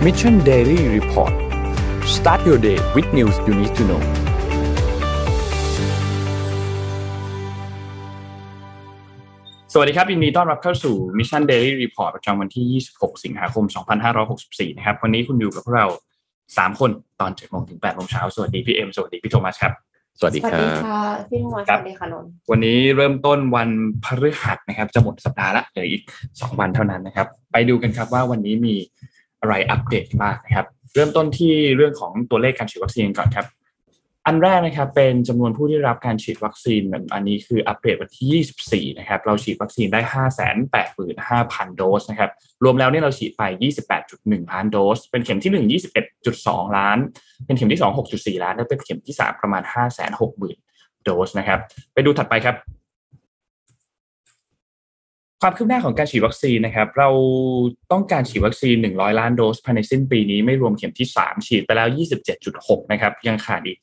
Mission Daily Report Start your day with news you need to knowสวัสดีครับยินดีต้อนรับเข้าสู่ Mission Daily Report ประจำวันที่26สิงหาคม2564นะครับวันนี้คุณอยู่กับพวกเรา3คนตอน 7:00 น. ถึง 8:00 น. สวัสดีพี่เอ็มสวัสดีพี่โทมัสครับสวัสดีครับสวัสดีค่ะพี่โทมัสสวัสดีค่ะนนท์วันนี้เริ่มต้นวันพฤหัสนะครับจะหมดสัปดาห์ละเหลืออีก2วันเท่านั้นนะครับไปดูกันครับว่าวันนี้มีอะไรอัปเดตบ้างนะครับเริ่มต้นที่เรื่องของตัวเลขการฉีดวัคซีนก่อนครับอันแรกนะครับเป็นจำนวนผู้ที่รับการฉีดวัคซีนอันนี้คืออัปเดตวันที่24นะครับเราฉีดวัคซีนได้ 585,000 โดสนะครับรวมแล้วเนี่ยเราฉีดไป 28.1 ล้านโดสเป็นเข็มที่1 21.2 ล้านเป็นเข็มที่2 6.4 ล้านและเป็นเข็มที่3ประมาณ 560,000 โดสนะครับไปดูถัดไปครับความคืบหน้าของการฉีดวัคซีนนะครับเราต้องการฉีดวัคซีน100ล้านโดสภายในสิ้นปีนี้ไม่รวมเข็มที่3ฉีดไปแล้ว 27.6 นะครับยังขาดอีก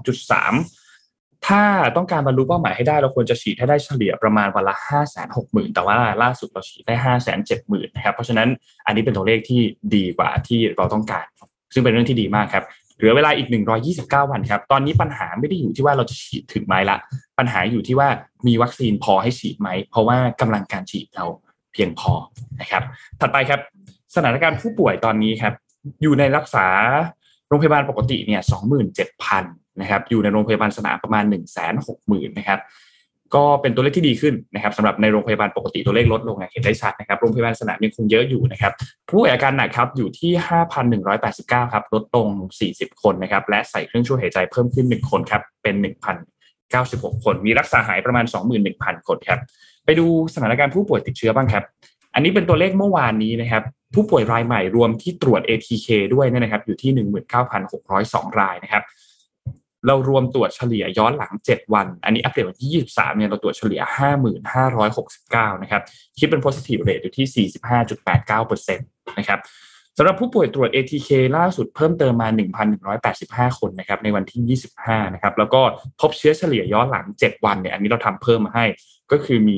72.3 ถ้าต้องการบรรลุเป้าหมายให้ได้เราควรจะฉีดให้ได้เฉลี่ยประมาณวันละ 560,000 แต่ว่าล่าสุดเราฉีดได้ 570,000 นะครับเพราะฉะนั้นอันนี้เป็นตัวเลขที่ดีกว่าที่เราต้องการซึ่งเป็นเรื่องที่ดีมากครับเหลือเวลาอีก129วันครับตอนนี้ปัญหาไม่ได้อยู่ที่ว่าเราจะฉีดถึงไหมละปัญหาอยู่ที่ว่ามีวัคซีนพอให้ฉีดไหมเพราะว่ากำลังการฉีดเราเพียงพอนะครับถัดไปครับสถานการณ์ผู้ป่วยตอนนี้ครับอยู่ในรักษาโรงพยาบาลปกติเนี่ย 27,000 นะครับอยู่ในโรงพยาบาลสนามประมาณ 160,000 นะครับก็เป็นตัวเลขที่ดีขึ้นนะครับสำหรับในโรงพยาบาลปกติตัวเลขลดลงเห็นได้ชัดนะครับโรงพยาบาลสนามยังคงเยอะอยู่นะครับผู้ป่วยอาการหนักครับอยู่ที่ 5,189 ครับลดลง40คนนะครับและใส่เครื่องช่วยหายใจเพิ่มขึ้น1คนครับเป็น 1,096 คนมีรักษาหายประมาณ 21,000 คนครับไปดูสถานการณ์ผู้ป่วยติดเชื้อบ้างครับอันนี้เป็นตัวเลขเมื่อวานนี้นะครับผู้ป่วยรายใหม่รวมที่ตรวจ ATK ด้วยนะครับอยู่ที่ 19,602 รายนะครับเรารวมตรวจเฉลี่ยย้อนหลัง7วันอันนี้อัปเดตวันที่23เนี่ยเราตรวจเฉลี่ย 5,569 นะครับคิดเป็น positive rate อยู่ที่ 45.89% นะครับสำหรับผู้ป่วยตรวจ ATK ล่าสุดเพิ่มเติมมา 1,185 คนนะครับในวันที่25นะครับแล้วก็พบเชื้อเฉลี่ยย้อนหลัง7วันเนี่ยอันนี้เราทำเพิ่มมาให้ก็คือมี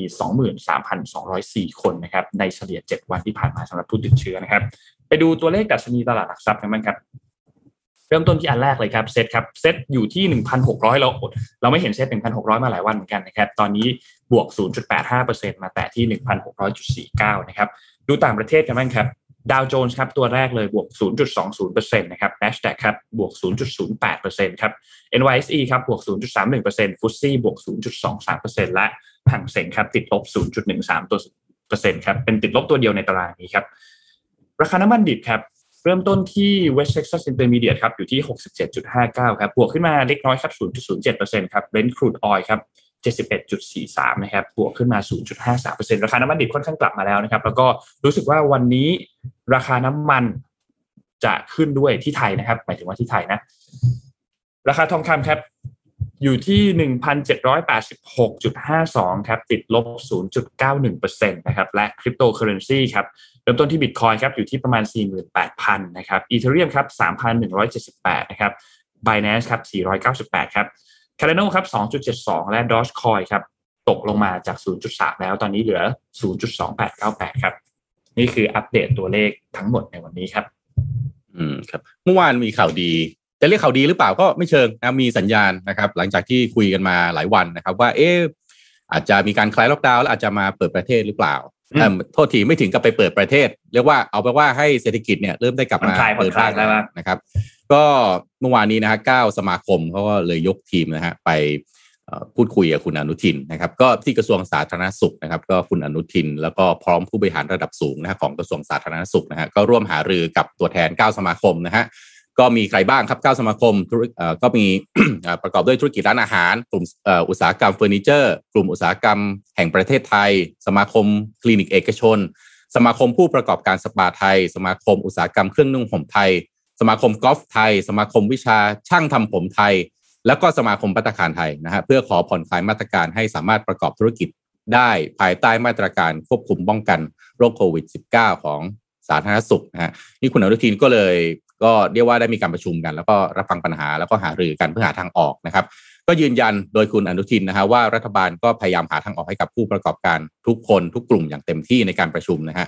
23,204 คนนะครับในเฉลี่ย7วันที่ผ่านมาสำหรับผู้ติดเชื้อนะครับไปดูตัวเลขดัชนีตลาดหลักทรัพย์กันบ้างครับเริ่มต้นที่อันแรกเลยครับเซตครับเซตอยู่ที่ 1,600 เราไม่เห็นเซต 1,600 มาหลายวันเหมือนกันนะครับตอนนี้บวก 0.85% มาแตะที่ 1,600.49 นะครับดูต่างประเทศกันบ้างครับดาวโจนส์ครับตัวแรกเลยบวก 0.20% นะครับ NASDAQ ครับบวก 0.08% ครับ NYSE ครับบวก 0.31% FTSE บวก 0.23% และหั่งเส็งครับติดลบ 0.13% ครับเป็นติดลบตัวเดียวในตารางนี้ครับราคาน้ำมันดิบครับเริ่มต้นที่ West Texas Intermediate ครับอยู่ที่ 67.59 ครับบวกขึ้นมาเล็กน้อยครับ 0.07% ครับ Brent Crude Oil ครับ 71.43 นะครับบวกขึ้นมา 0.53% ราคาน้ำมันดิบค่อนข้างกลับมาแล้วนะครับแล้วก็รู้สึกว่าวันนี้ราคาน้ำมันจะขึ้นด้วยที่ไทยนะครับหมายถึงว่าที่ไทยนะราคาทองคำครับอยู่ที่ 1,786.52 ครับติดลบ 0.91% นะครับและคริปโตเคอเรนซีครับเริ่มต้นที่ Bitcoin ครับอยู่ที่ประมาณ 48,000 นะครับ Ethereum ครับ 3,178 นะครับ Binance ครับ498ครับ Cardano ครับ 2.72 และ Dogecoin ครับตกลงมาจาก 0.3 แล้วตอนนี้เหลือ 0.2898 ครับนี่คืออัปเดตตัวเลขทั้งหมดในวันนี้ครับครับเมื่อวานมีข่าวดีจะเรียกข่าวดีหรือเปล่าก็ไม่เชิงนะมีสัญญาณนะครับหลังจากที่คุยกันมาหลายวันนะครับว่าอาจจะมีการคลายล็อกดาวน์แล้วอาจจะมาเปิดประเทศหรือเปล่าโทษทีไม่ถึงกับไปเปิดประเทศเรียกว่าเอาไปว่าให้เศรษฐกิจเนี่ยเริ่มได้กลับมาเปิดบ้างแล้วนะครับก็เมื่อวานนี้นะฮะ9สมาคมเขาก็เลยยกทีมนะฮะไปพูดคุยกับคุณอนุทินนะครับก็ที่กระทรวงสาธารณสุขนะครับก็คุณอนุทินแล้วก็พร้อมผู้บริหารระดับสูงนะฮะของกระทรวงสาธารณสุขนะฮะก็ร่วมหารือกับตัวแทน9สมาคมนะฮะก็มีใครบ้างครับ9สมาคมก็มี ประกอบด้วยธุรกิจร้านอาหารกลุ่มอุตสาหกรรมเฟอร์นิเจอร์กลุ่มอุตสาหกรรมแห่งประเทศไทยสมาคมคลินิกเอกชนสมาคมผู้ประกอบการสปาไทยสมาคมอุตสาหกรรมเครื่องนุ่งห่มไทยสมาคมกอล์ฟไทยสมาคมวิชาช่างทำผมไทยแล้วก็สมาคมภัตตาคารไทยนะฮะเพื่อขอผ่อนคลายมาตรการให้สามารถประกอบธุรกิจได้ภายใต้มาตรการควบคุมป้องกันโรคโควิด -19 ของสาธารณสุขนะฮะนี่คุณอนุทินก็เลยก็เรียกว่าได้มีการประชุมกันแล้วก็รับฟังปัญหาแล้วก็หารือกันเพื่อหาทางออกนะครับก็ยืนยันโดยคุณอนุทินนะฮะว่ารัฐบาลก็พยายามหาทางออกให้กับผู้ประกอบการทุกคนทุกกลุ่มอย่างเต็มที่ในการประชุมนะฮะ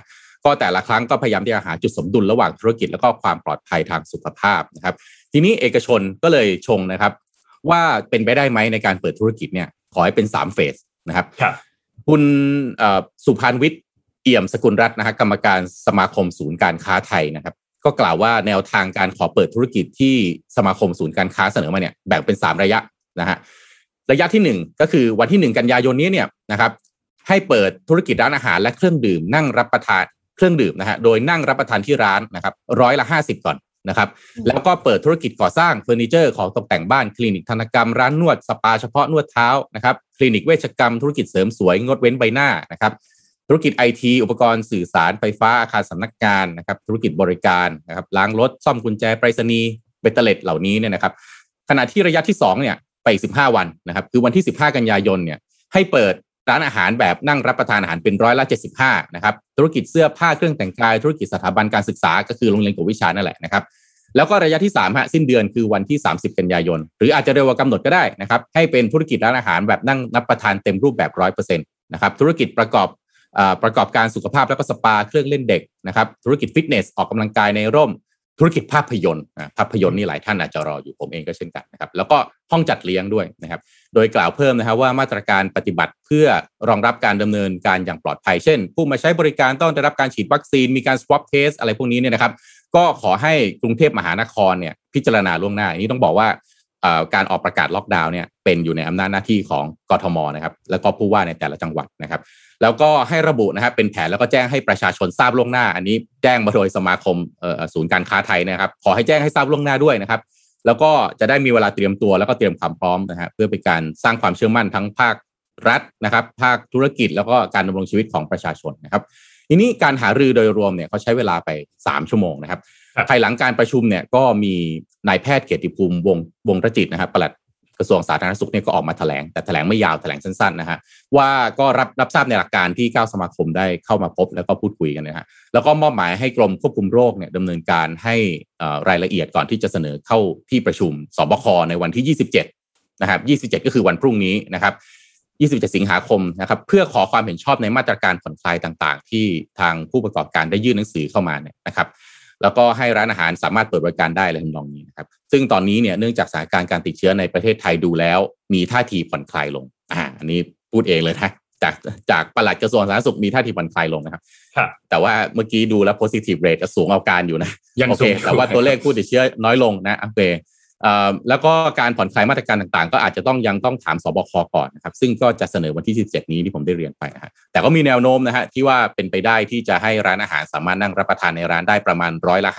ก็แต่ละครั้งก็พยายามที่จะหาจุดสมดุลระหว่างธุรกิจแล้วก็ความปลอดภัยทางสุขภาพนะครับทีนี้เอกชนก็เลยชงนะครับว่าเป็นไปได้ไหมในการเปิดธุรกิจเนี่ยขอให้เป็น3เฟสนะครับคุณสุพันธ์วิทย์เอี่ยมสกุลรัตน์นะฮะกรรมการสมาคมศูนย์การค้าไทยนะครับก็กล่าวว่าแนวทางการขอเปิดธุรกิจที่สมาคมศูนย์การค้าเสนอมาเนี่ยแบ่งเป็น3ระยะนะฮะระยะที่1ก็คือวันที่1กันยายนนี้เนี่ยนะครับให้เปิดธุรกิจร้านอาหารและเครื่องดื่มนั่งรับประทานเครื่องดื่มนะฮะโดยนั่งรับประทานที่ร้านนะครับ50%ก่อนนะครับแล้วก็เปิดธุรกิจก่อสร้างเฟอร์นิเจอร์ของตกแต่งบ้านคลินิกธนกรรมร้านนวดสปาเฉพาะนวดเท้านะครับคลินิกเวชกรรมธุรกิจเสริมสวยงดเว้นใบหน้านะครับธุรกิจ IT อุปกรณ์สื่อสารไฟฟ้าอาคารสำนักงานนะครับธุรกิจบริการนะครับล้างรถซ่อมกุญแจไปรษณีย์เบตเตอร์เล็ตเหล่านี้เนี่ยนะครับขณะที่ระยะที่2เนี่ยไปอีก15วันนะครับคือวันที่15กันยายนเนี่ยให้เปิดร้านอาหารแบบนั่งรับประทานอาหารเป็น75%นะครับธุรกิจเสื้อผ้าเครื่องแต่งกายธุรกิจสถาบันการศึกษาก็คือโรงเรียนกวดวิชานั่นแหละนะครับแล้วก็ระยะที่3ฮะสิ้นเดือนคือวันที่30กันยายนหรืออาจจะเร็วกว่ากำหนดก็ได้นะครับให้เป็นธุรกิจร้านอาหารแบบนั่งรับประทานเต็มรูปแบบ 100% นะครับธุรกิจประกอบการสุขภาพแล้วก็สปาเครื่องเล่นเด็กนะครับธุรกิจฟิตเนสออกกำลังกายในร่มธุรกิจภาพยนตร์นี่หลายท่านอาจจะรออยู่ผมเองก็เช่นกันนะครับแล้วก็ห้องจัดเลี้ยงด้วยนะครับโดยกล่าวเพิ่มนะครับว่ามาตรการปฏิบัติเพื่อรองรับการดำเนินการอย่างปลอดภัยเช่นผู้มาใช้บริการต้องได้รับการฉีดวัคซีนมีการ swab test อะไรพวกนี้เนี่ยนะครับก็ขอให้กรุงเทพมหานครเนี่ยพิจารณาล่วงหน้านี้ต้องบอกว่าการออกประกาศล็อกดาวน์เนี่ยเป็นอยู่ในอำนาจหน้าที่ของกทมนะครับแล้วก็ผู้ว่าในแต่ละจังหวัดนะครับแล้วก็ให้ระบุนะครับเป็นแผนแล้วก็แจ้งให้ประชาชนทราบล่วงหน้าอันนี้แจ้งมาโดยสมาคมศูนย์การค้าไทยนะครับขอให้แจ้งให้ทราบล่วงหน้าด้วยนะครับแล้วก็จะได้มีเวลาเตรียมตัวแล้วก็เตรียมความพร้อมนะฮะเพื่อเป็นการสร้างความเชื่อมั่นทั้งภาครัฐนะครับภาคธุรกิจแล้วก็การดำรงชีวิตของประชาชนนะครับทีนี้การหารือโดยรวมเนี่ยเขาใช้เวลาไป3ชั่วโมงนะครับภายหลังการประชุมเนี่ยก็มีนายแพทย์เกียรติภูมิวงศ์รจิตนะครับปลัดกระทรวงสาธารณสุขเนี่ยก็ออกมาแถลงแต่แถลงไม่ยาวแถลงสั้นๆนะฮะว่าก็รับทราบในหลักการที่9สมาคมได้เข้ามาพบแล้วก็พูดคุยกันนะฮะแล้วก็มอบหมายให้กรมควบคุมโรคเนี่ยดำเนินการให้รายละเอียดก่อนที่จะเสนอเข้าที่ประชุมสบคในวันที่27นะครับ27ก็คือวันพรุ่งนี้นะครับ27สิงหาคมนะครับเพื่อขอความเห็นชอบในมาตรการผ่อนคลายต่างๆที่ทางผู้ประกอบการได้ยื่นหนังสือเข้ามาเนี่ยนะครับแล้วก็ให้ร้านอาหารสามารถเปิดบริการได้เลยทำนองนี้นะครับซึ่งตอนนี้เนี่ยเนื่องจากสถานการณ์การติดเชื้อในประเทศไทยดูแล้วมีท่าทีผ่อนคลายลงอันนี้พูดเองเลยนะจากปลัดกระทรวงสาธารณสุขมีท่าทีผ่อนคลายลงนะครับแต่ว่าเมื่อกี้ดูแล้ว positive rate สูงเอาการอยู่นะโอเคแต่ว่าตัวเลขผู้ติดเชื้อน้อยลงนะโอเคแล้วก็การผ่อนคลายมาตรการต่างๆก็อาจจะยังต้องถามสบคก่อนนะครับซึ่งก็จะเสนอวันที่17นี้ที่ผมได้เรียนไปนะฮะแต่ก็มีแนวโน้มนะฮะที่ว่าเป็นไปได้ที่จะให้ร้านอาหารสามารถนั่งรับประทานในร้านได้ประมาณ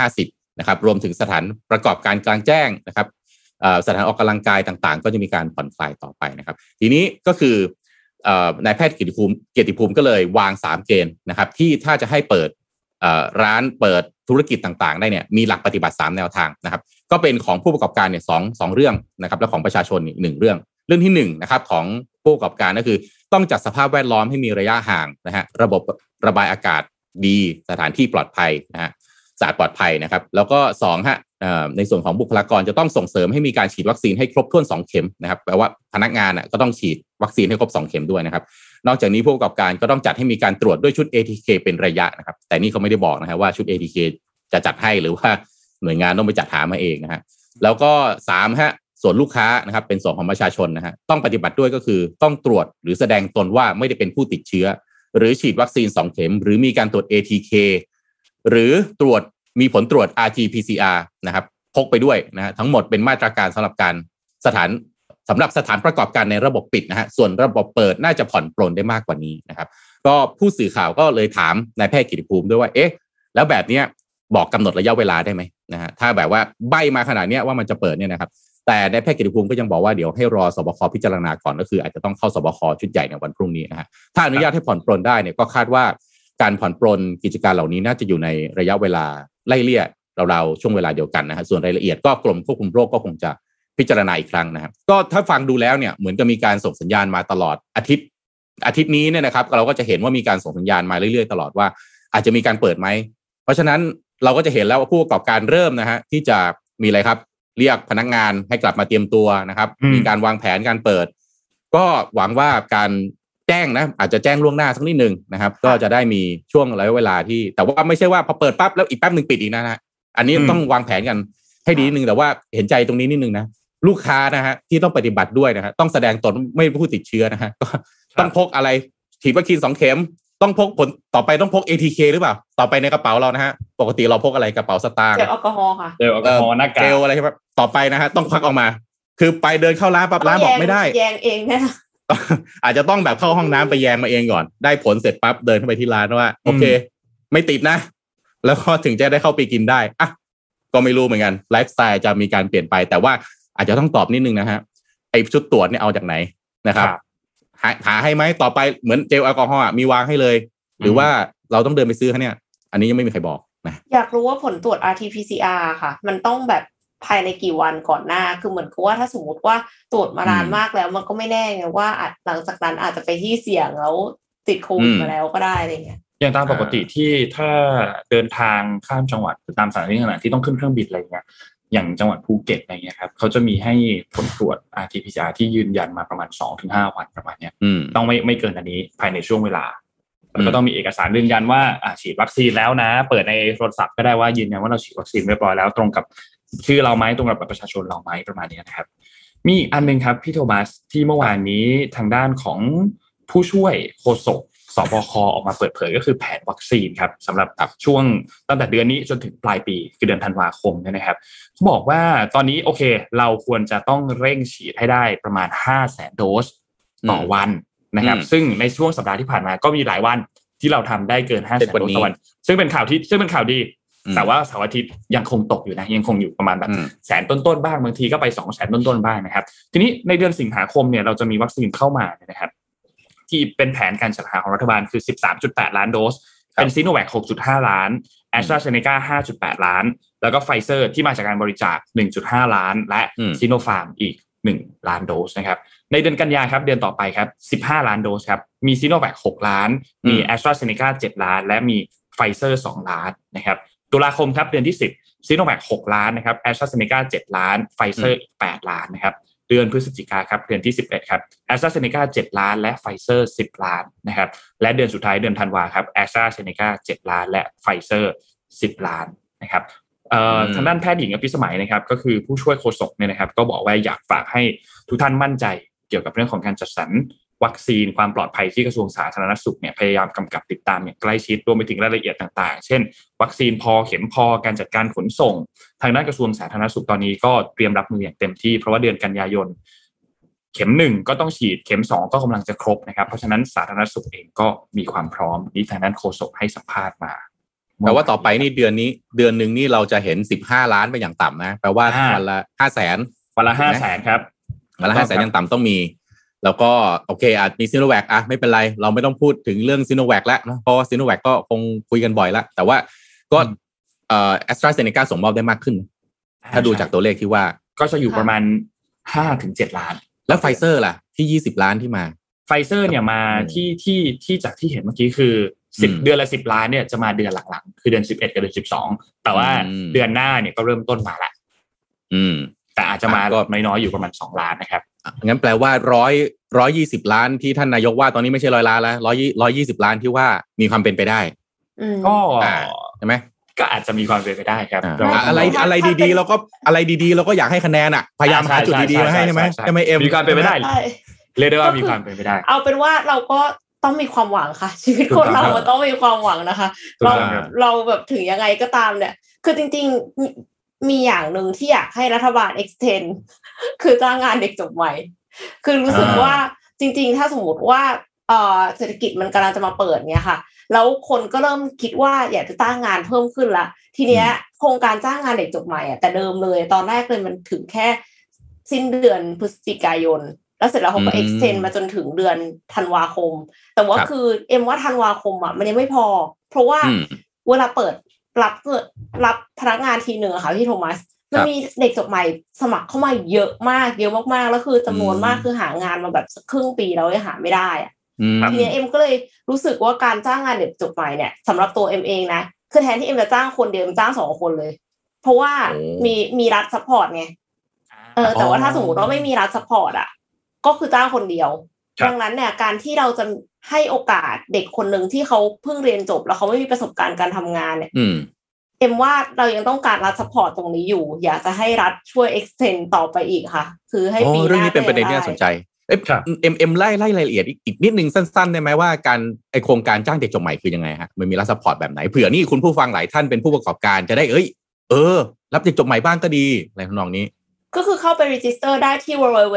50%นะครับรวมถึงสถานประกอบการกลางแจ้งนะครับสถานออกกำลังกายต่างๆก็จะมีการผ่อนคลายต่อไปนะครับทีนี้ก็คือนายแพทย์เกียรติภูมิก็เลยวาง3เกณฑ์นะครับที่ถ้าจะให้เปิดร้านเปิดธุรกิจต่างๆได้เนี่ยมีหลักปฏิบัติ3แนวทางนะครับก็เป็นของผู้ประกอบการเนี่ย2เรื่องนะครับและของประชาชนอีก1เรื่องที่1นะครับของผู้ประกอบการก็คือต้องจัดสภาพแวดล้อมให้มีระยะห่างนะฮะระบบระบายอากาศดีสถานที่ปลอดภัยนะฮะสะอาดปลอดภัยนะครับแล้วก็2ฮะในส่วนของบุคลากรจะต้องส่งเสริมให้มีการฉีดวัคซีนให้ครบถ้วน2เข็มนะครับแปลว่าพนักงานก็ต้องฉีดวัคซีนให้ครบ2เข็มด้วยนะครับนอกจากนี้ผู้ประกอบการก็ต้องจัดให้มีการตรวจด้วยชุด ATK เป็นระยะนะครับแต่นี่เขาไม่ได้บอกนะฮะว่าชุด ATK จะจัดให้หรือว่าหน่วยงานต้องไปจัดหามาเองนะฮะแล้วก็3ฮะส่วนลูกค้านะครับเป็นส่วนของประชาชนนะฮะต้องปฏิบัติด้วยก็คือต้องตรวจหรือแสดงตนว่าไม่ได้เป็นผู้ติดเชื้อหรือฉีดวัคซีน2เข็มหรือมีการตรวจ ATK หรือตรวจมีผลตรวจ RT-PCR นะครับพกไปด้วยนะฮะทั้งหมดเป็นมาตรการสำหรับสถานประกอบการในระบบปิดนะฮะส่วนระบบเปิดน่าจะผ่อนปรนได้มากกว่านี้นะครับก็ผู้สื่อข่าวก็เลยถามนายแพทย์กิติภูมิด้วยว่าแล้วแบบเนี้ยบอกกำหนดระยะเวลาได้ไหมนะฮะถ้าแบบว่าใบมาขนาดนี้ว่ามันจะเปิดเนี่ยนะครับแต่นายแพทย์กิติภูมิก็ยังบอกว่าเดี๋ยวให้รอสบคพิจารณาก่อนก็คืออาจจะต้องเข้าสบคชุดใหญ่ในวันพรุ่งนี้นะฮะถ้าอนุญาตให้ผ่อนปรนได้เนี่ยก็คาดว่าการผ่อนปรนกิจการเหล่านี้น่าจะอยู่ในระยะเวลาไล่เลี่ยเราช่วงเวลาเดียวกันนะฮะส่วนรายละเอียดก็กรมควบคุมโรคก็คงจะพิจารณาอีกครั้งนะครับก็ถ้าฟังดูแล้วเนี่ยเหมือนกับมีการส่งสัญญาณมาตลอดอาทิตย์นี้เนี่ยนะครับเราก็จะเห็นว่ามีการส่งสัญญาณมาเรื่อยๆตลอดว่าอาจจะมีการเปิดไหมเพราะฉะนั้นเราก็จะเห็นแล้วว่าผู้ประกอบการเริ่มนะฮะที่จะมีอะไรครับเรียกพนักงานให้กลับมาเตรียมตัวนะครับมีการวางแผนการเปิดก็หวังว่าการแจ้งนะอาจจะแจ้งล่วงหน้าสักนิดนึงนะครับก็จะได้มีช่วงระยะเวลาที่แต่ว่าไม่ใช่ว่าพอเปิดปั๊บแล้วอีกแป๊บนึงปิดอีกนะฮะอันนี้ต้องวางแผนกันให้ดีนิดนึงแต่ว่าเห็นใจตรงนี้นิดนึงนะลูกค้านะฮะที่ต้องปฏิบัติด้วยนะฮะต้องแสดงตนไม่ผู้ติดเชื้อนะฮะก็ต้องพกอะไรฉีดวัคซีน2 เข็มต้องพกผลต่อไปต้องพก ATK หรือเปล่าต่อไปในกระเป๋าเรานะฮะปกติเราพกอะไรกระเป๋าสตางค์เจลแอลกอฮอล์ค่ะเจลแอลกอฮอล์หน้ากากเจลอะไรครับต่อไปนะฮะต้องควักออกมาคือไปเดินเข้าร้านปั๊บร้านบอกไม่ได้แยงเองนะอาจจะต้องแบบเข้าห้องน้ำไปแยงมาเองก่อนได้ผลเสร็จปั๊บเดินเข้าไปที่ร้านว่าโอเคไม่ติดนะแล้วก็ถึงจะได้เข้าไปกินได้อ่ะก็ไม่รู้เหมือนกันไลฟ์สไตล์จะมีการเปลี่ยนไปแต่ว่าอาจจะต้องตอบนิดนึงนะฮะไอชุดตรวจเนี่ยเอาจากไหนนะครับหาให้ไหมต่อไปเหมือนเจลแอลกอฮอล์มีวางให้เลยหรือว่าเราต้องเดินไปซื้อเนี่ยอันนี้ยังไม่มีใครบอกนะอยากรู้ว่าผลตรวจ RT-PCR ค่ะมันต้องแบบภายในกี่วันก่อนหน้าคือเหมือนกับว่าถ้าสมมติว่าตรวจมานานมากแล้วมันก็ไม่แน่ไงว่าหลังจากนั้นอาจจะไปที่เสี่ยงแล้วติดโควิดมาแล้วก็ได้อะไรเงี้ยอย่างตามปกติที่ถ้าเดินทางข้ามจังหวัดหรือตามสถานที่ต่างๆที่ต้องขึ้นเครื่องบินอะไรเงี้ยอย่างจังหวัดภูเก็ตอะไรเงี้ยครับเขาจะมีให้ผลตรวจ RT-PCR ที่ยืนยันมาประมาณ 2-5 วันประมาณเนี้ยต้องไม่เกินอันนี้ภายในช่วงเวลาแล้วก็ต้องมีเอกสารยืนยันว่าฉีดวัคซีนแล้วนะเปิดในโทรศัพท์ก็ได้ว่ายืนยันว่าเราฉีดวัคซีนเรียบร้อยแล้วตรงกับชื่อเราไหมตรงกับบัตรประชาชนเราไหมประมาณนี้นะครับมีอีกอันนึงครับพี่โทมัสที่เมื่อวานนี้ทางด้านของผู้ช่วยโฆษกสบคออกมาเปิดเผยก็คือแผนวัคซีนครับสำหรับช่วงตั้งแต่เดือนนี้จนถึงปลายปีคือเดือนธันวาคมนะครับเขาบอกว่าตอนนี้โอเคเราควรจะต้องเร่งฉีดให้ได้ประมาณ 500,000 โดสต่อวันนะครับซึ่งในช่วงสัปดาห์ที่ผ่านมาก็มีหลายวันที่เราทำได้เกิน 500,000 โดสต่อวันซึ่งเป็นข่าวดีแต่ว่าเสาร์อาทิตย์ยังคงตกอยู่นะยังคงอยู่ประมาณแบบแสนต้นๆบ้างบางทีก็ไป 200,000 ต้นๆบ้างนะครับทีนี้ในเดือนสิงหาคมเนี่ยเราจะมีวัคซีนเข้ามานะครับที่เป็นแผนการจัดหาของรัฐบาลคือ 13.8 ล้านโดสเป็นซิโนแวค 6.5 ล้าน AstraZeneca 5.8 ล้านแล้วก็ไฟเซอร์ที่มาจากการบริจาค 1.5 ล้านและซิโนฟาร์มอีก1 ล้านโดสนะครับในเดือนกันยาครับเดือนต่อไปครับ15 ล้านโดสครับมีซิโนแวค 6 ล้านมี AstraZeneca 7 ล้านและมีไฟเซอร์2 ล้านนะครับตุลาคมครับเดือนที่10ซิโนแวค 6 ล้านนะครับ AstraZeneca 7 ล้านไฟเซอร์อีก8 ล้านนะครับเดือนพฤศจิกายนครับเดือนที่11ครับ AstraZeneca 7 ล้านและไฟเซอร์10 ล้านนะครับและเดือนสุดท้ายเดือนธันวาครับ AstraZeneca 7 ล้านและไฟเซอร์10 ล้านนะครับทางด้านแพทย์หญิงอภิสมัยนะครับก็คือผู้ช่วยโฆษกเนี่ยนะครับก็บอกว่าอยากฝากให้ทุกท่านมั่นใจเกี่ยวกับเรื่องของการจัดสรรวัคซีนความปลอดภัยที่กระทรวงสาธารณสุขเนี่ยพยายามกำกับติดตามอย่างใกล้ชิดรวมไปถึงรายละเอียดต่างๆเช่นวัคซีนพอเข็มพอการจัดการขนส่งทางด้านกระทรวงสาธารณสุขตอนนี้ก็เตรียมรับมืออย่างเต็มที่เพราะว่าเดือนกันยายนเข็ม1ก็ต้องฉีดเข็ม2ก็กำลังจะครบนะครับเพราะฉะนั้นสาธารณสุขเองก็มีความพร้อมนี่ทางด้านโฆษกให้สัมภาษณ์มาแต่ว่าต่อไปนี่เดือนนึงนี่เราจะเห็น15 ล้านเป็นอย่างต่ำนะแปลว่าวันละ 500,000 วันละ 500,000 ครับวันละ 500,000 อย่างต่ำต้องมีแล้วก็โอเคอาจมีซิโนแวคไม่เป็นไรเราไม่ต้องพูดถึงเรื่องซิโนแวคแล้วนะเพราะว่าซิโนแวคก็คงคุยกันบ่อยแล้วแต่ว่าก็AstraZeneca ส่งมอบได้มากขึ้นถ้าดูจากตัวเลขที่ว่าก็จะอยู่ประมาณ 5-7 ล้านแล้วไฟเซอร์ล่ะที่20 ล้านที่มาไฟเซอร์เนี่ยมาที่จากที่เห็นเมื่อกี้คือ10 เดือนละ10 ล้านเนี่ยจะมาเดือนหลังๆคือเดือน11กับเดือน12แต่ว่าเดือนหน้าเนี่ยก็เริ่มต้นมาละแต่อาจจะมาก็น้อยๆอยู่ประมาณ2 ล้านนะครับงั้นแปลว่า120 ล้านที่ท่านนายกว่าตอนนี้ไม่ใช่100 ล้านแล้ว120 ล้านที่ว่ามีความเป็นไปได้ก็ใช่ไหมก็อาจจะมีความเป็นไปได้ครับอะไรดีๆเราก็อะไรดีๆเราก็อยากให้คะแนนอ่ะพยายามหาจุดดีๆมาให้ใช่ไหมมีความเป็นไปได้เรียกได้ว่ามีความเป็นไปได้เอาเป็นว่าเราก็ต้องมีความหวังค่ะชีวิตคนเราต้องมีความหวังนะคะเราแบบถึงยังไงก็ตามเนี่ยคือจริงๆมีอย่างนึงที่อยากให้รัฐบาล extend คือจ้างงานเด็กจบใหม่คือรู้สึกว่าจริงๆถ้าสมมติว่าเศรษฐกิจมันกำลังจะมาเปิดเนี่ยค่ะแล้วคนก็เริ่มคิดว่าอยากจะจ้างงานเพิ่มขึ้นละทีเนี้ยโครงการจ้างงานเด็กจบใหม่แต่เดิมเลยตอนแรกเลยมันถึงแค่สิ้นเดือนพฤศจิกายนแล้วเสร็จแล้วเขาก็ extend มาจนถึงเดือนธันวาคมแต่ว่าคือว่าธันวาคมมันยังไม่พอเพราะว่าเวลาเปิดรับพนักงานทีนึงอะค่ะพี่โทมัสมันมีเด็กจบใหม่สมัครเข้ามาเยอะมากแล้วคือจำนวนมากคือหางานมาแบบครึ่งปีแล้วยังหาไม่ได้อะทีนี้ก็เลยรู้สึกว่าการจ้างงานเด็กจบใหม่เนี่ยสำหรับตัวเองนะคือแทนที่จะจ้างคนเดียวจ้าง2 คนเลยเพราะว่ามีรัฐซัพพอร์ตไงแต่ว่าถ้าสมมติว่าไม่มีรัฐซัพพอร์ตอ่ะก็คือจ้างคนเดียวดังนั้นเนี่ยการที่เราจะให้โอกาสเด็กคนหนึ่งที่เขาเพิ่งเรียนจบแล้วเขาไม่มีประสบการณ์การทำงานเนี่ยเอ็มว่าเรายังต้องการรัฐซัพพอร์ตตรงนี้อยู่อยากจะให้รัฐช่วย extend ต่อไปอีกค่ะคือให้ปีหน้าเรื่องนี้เป็นประเด็นที่น่าสนใจเอ็มไล่รายละเอียดอีกนิดนึงสั้นๆได้ไหมว่าการโครงการจ้างเด็กจบใหม่คือยังไงฮะมันมีรัฐซัพพอร์ตแบบไหนเผื่อนี่คุณผู้ฟังหลายท่านเป็นผู้ประกอบการจะได้รับเด็กจบใหม่บ้างก็ดีอะไรทำนองนี้ก็คือเข้าไป register ได้ที่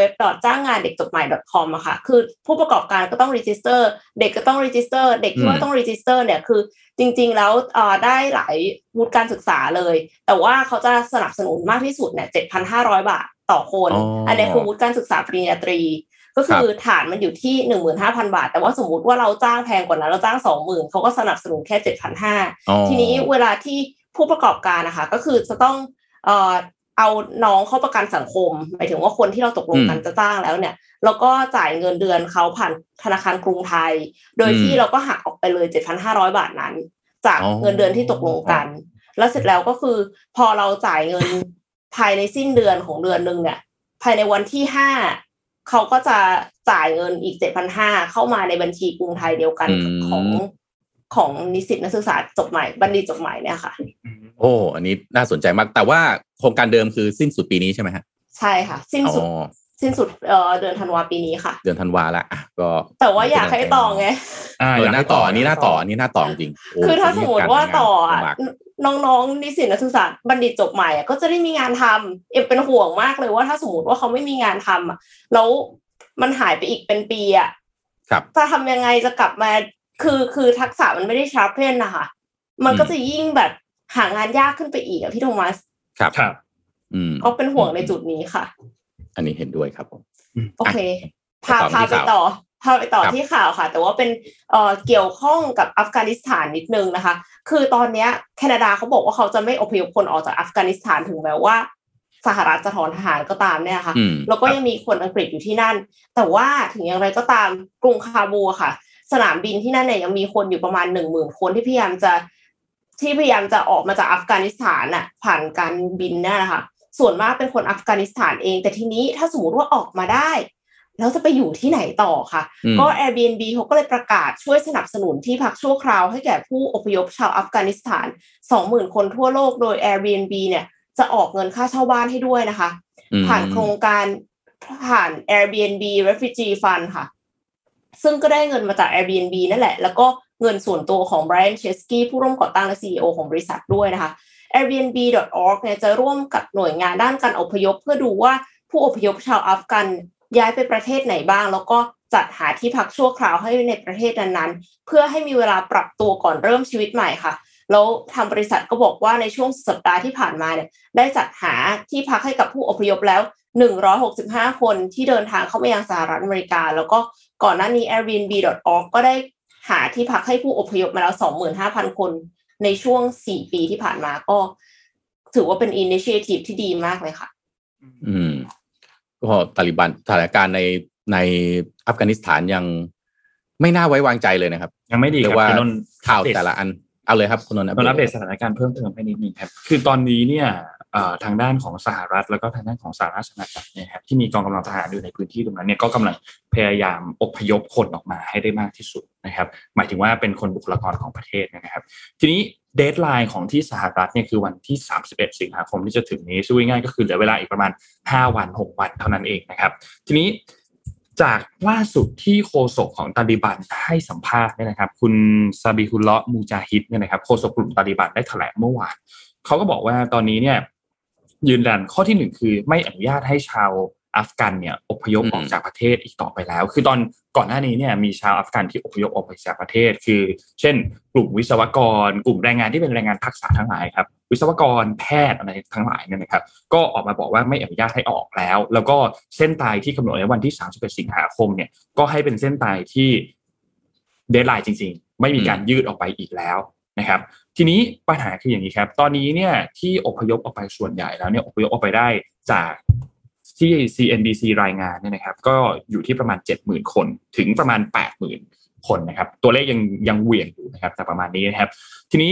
www.janggandekjobmai.com อะค่ะคือผู้ประกอบการก็ต้อง register เด็กก็ต้อง register เด็กที่ว่าต้อง register เนี่ยคือจริงๆแล้วได้หลายวุฒิการศึกษาเลยแต่ว่าเขาจะสนับสนุนมากที่สุดเนี่ย 7,500 บาทต่อคนอันนี้คือวุฒิการศึกษาปริญญาตรีก็คือฐานมันอยู่ที่ 15,000 บาทแต่ว่าสมมุติว่าเราจ้างแพงกว่านั้นเราจ้าง 20,000 เขาก็สนับสนุนแค่ 7,500 ทีนี้เวลาที่ผู้ประกอบการนะคะก็คือจะต้องเอาน้องเข้าประกันสังคมหมายถึงว่าคนที่เราตกลงกันจะจ้างแล้วเนี่ยแล้วก็จ่ายเงินเดือนเขาผ่านธนาคารกรุงไทยโดยที่เราก็หักออกไปเลย 7,500 บาทนั้นจากเงินเดือนที่ตกลงกันแล้วเสร็จแล้วก็คือพอเราจ่ายเงินภายในสิ้นเดือนของเดือนนึงเนี่ยภายในวันที่5เขาก็จะจ่ายเงินอีก 7,500 เข้ามาในบัญชีกรุงไทยเดียวกันของนิสิตนักศึกษาจบใหม่บัณฑิตจบใหม่เนี่ยค่ะอันนี้น่าสนใจมากแต่ว่าโครงการเดิมคือสิ้นสุดปีนี้ใช่ไหมฮะใช่ค่ะสิ้นสุดเดือนธันวาปีนี้ค่ะเดือนธันวาละก็แต่ว่าอยากให้ต่อไงหน้าต่ออันนี้หน้าต่อจริงคือถ้าสมมติว่าต่อน้องๆนิสิตนักศึกษาบัณฑิตจบใหม่ก็จะได้มีงานทำเอ็มเป็นห่วงมากเลยว่าถ้าสมมติว่าเขาไม่มีงานทำแล้วมันหายไปอีกเป็นปีจะทำยังไงจะกลับมาคือทักษะมันไม่ได้ชาร์ปเพนนะคะมันก็จะยิ่งแบบหางานยากขึ้นไปอีกพี่โทมัสครับก็เป็นห่วงในจุดนี้ค่ะอันนี้เห็นด้วยครับผมโอเคพาไปต่อที่ข่าวค่ะแต่ว่าเป็นเกี่ยวข้องกับอัฟกานิสถานนิดนึงนะคะคือตอนนี้แคนาดาเขาบอกว่าเขาจะไม่อพยพคนออกจากอัฟกานิสถานถึงแม้ว่าสหรัฐจะถอนทหารก็ตามเนี่ยค่ะแล้วก็ยังมีคนอังกฤษอยู่ที่นั่นแต่ว่าถึงอย่างไรก็ตามกรุงคาบูค่ะสนามบินที่นั่นเนี่ยยังมีคนอยู่ประมาณ 10,000 คนที่พยายามจะออกมาจากอัฟกานิสถานน่ะผ่านการบินเนี่ยนะคะส่วนมากเป็นคนอัฟกานิสถานเองแต่ทีนี้ถ้าสมมติว่าออกมาได้แล้วจะไปอยู่ที่ไหนต่อค่ะก็ Airbnb เขาก็เลยประกาศช่วยสนับสนุนที่พักชั่วคราวให้แก่ผู้อพยพชาวอัฟกานิสถาน 20,000 คนทั่วโลกโดย Airbnb เนี่ยจะออกเงินค่าเช่าบ้านให้ด้วยนะคะผ่านโครงการผ่าน Airbnb Refugee Fund ค่ะซึ่งก็ได้เงินมาจาก Airbnb นั่นแหละแล้วก็เงินส่วนตัวของ Brian Chesky ผู้ร่วมก่อตั้งและ CEO ของบริษัทด้วยนะคะ Airbnb.org เนี่ยจะร่วมกับหน่วยงานด้านการอพยพเพื่อดูว่าผู้อพยพชาวอัฟกันย้ายไปประเทศไหนบ้างแล้วก็จัดหาที่พักชั่วคราวให้ในประเทศนั้นๆเพื่อให้มีเวลาปรับตัวก่อนเริ่มชีวิตใหม่ค่ะแล้วทางบริษัทก็บอกว่าในช่วงสัปดาห์ที่ผ่านมาเนี่ยได้จัดหาที่พักให้กับผู้อพยพแล้ว165 คนที่เดินทางเข้ามายังสหรัฐอเมริกาแล้วก็ก่อนหน้านี้ Airbnb.org ก็ได้หาที่พักให้ผู้อพยพมาแล้ว 25,000 คนในช่วง4 ปีที่ผ่านมาก็ถือว่าเป็น initiative ที่ดีมากเลยค่ะก็ตาลิบันสถานการณ์ในอัฟกานิสถานยังไม่น่าไว้วางใจเลยนะครับยังไม่ดีครับว่าข่าวแต่ละอันเอาเลยครับคุณนนท์อัปเดตสถานการณ์เพิ่มเติมให้นิดนึงครับคือตอนนี้เนี่ยทางด้านของสหรัฐแล้วก็ทางด้านของสหราชอาณาจักรเนี่ยครับที่มีกองกำลังทหารอยู่ในพื้นที่ตรงนั้นเนี่ยก็กำลังพยายามอพยพคนออกมาให้ได้มากที่สุดนะครับหมายถึงว่าเป็นคนบุคลากรของประเทศนะครับทีนี้เดดไลน์ของที่สหรัฐเนี่ยคือวันที่31 สิงหาคมที่จะถึงนี้ซึ่งง่ายๆก็คือเหลือเวลาอีกประมาณ5 วัน 6 วันเท่านั้นเองนะครับทีนี้จากล่าสุดที่โฆษกของตาลิบันให้สัมภาษณ์เนี่ยนะครับคุณซาบิฮุลเลาะห์มูจาฮิดเนี่ยนะครับโฆษกกลุ่มตาลิบันได้แถลงเมื่อวานเขาก็บอกว่าตอนนี้เนี่ยยืนยันข้อที่1คือไม่อนุญาตให้ชาวอัฟกันเนี่ยอพยพออกจากประเทศอีกต่อไปแล้วคือตอนก่อนหน้านี้เนี่ยมีชาวอัฟกันที่อพยพออกไปจากประเทศคือเช่นกลุ่มวิศวกรกลุ่มแรงงานที่เป็นแรงงานทักษะทั้งหลายครับวิศวกรแพทย์อะไรทั้งหลายเนี่ยนะครับก็ออกมาบอกว่าไม่อนุญาตให้ออกแล้วก็เส้นตายที่กำหนดในวันที่31 สิงหาคมเนี่ยก็ให้เป็นเส้นตายที่เดดไลน์จริงๆไม่มีการยืดออกไปอีกแล้วนะครับทีนี้ปัญหาคืออย่างนี้ครับตอนนี้เนี่ยที่อพยพออกไปส่วนใหญ่แล้วเนี่ยอพยพออกไปได้จากที่ CNBC รายงานเนี่ยนะครับก็อยู่ที่ประมาณ 70,000 คนถึงประมาณ 80,000 คนนะครับตัวเลขยังเหวี่ยงอยู่นะครับแต่ประมาณนี้นะครับทีนี้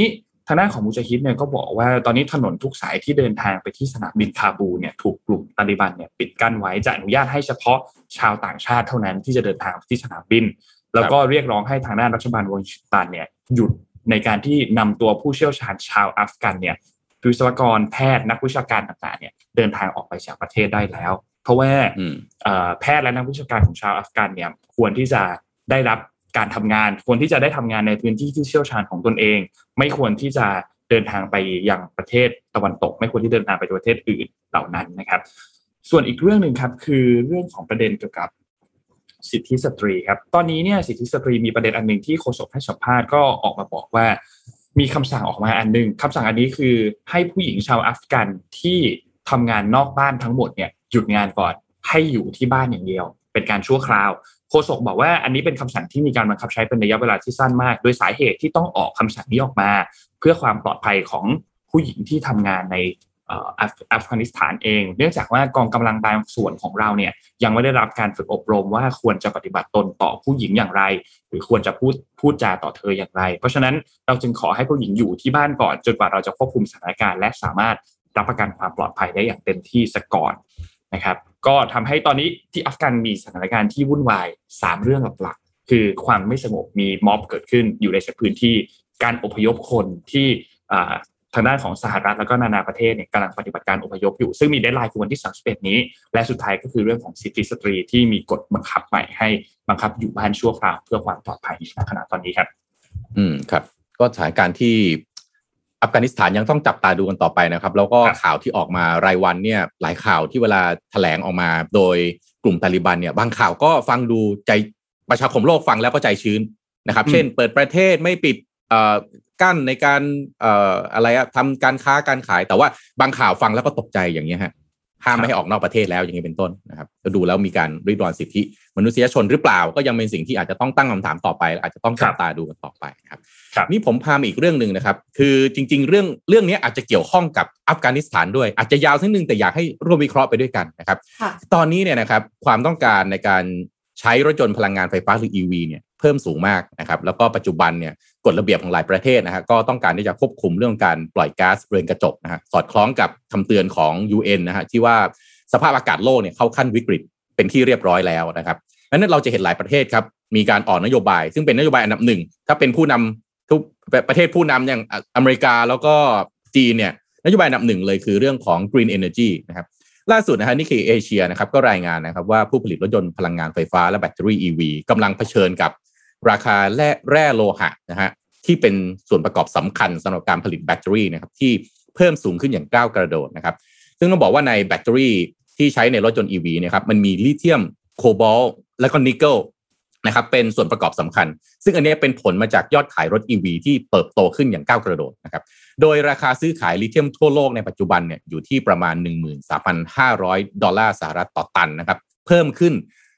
ทางด้านของมุจาฮิดเนี่ยก็บอกว่าตอนนี้ถนนทุกสายที่เดินทางไปที่สนามบินคาบูเนี่ยถูกกลุ่มตาลิบันเนี่ยปิดกั้นไว้จะอนุญาตให้เฉพาะชาวต่างชาติเท่านั้นที่จะเดินทางไปที่สนามบินแล้วก็เรียกร้องให้ทางด้านรัฐบาลวอชิงตันเนี่ยหยุดในการที่นำตัวผู้เชี่ยวชาญชาวอัฟกันเนี่ยวิศวกรแพทย์นักวิชาการต่างๆเนี่ยเดินทางออกไปจากประเทศได้แล้วเพราะว่าแพทย์และนักวิชาการของชาวอัฟกันเนี่ยควรที่จะได้รับการทำงานควรที่จะได้ทำงานในพื้นที่ที่เชี่ยวชาญของตนเองไม่ควรที่จะเดินทางไปยังประเทศตะวันตกไม่ควรที่เดินทางไปประเทศอื่นเหล่านั้นนะครับส่วนอีกเรื่องนึงครับคือเรื่องของประเด็นเกี่ยวกับสิทธิสตรีครับตอนนี้เนี่ยสิทธิสตรีมีประเด็นอันนึงที่โฆษกให้สัมภาษณ์ก็ออกมาบอกว่ามีคำสั่งออกมาอันนึงคำสั่งอันนี้คือให้ผู้หญิงชาวอัฟกันที่ทำงานนอกบ้านทั้งหมดเนี่ยหยุดงานก่อนให้อยู่ที่บ้านอย่างเดียวเป็นการชั่วคราวโฆษกบอกว่าอันนี้เป็นคำสั่งที่มีการบังคับใช้เป็นระยะเวลาที่สั้นมากโดยสาเหตุที่ต้องออกคำสั่งนี้ออกมาเพื่อความปลอดภัยของผู้หญิงที่ทำงานในอัฟกานิสถานเองเนื่องจากว่ากองกำลังบางส่วนของเราเนี่ยยังไม่ได้รับการฝึกอบรมว่าควรจะปฏิบัติตนต่อผู้หญิงอย่างไรหรือควรจะพูดจาต่อเธออย่างไรเพราะฉะนั้นเราจึงขอให้ผู้หญิงอยู่ที่บ้านก่อนจนกว่าเราจะควบคุมสถานการณ์และสามารถรับประกันความปลอดภัยได้อย่างเต็มที่ซะก่อนนะครับก็ทำให้ตอนนี้ที่อัฟกันมีสถานการณ์ที่วุ่นวาย3เรื่องหลักๆคือความไม่สงบมีม็อบเกิดขึ้นอยู่ในพื้นที่การอพยพคนที่ทางด้านของสหรัฐแล้วก็นานาประเทศเนี่ยกำลังปฏิบัติการอพยพอยู่ซึ่งมีเดดไลน์คือวันที่31นี้และสุดท้ายก็คือเรื่องของสิทธิสตรีที่มีกฎบังคับใหม่ให้บังคับอยู่บ้านชั่วคราวเพื่อความปลอดภัยในขณะตอนนี้ครับครับก็สถานการณ์ที่อัฟกานิสถานยังต้องจับตาดูกันต่อไปนะครับแล้วก็ข่าวที่ออกมารายวันเนี่ยหลายข่าวที่เวลาแถลงออกมาโดยกลุ่มตาลิบันเนี่ยบางข่าวก็ฟังดูใจประชาคมโลกฟังแล้วก็ใจชื้นนะครับเช่นเปิดประเทศไม่ปิดกั้นในการทำการค้าการขายแต่ว่าบางข่าวฟังแล้วก็ตกใจอย่างนี้ฮะห้ามไม่ให้ออกนอกประเทศแล้วอย่างนี้เป็นต้นนะครับก็ดูแล้วมีการริดรอนสิทธิมนุษยชนหรือเปล่าก็ยังเป็นสิ่งที่อาจจะต้องตั้งคำถามต่อไปอาจจะต้องจับตาดูกันต่อไปครับนี่ผมพามาอีกเรื่องนึงนะครับคือจริงๆเรื่องนี้อาจจะเกี่ยวข้องกับอัฟกานิสถานด้วยอาจจะยาวนิดนึงแต่อยากให้ร่วมวิเคราะห์ไปด้วยกันนะครับตอนนี้เนี่ยนะครับความต้องการในการใช้รถยนต์พลังงานไฟฟ้าหรือ EV เนี่ยเพิ่มสูงมากนะครับแล้วก็ปัจจุบันเนี่ยกฎระเบียบของหลายประเทศนะฮะก็ต้องการที่จะควบคุมเรื่องการปล่อยก๊าซเรือนกระจกนะฮะสอดคล้องกับคำเตือนของ UN นะฮะที่ว่าสภาพอากาศโลกเนี่ยเข้าขั้นวิกฤตเป็นที่เรียบร้อยแล้วนะครับนั้นเราจะเห็นหลายประเทศครับมีการออกนโยบายซึ่งเป็นนโยบายอันดับหนึ่งถ้าเป็นผู้นำทุกประเทศผู้นำอย่างอเมริกาแล้วก็จีนเนี่ยนโยบายอันดับหนึ่งเลยคือเรื่องของ Green Energy นะครับล่าสุดนะฮะนิกเกิลเอเชียนะครับก็รายงานนะครับว่าผู้ผลิตรถยนต์พลังงานไฟฟ้าและแบตเตอรี่ EV กำลังเผชิญกับราคาแร่โลหะนะฮะที่เป็นส่วนประกอบสำคัญสำหรับการผลิตแบตเตอรี่นะครับที่เพิ่มสูงขึ้นอย่างก้าวกระโดดนะครับซึ่งต้องบอกว่าในแบตเตอรี่ที่ใช้ในรถยนต์ EV นะครับมันมีลิเธียมโคบอลต์และก็นิกเกิลนะครับเป็นส่วนประกอบสำคัญซึ่งอันนี้เป็นผลมาจากยอดขายรถ EV ที่เติบโตขึ้นอย่างก้าวกระโดดนะครับโดยราคาซื้อขายลิเธียมทั่วโลกในปัจจุบันเนี่ยอยู่ที่ประมาณ 13,500 ดอลลาร์สหรัฐต่อตันนะครับเพิ่มขึ้น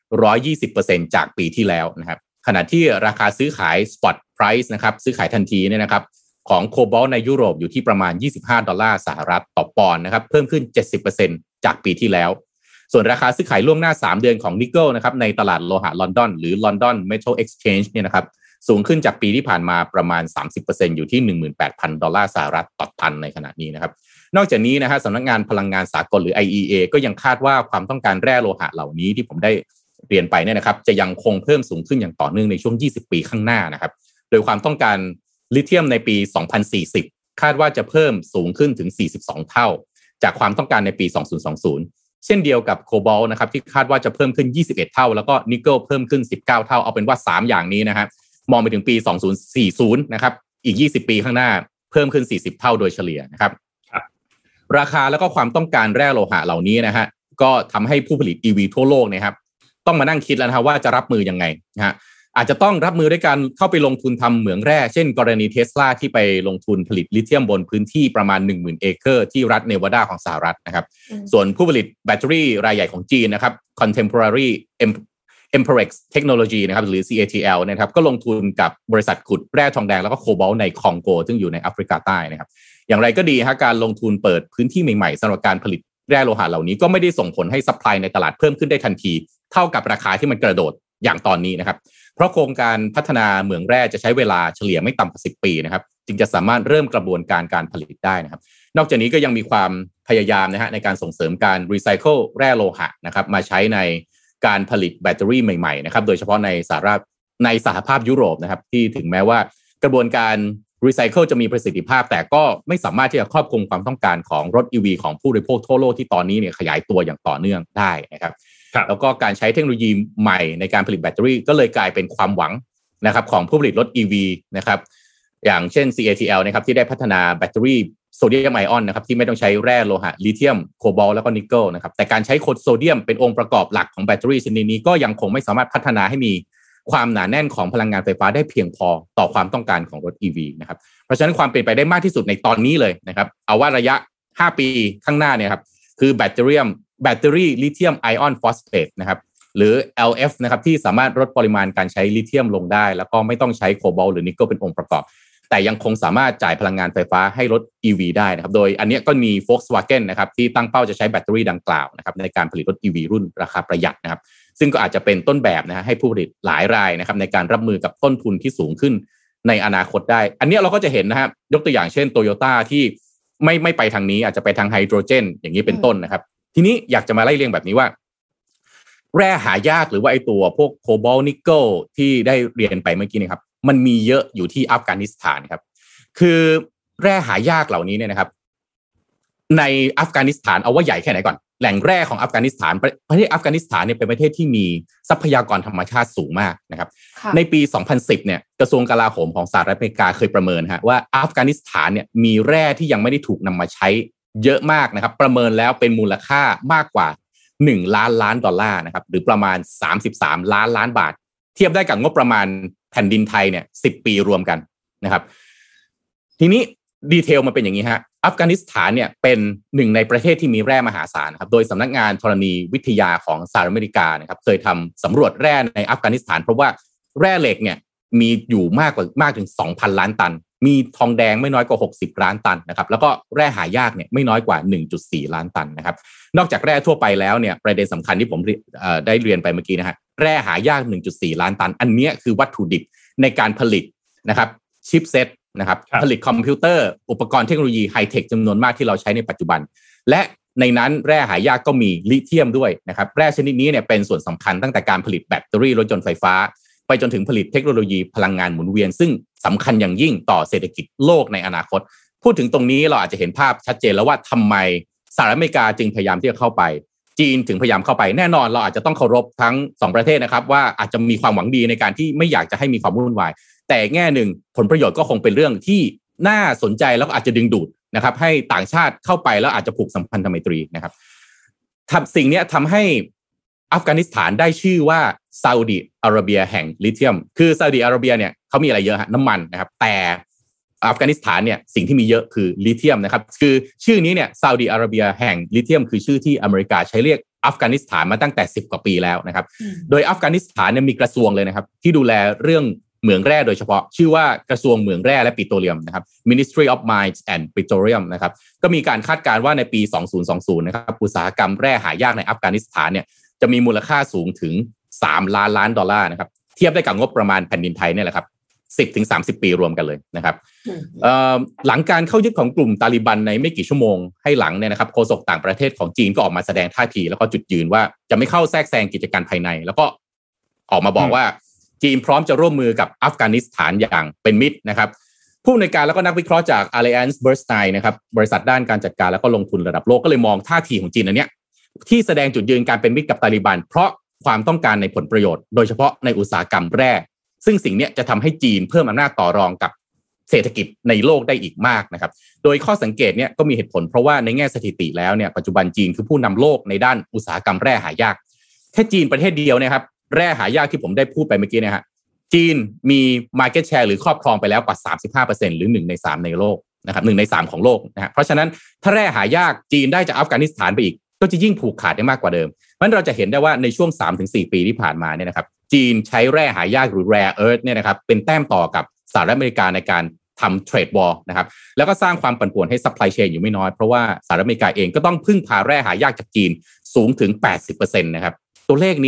120% จากปีที่แล้วนะครับขณะที่ราคาซื้อขาย spot price นะครับซื้อขายทันทีเนี่ยนะครับของโคบอลต์ในยุโรปอยู่ที่ประมาณ25ดอลลาร์สหรัฐต่อปอนด์นะครับเพิ่มขึ้น 70% จากปีที่แล้วส่วนราคาซื้อขายล่วงหน้า3เดือนของนิกเกิลนะครับในตลาดโลหะลอนดอนหรือ London Metal Exchange เนี่ยนะครับสูงขึ้นจากปีที่ผ่านมาประมาณ 30% อยู่ที่ 18,000 ดอลลาร์สหรัฐต่อตันในขณะนี้นะครับนอกจากนี้นะฮะสำนักงานพลังงานสากลหรือ IEA ก็ยังคาดว่าความต้องการแร่โลหะเหล่านี้ที่ผมได้เรียนไปเนี่ยนะครับจะยังคงเพิ่มสูงขึ้นอย่างต่อเนื่องในช่วง20ปีข้างหน้านะครับโดยความต้องการลิเธียมในปี2040คาดว่าจะเพิ่มสูงขึ้นถึง42เท่าจากความต้องการในปี2020เช่นเดียวกับโคบอลต์นะครับที่คาดว่าจะเพิ่มขึ้น21เท่าแล้วก็นิกเกิลเพิ่มขึ้น19เท่าเอาเป็นว่า3อย่างนี้นะฮะมองไปถึงปี2040นะครับอีก20ปีข้างหน้าเพิ่มขึ้น40เท่าโดยเฉลี่ยนะครับราคาแล้วก็ความต้องการแร่โลหะเหล่านี้นะฮะก็ทำให้ผู้ผลิต EV ทั่วโลกนะครับต้องมานั่งคิดแล้วนะว่าจะรับมือยังไงนะฮะอาจจะต้องรับมือด้วยการเข้าไปลงทุนทำเหมืองแร่เช่นกรณี Tesla ที่ไปลงทุนผลิตลิเธียมบนพื้นที่ประมาณ 10,000 เอเคอร์ที่รัฐเนวาดาของสหรัฐนะครับส่วนผู้ผลิตแบตเตอรี่รายใหญ่ของจีนนะครับ Contemporary Amperex Technology นะครับหรือ CATL นะครับก็ลงทุนกับบริษัทขุดแร่ทองแดงแล้วก็โคบอลต์ในคองโกซึ่งอยู่ในแอฟริกาใต้นะครับอย่างไรก็ดีฮะการลงทุนเปิดพื้นที่ใหม่ๆสำหรับการผลิตแร่โลหะเหล่านี้ก็ไม่ได้ส่งผลให้ซัพพลายในตลาดเพิ่มขึ้นได้ทันทีเท่ากับราคาที่มันกระโดดอย่างตอนนี้นะครับเพราะโครงการพัฒนาเหมืองแร่จะใช้เวลาเฉลี่ยไม่ต่ำกว่า10 ปีนะครับจึงจะสามารถเริ่มกระบวนการผลิตได้นะครับนอกจากนี้ก็ยังมีความพยายามนะฮะในการส่งเสริมการรีไซเคิลแร่โลหะนะครับมาใช้ในการผลิตแบตเตอรี่ใหม่ๆนะครับโดยเฉพาะในสหภาพยุโรปนะครับที่ถึงแม้ว่ากระบวนการรีไซเคิลจะมีประสิทธิภาพแต่ก็ไม่สามารถที่จะครอบคลุมความต้องการของรถ EV ของผู้บริโภคทั่วโลกที่ตอนนี้เนี่ยขยายตัวอย่างต่อเนื่องได้นะครับแล้วก็การใช้เทคโนโลยีใหม่ในการผลิตแบตเตอรี่ก็เลยกลายเป็นความหวังนะครับของผู้ผลิตรถ EV นะครับอย่างเช่น CATL นะครับที่ได้พัฒนาแบตเตอรี่โซเดียมไอออนนะครับที่ไม่ต้องใช้แร่โลหะลิเธียมโคบอลต์แล้วก็นิกเกิลนะครับแต่การใช้โซเดียมเป็นองค์ประกอบหลักของแบตเตอรี่ชนิดนี้ก็ยังคงไม่สามารถพัฒนาให้มีความหนาแน่นของพลังงานไฟฟ้าได้เพียงพอต่อความต้องการของรถ EV นะครับเพราะฉะนั้นความเป็นไปได้มากที่สุดในตอนนี้เลยนะครับเอาว่าระยะ5 ปีข้างหน้าเนี่ยครับคือแบตเตอรี่ลิเธียมไอออนฟอสเฟตนะครับหรือ LF นะครับที่สามารถลดปริมาณการใช้ลิเธียมลงได้แล้วก็ไม่ต้องใช้โคบอลต์หรือนิกเกิลเป็นองค์ประกอบแต่ยังคงสามารถจ่ายพลังงานไฟฟ้าให้รถ EV ได้นะครับโดยอันนี้ก็มี Volkswagen นะครับที่ตั้งเป้าจะใช้แบตเตอรี่ดังกล่าวนะครับในการผลิตรถ EV รุ่นราคาประหยัดนะครับซึ่งก็อาจจะเป็นต้นแบบนะฮะให้ผู้ผลิตหลายรายนะครับในการรับมือกับต้นทุนที่สูงขึ้นในอนาคตได้อันนี้เราก็จะเห็นนะครับยกตัวอย่างเช่น Toyota ที่ไม่ไปทางนี้อาจจะไปทางไฮโดรเจนอย่างนี้เป็นต้นนะครับทีนี้อยากจะมาไล่เรียงแบบนี้ว่าแร่หายากหรือว่าไอตัวพวกโคบอลต์นิกเกิลที่ได้เรียนไปเมื่อกี้นะครับมันมีเยอะอยู่ที่อัฟกานิสถานครับคือแร่หายากเหล่านี้เนี่ยนะครับในอัฟกานิสถานเอาว่าใหญ่แค่ไหนก่อนแหล่งแร่ของอัฟกานิสถานประเทศอัฟกานิสถานเนี่ยเป็นประเทศที่มีทรัพยากรธรรมชาติสูงมากนะครับในปี 2010 เนี่ยกระทรวงกลาโหมของสหรัฐอเมริกาเคยประเมินฮะว่าอัฟกานิสถานเนี่ยมีแร่ที่ยังไม่ได้ถูกนำมาใช้เยอะมากนะครับประเมินแล้วเป็นมูลค่ามากกว่า1 ล้านล้านดอลลาร์นะครับหรือประมาณ33 ล้านล้านบาทเทียบได้กับงบประมาณแผ่นดินไทยเนี่ย10 ปีรวมกันนะครับทีนี้ดีเทลมันเป็นอย่างนี้ฮะอัฟกานิสถานเนี่ยเป็นหนึ่งในประเทศที่มีแร่มหาศาลครับโดยสำนักงานธรณีวิทยาของสหรัฐอเมริกานะครับเคยทำสำรวจแร่ในอัฟกานิสถานเพราะว่าแร่เหล็กเนี่ยมีอยู่มากถึง 2,000 ล้านตันมีทองแดงไม่น้อยกว่า60 ล้านตันนะครับแล้วก็แร่หายากเนี่ยไม่น้อยกว่า 1.4 ล้านตันนะครับนอกจากแร่ทั่วไปแล้วเนี่ยประเด็นสำคัญที่ผมได้เรียนไปเมื่อกี้นะฮะแร่หายาก 1.4 ล้านตันอันนี้คือวัตถุดิบในการผลิตนะครับชิปเซตนะครับผลิตคอมพิวเตอร์อุปกรณ์เทคโนโลยีไฮเทคจำนวนมากที่เราใช้ในปัจจุบันและในนั้นแร่หายากก็มีลิเธียมด้วยนะครับแร่ชนิดนี้เนี่ยเป็นส่วนสำคัญตั้งแต่การผลิตแบตเตอรี่รถยนต์ไฟฟ้าไปจนถึงผลิตเทคโนโลยีพลังงานหมุนเวียนซึ่งสำคัญอย่างยิ่งต่อเศรษฐกิจโลกในอนาคตพูดถึงตรงนี้เราอาจจะเห็นภาพชัดเจนแล้วว่าทำไมสหรัฐอเมริกาจึงพยายามที่จะเข้าไปจีนถึงพยายามเข้าไปแน่นอนเราอาจจะต้องเคารพทั้ง2ประเทศนะครับว่าอาจจะมีความหวังดีในการที่ไม่อยากจะให้มีความวุ่นวายแต่แง่หนึ่งผลประโยชน์ก็คงเป็นเรื่องที่น่าสนใจแล้วก็อาจจะดึงดูดนะครับให้ต่างชาติเข้าไปแล้วอาจจะผูกสัมพันธไมตรีนะครับสิ่งนี้ทำให้อัฟกานิสถานได้ชื่อว่าซาอุดิอาระเบียแห่งลิเธียมคือซาอุดิอาระเบียเนี่ยเขามีอะไรเยอะฮะน้ำมันนะครับแต่อัฟกานิสถานเนี่ยสิ่งที่มีเยอะคือลิเธียมนะครับคือชื่อนี้เนี่ยซาอุดิอาระเบียแห่งลิเธียมคือชื่อที่อเมริกาใช้เรียกอัฟกานิสถานมาตั้งแต่10 กว่าปีแล้วนะครับโดยอัฟกานิสถานเนี่ยมีกระทรวงเลยนะครับที่ดูแลเรื่องเหมืองแร่โดยเฉพาะชื่อว่ากระทรวงเหมืองแร่และปิโตรเลียมนะครับ Ministry of Mines and Petroleum นะครับก็มีการคาดการณ์ว่าในปี 2020 นะครับอุตสาหกรรมแร่หายากในอัฟกานิสถานเนี่ยจะมีมูลค่าสูงถึง3 ล้านล้านดอลลาร์นะครับเทียบได้กับงบประมาณแผ่นดินไทยเนี่ยแหละครับ10-30 ปีรวมกันเลยนะครับหลังการเข้ายึดของกลุ่มตาลิบันในไม่กี่ชั่วโมงให้หลังเนี่ยนะครับโฆษกต่างประเทศของจีนก็ออกมาแสดงท่าทีแล้วก็จุดยืนว่าจะไม่เข้าแทรกแซงกิจการภายในแล้วก็ออกมาบอกว่าจีนพร้อมจะร่วมมือกับอัฟกานิสถานอย่างเป็นมิตรนะครับผู้อำนวยการแล้วก็นักวิเคราะห์จาก Alliance Bernstein นะครับบริษัทด้านการจัดการแล้วก็ลงทุนระดับโลกก็เลยมองท่าทีของจีนอันเนี้ยที่แสดงจุดยืนการเป็นมิตรกับตาลิบันเพราะความต้องการในผลประโยชน์โดยเฉพาะในอุตสาหกรรมแร่ซึ่งสิ่งนี้จะทำให้จีนเพิ่มอำนาจต่อรองกับเศรษฐกิจในโลกได้อีกมากนะครับโดยข้อสังเกตเนี่ยก็มีเหตุผลเพราะว่าในแง่สถิติแล้วเนี่ยปัจจุบันจีนคือผู้นำโลกในด้านอุตสาหกรรมแร่หายากแค่จีนประเทศเดียวนะครับแร่หายากที่ผมได้พูดไปเมื่อกี้นะฮะจีนมี market share หรือครอบครองไปแล้วกว่า 35% หรือ1 ใน 3ในโลกนะครับ1 ใน 3ของโลกนะฮะเพราะฉะนั้นถ้าแร่หายากจีนได้จากอัฟกานิสถานไปอีกก็จะยิ่งผูกขาดได้มากกว่าเดิมเพราะฉะนั้นเราจะเห็นได้ว่าในช่วง 3-4 ปีที่ผ่านมาเนี่ยนะครับจีนใช้แร่หายากหรือ rare earth เนี่ยนะครับเป็นแต้มต่อกับสหรัฐอเมริกาในการทำ trade war นะครับแล้วก็สร้างความปั่นป่วนให้ supply chain อยู่ไม่น้อยเพราะว่าสหรัฐอเมริกาเองก็ต้องพึ่งพาแร่หายากจากจีนสูงถึง 80% นะครับตัวเลขนี้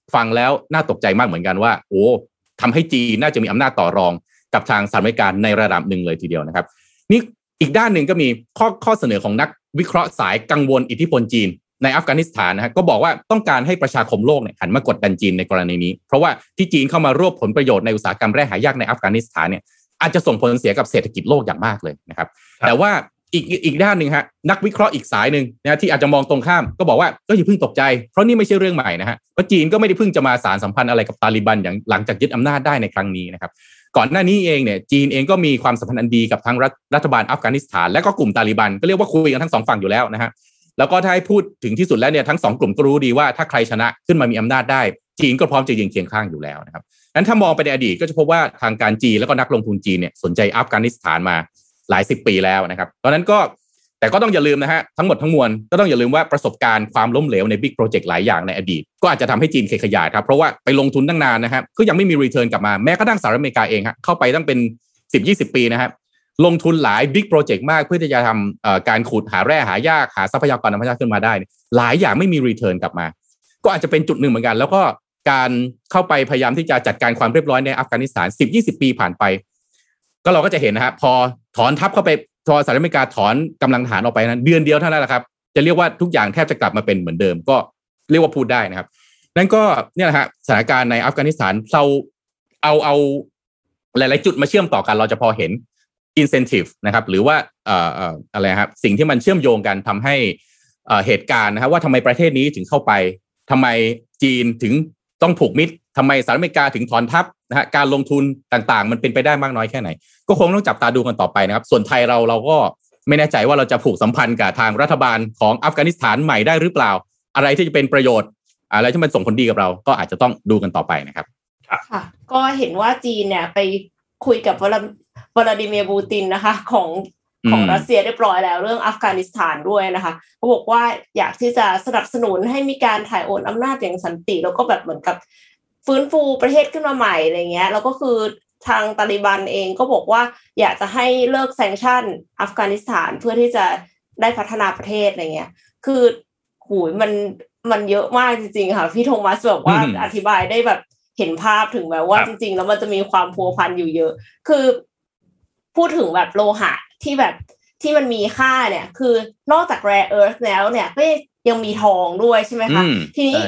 ฟังแล้วน่าตกใจมากเหมือนกันว่าโอ้ทำให้จีนน่าจะมีอำนาจต่อรองกับทางสหรัฐอเมริกาในระดับหนึ่งเลยทีเดียวนะครับนี่อีกด้านหนึ่งก็มีข้อเสนอของนักวิเคราะห์สายกังวลอิทธิพลจีนในอัฟกานิสถานนะฮะก็บอกว่าต้องการให้ประชาคมโลกเนี่ยหันมากดดันจีนในกรณีนี้เพราะว่าที่จีนเข้ามารวบผลประโยชน์ในอุตสาหกรรมแร่หายากในอัฟกานิสถานเนี่ยอาจจะส่งผลเสียกับเศรษฐกิจโลกอย่างมากเลยนะครับแต่ว่าอีกด้านหนึ่งฮะนักวิเคราะห์อีกสายหนึ่งนะที่อาจจะมองตรงข้ามก็บอกว่าก็อย่าเพิ่งตกใจเพราะนี่ไม่ใช่เรื่องใหม่นะฮะเพราะจีนก็ไม่ได้เพิ่งจะมาสานสัมพันธ์อะไรกับตาลิบันอย่างหลังจากยึดอำนาจได้ในครั้งนี้นะครับก่อนหน้านี้เองเนี่ยจีนเองก็มีความสัมพันธ์อันดีกับทั้งรัฐบาลอัฟกานิสถานและก็กลุ่มตาลิบันก็เรียกว่าคุยกันทั้งสองฝั่งอยู่แล้วนะฮะแล้วก็ถ้าให้พูดถึงที่สุดแล้วเนี่ยทั้งสองกลุ่มก็รู้ดีว่าถ้าใครชนะขึ้นมามีอำนาจได้จีนก็พร้อมจะยืนเคียงข้างอยู่แล้วนะครับงั้นถ้ามองไปในอดีตก็จะพบว่าทางการจีนแล้วก็นักลงทุนจีนเนี่ยสนใจอัฟกานิสถานมาหลายสิบปีแล้วนะครับตอนนั้นก็แต่ก็ต้องอย่าลืมนะฮะทั้งหมดทั้งมวลก็ต้องอย่าลืมว่าประสบการณ์ความล้มเหลวในบิ๊กโปรเจกต์หลายอย่างในอดีตก็อาจจะทำให้จีนขยายครับเพราะว่าไปลงทุนตั้งนานนะครับก็ยังไม่มีรีเทิร์นกลับมาแม้กระทั่งสหรัฐอเมริกาเองฮะเข้าไปตั้งเป็น 10-20 ปีนะครับลงทุนหลายบิ๊กโปรเจกต์มากเพื่อที่จะทำการขุดหาแร่หายากหาทรัพยากรธรรมชาติขึ้นมาได้หลายอย่างไม่มีรีเทิร์นกลับมาก็อาจจะเป็นจุดหนึ่งเหมือนกันแล้วก็การเข้าไปพยายามที่จะจัดการความเรียบร้อยในอัฟกานิสถาน 10-20 ปีผ่านไปก็เราก็จะเห็นนะฮะพอถอนทัพเข้าไปพอสหรัฐอเมริกาถอนกำลังทหารออกไปนั้นเดือนเดียวเท่านั้นแหละครับจะเรียกว่าทุกอย่างแทบจะกลับมาเป็นเหมือนเดิมก็เรียกว่าพูดได้นะครับนั่นก็เนี่ยนะฮะสถานการณ์ในอัฟกานิสถานเราเอาหลายๆจุดมาเชื่อมต่อกันเราจะพอเห็น incentive นะครับหรือว่าอะไรครับสิ่งที่มันเชื่อมโยงกันทำให้เหตุการณ์นะครับว่าทำไมประเทศนี้ถึงเข้าไปทำไมจีนถึงต้องผูกมิตรทำไมสหรัฐอเมริกาถึงถอนทัพนะฮะการลงทุนต่างๆมันเป็นไปได้มากน้อยแค่ไหนก็คงต้องจับตาดูกันต่อไปนะครับส่วนไทยเราก็ไม่แน่ใจว่าเราจะผูกสัมพันธ์กับทางรัฐบาลของอัฟกานิสถานใหม่ได้หรือเปล่าอะไรที่จะเป็นประโยชน์อะไรที่มันส่งผลดีกับเราก็อาจจะต้องดูกันต่อไปนะครับค่ะก็เห็นว่าจีนเนี่ยไปคุยกับวลาดิเมียร์ปูตินนะคะของรัสเซียเรียบร้อยแล้วเรื่องอัฟกานิสถานด้วยนะคะเขาบอกว่าอยากที่จะสนับสนุนให้มีการถ่ายโอนอำนาจอย่างสันติแล้วก็แบบเหมือนกับฟื้นฟูประเทศขึ้นมาใหม่อะไรเงี้ยแล้วก็คือทางตาลิบันเองก็บอกว่าอยากจะให้เลิกแซงชั่นอัฟกานิสถานเพื่อที่จะได้พัฒนาประเทศอะไรเงี้ยคือหูยมันเยอะมากจริงๆค่ะพี่โทมัสแบบว่าอธิบายได้แบบเห็นภาพถึงแบบว่าจริงๆแล้วมันจะมีความพัวพันอยู่เยอะคือพูดถึงแบบโลหะที่แบบที่มันมีค่าเนี่ยคือนอกจาก rare earth แล้วเนี่ยก็ยังมีทองด้วยใช่ไหมคะทีนี้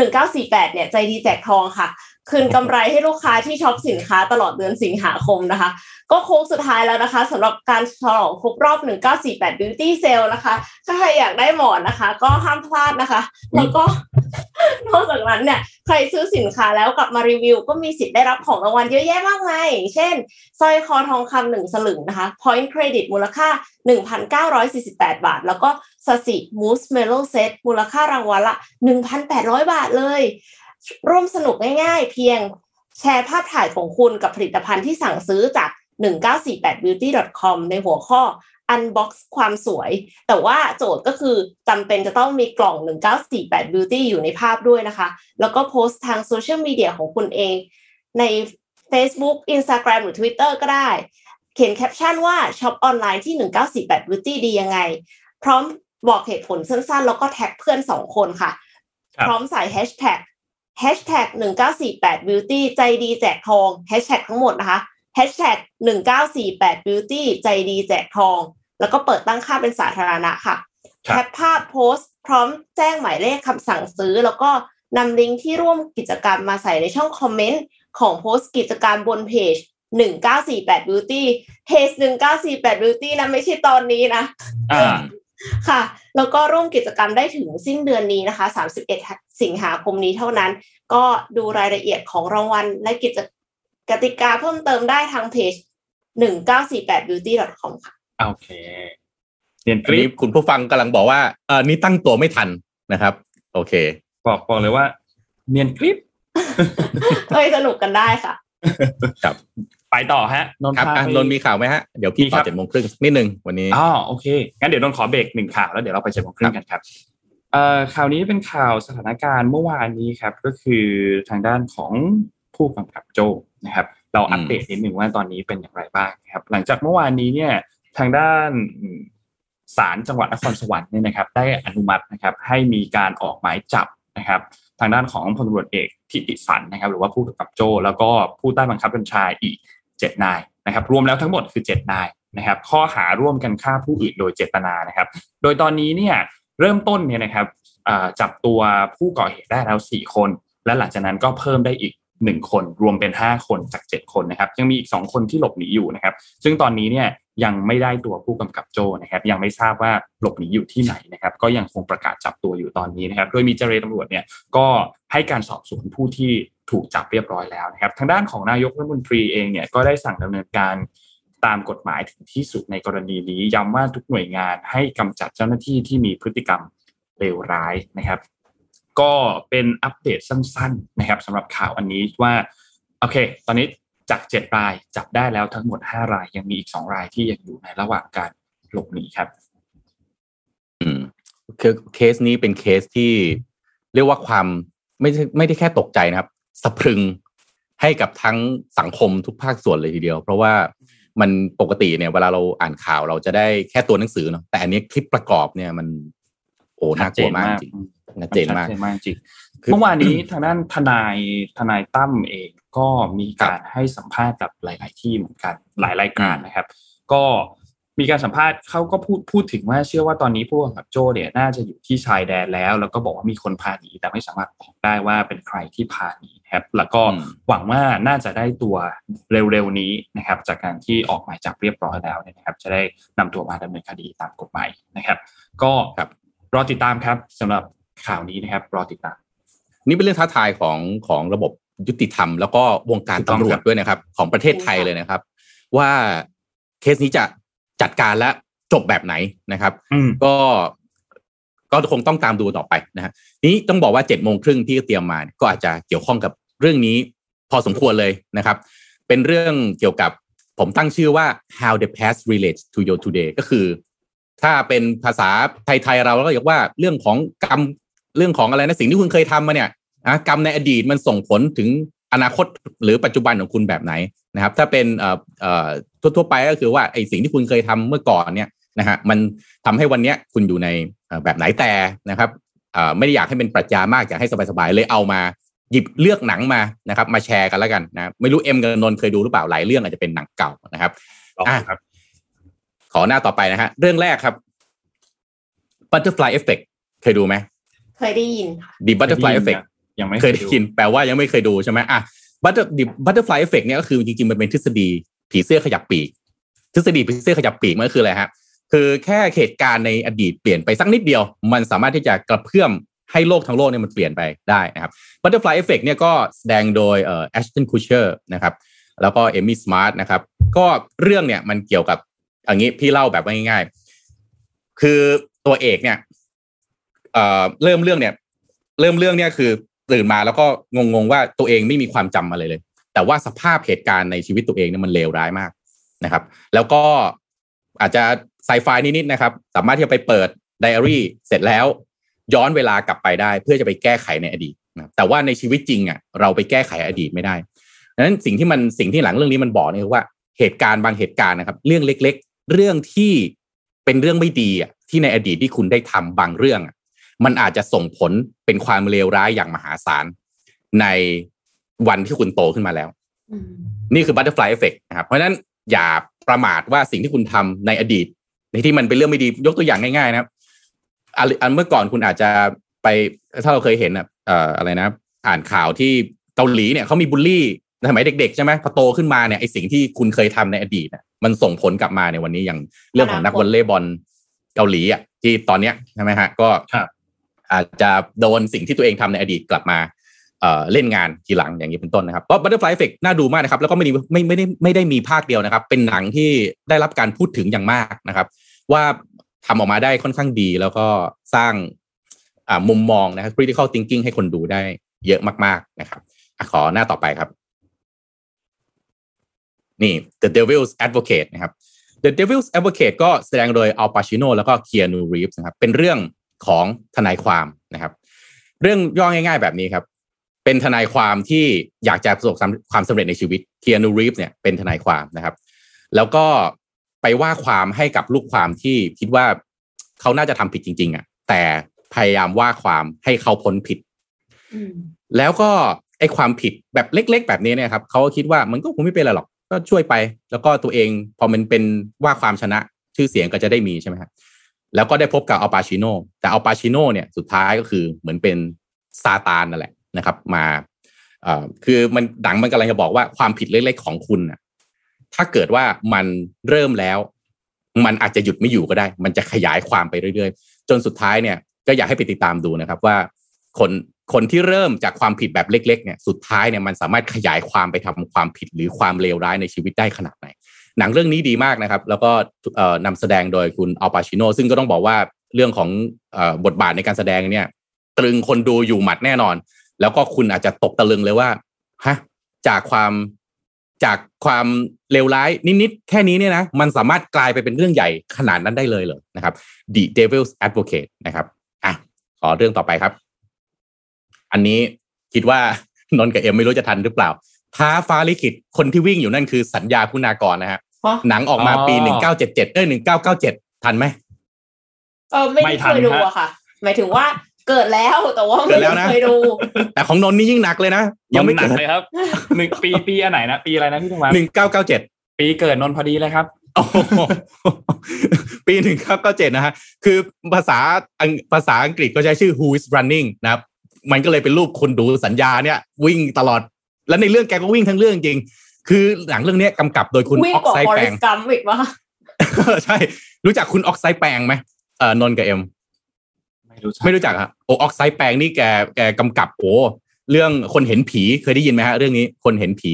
1948เนี่ยใจดีแจกทองค่ะคืนกำไรให้ลูกค้าที่ช็อปสินค้าตลอดเดือนสิงหาคมนะคะก็โค้งสุดท้ายแล้วนะคะสำหรับการฉลองครบรอบ1948 Beauty Sale นะคะถ้าใครอยากได้หมอนนะคะก็ห้ามพลาดนะคะแล้วก็นอกจากนั้นเนี่ยใครซื้อสินค้าแล้วกลับมารีวิวก็มีสิทธิ์ได้รับของรางวัลเยอะแยะมากมายเช่นสร้อยคอทองคำ1 สลึงนะคะ Point Credit มูลค่า 1,948 บาทแล้วก็ซาซิมูสเมโลเซตมูลค่ารางวัลละ 1,800 บาทเลยร่วมสนุกง่ายๆเพียงแชร์ภาพถ่ายของคุณกับผลิตภัณฑ์ที่สั่งซื้อจาก 1948beauty.com ในหัวข้อ unbox ความสวยแต่ว่าโจทย์ก็คือจำเป็นจะต้องมีกล่อง 1948 beauty อยู่ในภาพด้วยนะคะแล้วก็โพสต์ทางโซเชียลมีเดียของคุณเองใน Facebook Instagram หรือ Twitter ก็ได้เขียนแคปชั่นว่าช็อปออนไลน์ที่ 1948 beauty ดียังไงพร้อมบอกเหตุผลสั้นๆแล้วก็แท็กเพื่อน2 คนค่ะพร้อมใส่แฮชแท็ก1948 beauty ใจดีแจกทองแฮชแท็กทั้งหมดนะคะ1948 beauty ใจดีแจกทองแล้วก็เปิดตั้งค่าเป็นสาธารณะค่ะแคปภาพโพสต์พร้อมแจ้งหมายเลขคำสั่งซื้อแล้วก็นำลิงก์ที่ร่วมกิจกรรมมาใส่ในช่องคอมเมนต์ของโพสต์กิจกรรมบนเพจ1948 beauty เพจ1948 beauty นะไม่ใช่ตอนนี้นะค่ะแล้วก็ร่วมกิจกรรมได้ถึงสิ้นเดือนนี้นะคะ31 สิงหาคมนี้เท่านั้นก็ดูรายละเอียดของรางวัลและกติกาเพิ่มเติมได้ทางเพจ 1948beauty.com ค่ะโอเคเรียนคลิปคุณผู้ฟังกำลังบอกว่านี่ตั้งตัวไม่ทันนะครับโอเคบอกเลยว่าเนียนคลิปสนุกกันได้ค่ะครับไปต่อฮะนนท์ครับนนท์มีข่าวไหมฮะเดี๋ยวพี่ต่อ 7:30 น.นิดนึงวันนี้โอเคงั้นเดี๋ยวนนท์ขอเบรก1ข่าวแล้วเดี๋ยวเราไป 7:30 น.กันครับข่าวนี้เป็นข่าวสถานการณ์เมื่อวานนี้ครับก็คือทางด้านของผู้กำกับโจ้นะครับเราอัปเดตนิดนึงว่าตอนนี้เป็นอย่างไรบ้างครับหลังจากเมื่อวานนี้เนี่ยทางด้านศาลจังหวัดนครสวรรค์เนี่ยนะครับได้อนุมัตินะครับให้มีการออกหมายจับนะครับทางด้านของพลตำรวจเอกทิติสันนะครับหรือว่าผู้กำกับโจ้แล้วก็ผู้ใต้บังคับบัญชาอีก7นายนะครับรวมแล้วทั้งหมดคือ7นายนะครับข้อหาร่วมกันฆ่าผู้อื่นโดยเจตนานะครับโดยตอนนี้เนี่ยเริ่มต้นเนี่ยนะครับจับตัวผู้ก่อเหตุได้แล้ว4คนและหลังจากนั้นก็เพิ่มได้อีก1คนรวมเป็น5คนจาก7คนนะครับยังมีอีก2คนที่หลบหนีอยู่นะครับซึ่งตอนนี้เนี่ยยังไม่ได้ตัวผู้กำกับโจ้นะครับยังไม่ทราบว่าหลบหนีอยู่ที่ไหนนะครับก็ยังคงประกาศจับตัวอยู่ตอนนี้นะครับโดยมีเจรตำรวจเนี่ยก็ให้การสอบสวนผู้ที่ถูกจับเรียบร้อยแล้วนะครับทางด้านของนายกรัฐมนตรีเองเนี่ยก็ได้สั่งดำเนินการตามกฎหมายถึงที่สุดในกรณีนี้ย้ำว่าทุกหน่วยงานให้กำจัดเจ้าหน้าที่ที่มีพฤติกรรมเลวร้ายนะครับก็เป็นอัปเดตสั้นๆนะครับสำหรับข่าวอันนี้ว่าโอเคตอนนี้จาก7รายจับได้แล้วทั้งหมด5รายยังมีอีก2รายที่ยังอยู่ในระหว่างการหลบหนีครับคือเคสนี้เป็นเคสที่เรียกว่าความไม่ได้แค่ตกใจนะครับสะพรึงให้กับทั้งสังคมทุกภาคส่วนเลยทีเดียวเพราะว่ามันปกติเนี่ยเวลาเราอ่านข่าวเราจะได้แค่ตัวหนังสือเนาะแต่อันนี้คลิปประกอบเนี่ยมันน่ากลัวมากจริงชัดเจนมากจริงเมื่อวานนี้ทางด้านทนายตั้มเองก็มีการให้สัมภาษณ์กับหลายๆที่เหมือนกันหลายรายการนะครับก็มีการสัมภาษณ์เขาก็พูดถึงว่าเชื่อว่าตอนนี้ผู้กำกับโจ้เนี่ยน่าจะอยู่ที่ชายแดนแล้วก็บอกว่ามีคนพาหนีแต่ไม่สามารถบอกได้ว่าเป็นใครที่พาหนีครับแล้วก็หวังว่าน่าจะได้ตัวเร็วๆนี้นะครับจากการที่ออกหมายจับเรียบร้อยแล้วนะครับจะได้นำตัวมาดำเนินคดีตามกฎหมายนะครับก็รอติดตามครับสำหรับข่าวนี้นะครับรอติดตามนี่เป็นเรื่องท้าทายของระบบยุติธรรมแล้วก็วงการตำรวจด้วยนะครับของประเทศไทยเลยนะครับว่าเคสนี้จะจัดการและจบแบบไหนนะครับก็คงต้องตามดูต่อไปนะฮะนี้ต้องบอกว่า 7:30 น.ที่เตรียมมาก็อาจจะเกี่ยวข้องกับเรื่องนี้พอสมควรเลยนะครับเป็นเรื่องเกี่ยวกับผมตั้งชื่อว่า how the past relates to your today ก็คือถ้าเป็นภาษาไทยๆเราก็เรียกว่าเรื่องของกรรมเรื่องของอะไรนะสิ่งที่คุณเคยทำมาเนี่ยกรรมในอดีตมันส่งผลถึงอนาคตหรือปัจจุบันของคุณแบบไหนนะครับถ้าเป็นทั่วไปก็คือว่าไอ้สิ่งที่คุณเคยทำเมื่อก่อนเนี่ยนะฮะมันทำให้วันนี้คุณอยู่ในแบบไหนแต่นะครับไม่ได้อยากให้เป็นปรัชญามากอยากให้สบายๆเลยเอามาหยิบเลือกหนังมานะครับมาแชร์กันแล้วกันนะไม่รู้เอ็มกับนนท์เคยดูหรือเปล่าหลายเรื่องอาจจะเป็นหนังเก่านะครับขอหน้าต่อไปนะฮะเรื่องแรกครับ Butterfly Effect เคยดูไหมเคยได้ยินค่ะ The Butterfly Effect ยังไม่เคยได้ยินแปลว่ายังไม่เคยดูใช่ไหมButterfly Effect เนี่ยก็คือจริงๆมันเป็นทฤษฎีผีเสื้อขยับปีกทฤษฎีผีเสื้อขยับปีกมันก็คืออะไรฮะคือแค่เหตุการณ์ในอดีตเปลี่ยนไปสักนิดเดียวมันสามารถที่จะกระเพื่อมให้โลกทั้งโลกเนี่ยมันเปลี่ยนไปได้นะครับ Butterfly Effect เนี่ยก็แสดงโดยAshton Kutcher นะครับแล้วก็เอมี่สมาร์ทนะครับก็เรื่องเนี่ยมันเกี่ยวกับอย่างนี้พี่เล่าแบบง่ายๆคือตัวเอกเนี่ยเริ่มเรื่องเนี่ยคือตื่นมาแล้วก็งงว่าตัวเองไม่มีความจำอะไรเลยแต่ว่าสภาพเหตุการณ์ในชีวิตตัวเองเนี่ยมันเลวร้ายมากนะครับแล้วก็อาจจะไซไฟนิดๆนะครับสามารถที่จะไปเปิดไดอารี่เสร็จแล้วย้อนเวลากลับไปได้เพื่อจะไปแก้ไขในอดีตนะแต่ว่าในชีวิตจริงอ่ะเราไปแก้ไขอดีตไม่ได้ดังนั้นสิ่งที่หลังเรื่องนี้มันบอกเนี่ยคือว่าเหตุการณ์บางเหตุการณ์นะครับเรื่องเล็กๆเรื่องที่เป็นเรื่องไม่ดีอ่ะที่ในอดีตที่คุณได้ทำบางเรื่องมันอาจจะส่งผลเป็นความเลวร้ายอย่างมหาศาลในวันที่คุณโตขึ้นมาแล้วนี่คือ Butterfly Effect นะครับเพราะฉะนั้นอย่าประมาทว่าสิ่งที่คุณทำในอดีตในที่มันเป็นเรื่องไม่ดียกตัวอย่างง่ายๆนะครับอันเมื่อก่อนคุณอาจจะไปถ้าเราเคยเห็นอะไรนะอ่านข่าวที่เกาหลีเนี่ยเขามีบูลลี่สมัยเด็กๆใช่ไหมพอโตขึ้นมาเนี่ยไอสิ่งที่คุณเคยทำในอดีตมันส่งผลกลับมาในวันนี้อย่างเรื่องของนักวอลเลย์บอลเกาหลีที่ตอนเนี้ยใช่ไหมฮะก็อาจจะโดนสิ่งที่ตัวเองทำในอดีตกลับมาเล่นงานทีหลังอย่างนี้เป็นต้นนะครับเพราะ Butterfly Effect น่าดูมากนะครับแล้วก็ไม่ได้มีภาคเดียวนะครับเป็นหนังที่ได้รับการพูดถึงอย่างมากนะครับว่าทำออกมาได้ค่อนข้างดีแล้วก็สร้างมุมมองนะครับ critical thinking ให้คนดูได้เยอะมากๆนะครับขอหน้าต่อไปครับนี่ The Devil's Advocate นะครับ The Devil's Advocate ก็แสดงโดยอัลปาชิโนแล้วก็เคียนูรีฟส์นะครับเป็นเรื่องของทนายความนะครับเรื่องย่อง่ายๆแบบนี้ครับเป็นทนายความที่อยากจะประสบความสำเร็จในชีวิตเคียนูรีฟส์เนี่ยเป็นทนายความนะครับแล้วก็ไปว่าความให้กับลูกความที่คิดว่าเขาน่าจะทำผิดจริงๆแต่พยายามว่าความให้เขาพ้นผิดแล้วก็ไอ้ความผิดแบบเล็กๆแบบนี้เนี่ยครับเขาคิดว่ามันก็คงไม่เป็นอะไรหรอกก็ช่วยไปแล้วก็ตัวเองพอมันเป็นว่าความชนะชื่อเสียงก็จะได้มีใช่ไหมครับแล้วก็ได้พบกับอัลปาชิโนแต่อัลปาชิโนเนี่ยสุดท้ายก็คือเหมือนเป็นซาตานนั่นแหละนะครับมาคือมันดังมันกำลังจะบอกว่าความผิดเล็กๆของคุณนะถ้าเกิดว่ามันเริ่มแล้วมันอาจจะหยุดไม่อยู่ก็ได้มันจะขยายความไปเรื่อยๆจนสุดท้ายเนี่ยก็อยากให้ไปติดตามดูนะครับว่าคนที่เริ่มจากความผิดแบบเล็กๆเนี่ยสุดท้ายเนี่ยมันสามารถขยายความไปทำความผิดหรือความเลวร้ายในชีวิตได้ขนาดไหนหนังเรื่องนี้ดีมากนะครับแล้วก็นำแสดงโดยคุณอัลปาชิโนซึ่งก็ต้องบอกว่าเรื่องของบทบาทในการแสดงเนี่ยตรึงคนดูอยู่หมัดแน่นอนแล้วก็คุณอาจจะตกตะลึงเลยว่าฮะจากความเลวร้ายนิดๆแค่นี้เนี่ยนะมันสามารถกลายไปเป็นเรื่องใหญ่ขนาดนั้นได้เลยเหรอนะครับ The Devil's Advocate นะครับขอเรื่องต่อไปครับอันนี้คิดว่านนท์กับเอ็มไม่รู้จะทันหรือเปล่าท้าฟ้าลิขิตคนที่วิ่งอยู่นั่นคือสัญญาคุณากรนะฮะหนังออกมาปี1977 1997ทันไหมไม่เคยดูอะค่ะหมายถึงว่าเกิดแล้วแต่ว่าไม่เคยดูแต่ของนนท์นี่ยิ่งหนักเลยนะยังไม่หนักเลยครับปีอันไหนนะปีอะไรนะพี่ธงวัฒน์ 1997 ปีเกิดนนท์พอดีเลยครับปี1997นะฮะคือภาษาอังกฤษก็ใช้ชื่อ Who is Running นะครับมันก็เลยเป็นรูปคนดูสัญญาเนี่ยวิ่งตลอดและในเรื่องแกก็วิ่งทั้งเรื่องจริงคือหนังเรื่องนี้กำกับโดยคุณออกไซด์แปงใช่รู้จักคุณออกไซด์แปงไหมนนท์กับเอ็มไม่รู้จักฮะออกไซด์แปงนี่แกกำกับเรื่องคนเห็นผีเคยได้ยินไหมฮะเรื่องนี้คนเห็นผี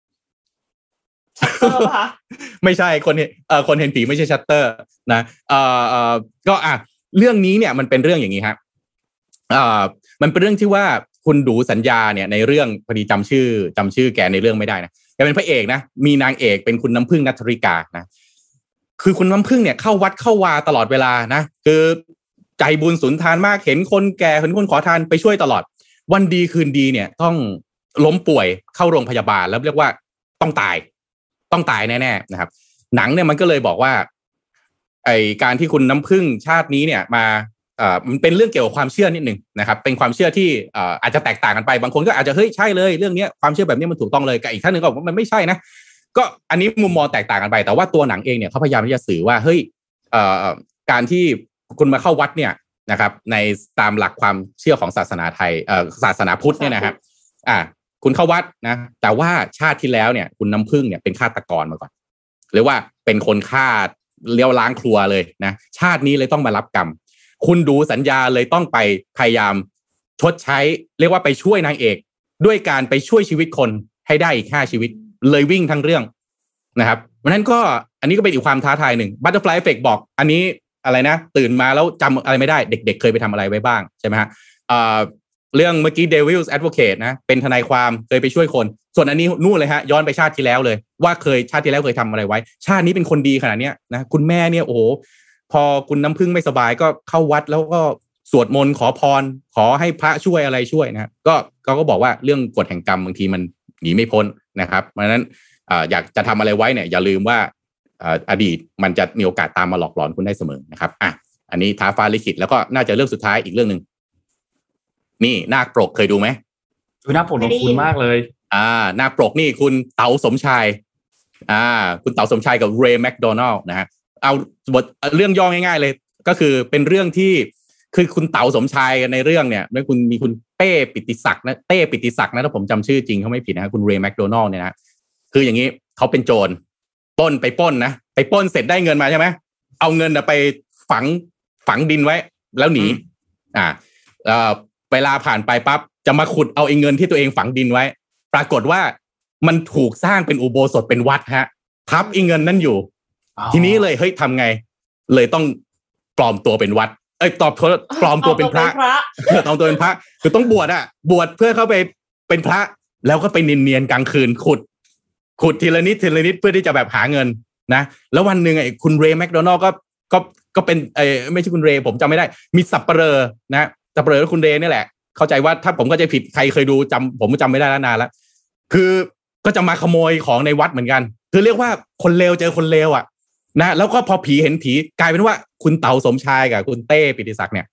ไม่ใช่คนเห็นผีไม่ใช่ชัตเตอร์นะก็เรื่องนี้เนี่ยมันเป็นเรื่องอย่างนี้ครับมันเป็นเรื่องที่ว่าคุณดูสัญญาเนี่ยในเรื่องพอดีจำชื่อแกในเรื่องไม่ได้นะแกเป็นพระเอกนะมีนางเอกเป็นคุณน้ำผึ้งณัฐริกานะคือคุณน้ำผึ้งเนี่ยเข้าวัดเข้าวาตลอดเวลานะคือใจบุญสุนทานมากเห็นคนแก่เห็นคนขอทานไปช่วยตลอดวันดีคืนดีเนี่ยต้องล้มป่วยเข้าโรงพยาบาลแล้วเรียกว่าต้องตายแน่ๆนะครับหนังเนี่ยมันก็เลยบอกว่าไอการที่คุณน้ำผึ้งชาตินี้เนี่ยมามันเป็นเรื่องเกี่ยวกับความเชื่อนิดนึงนะครับเป็นความเชื่อที่อาจจะแตกต่างกันไปบางคนก็อาจจะเฮ้ยใช่เลยเรื่องนี้ความเชื่อแบบนี้มันถูกต้องเลยกับอีกท่านนึงก็บอกว่ามันไม่ใช่นะก็อันนี้มุมมองแตกต่างกันไปแต่ว่าตัวหนังเองเนี่ยเขาพยายามที่จะสื่อว่าเฮ้ยการที่คุณมาเข้าวัดเนี่ยนะครับในตามหลักความเชื่อของศาสนาไทยศาสนาพุทธเนี่ยนะครับคุณเข้าวัดนะแต่ว่าชาติที่แล้วเนี่ยคุณน้ำผึ้งเนี่ยเป็นฆาตกรมาก่อนหรือว่าเป็นคนฆ่าเลี้ยวล้างครัวเลยนะชาตินี้เลยต้องมารับกรรมคุณดูสัญญาเลยต้องไปพยายามชดใช้เรียกว่าไปช่วยนางเอกด้วยการไปช่วยชีวิตคนให้ได้อีก5ชีวิตเลยวิ่งทั้งเรื่องนะครับเพราะนั้นก็อันนี้ก็เป็นอีกความท้าทายหนึ่ง Butterfly Effect บอกอันนี้อะไรนะตื่นมาแล้วจำอะไรไม่ได้เด็กๆเคยไปทำอะไรไว้บ้างใช่ไหมฮะเรื่องเมื่อกี้ Devil's Advocate นะเป็นทนายความเคยไปช่วยคนส่วนอันนี้นู่นเลยฮะย้อนไปชาติที่แล้วเลยว่าชาติที่แล้วเคยทำอะไรไว้ชาตินี้เป็นคนดีขนาดนี้นะคุณแม่เนี่ยโอ้โหพอคุณน้ำผึ้งไม่สบายก็เข้าวัดแล้วก็สวดมนต์ขอพรขอให้พระช่วยอะไรช่วยนะก็เขาก็บอกว่าเรื่องกฎแห่งกรรมบางทีมันหนีไม่พ้นนะครับเพราะฉะนั้นอยากจะทำอะไรไว้เนี่ยอย่าลืมว่าอดีตมันจะมีโอกาสตามมาหลอกหลอนคุณได้เสมอนะครับอันนี้ท้าฟ้าลิขิตแล้วก็น่าจะเรื่องสุดท้ายอีกเรื่องนึงนี่นาคปรกเคยดูไหมดูนาคปรกคุ้นมากเลยนาคปรกนี่คุณเต๋าสมชายคุณเต๋าสมชายกับเรย์แมคโดนัลด์นะฮะเอาบทเรื่องย่อง่ายๆเลยก็คือเป็นเรื่องที่คือคุณเต๋าสมชายในเรื่องเนี่ยแล้วคุณมีคุณเต้ปิติศักดิ์นะถ้าผมจำชื่อจริงเขาไม่ผิดนะคุณเรย์แมคโดนัลด์เนี่ยนะคืออย่างนี้เขาเป็นโจรปล้นไปปล้นเสร็จได้เงินมาใช่ไหมเอาเงินไปฝังดินไว้แล้วหนีเวลาผ่านไปปั๊บจะมาขุดเอาเงินที่ตัวเองฝังดินไว้ปรากฏว่ามันถูกสร้างเป็นอุโบสถเป็นวัดฮะทับเงินนั่นอยู่ทีนี้เลยเฮ้ยทำไงเลยต้องปลอมตัวเป็นวัดปลอมตัวเป็นพระปลอมตัวเป็นพระคือต้องบวชเพื่อเข้าไปเป็นพระแล้วก็ไปเนียนๆกลางคืนขุดทีละนิดเพื่อที่จะแบบหาเงินนะแล้ววันนึงคุณเรย์แมคโดนัลด์ก็เป็นไม่ใช่คุณเรย์ผมจำไม่ได้มีสับเปลอนะสับเปลอคุณเรย์นี่แหละเข้าใจว่าถ้าผมก็จะผิดใครเคยดูผมจำไม่ได้แล้วนานแล้วคือก็จะมาขโมยของในวัดเหมือนกันคือเรียกว่าคนเลวเจอคนเลวนะแล้วก็พอผีเห็นผีกลายเป็นว่าคุณเต๋าสมชายกับคุณเต้ปิติศักดิ์เนี่ย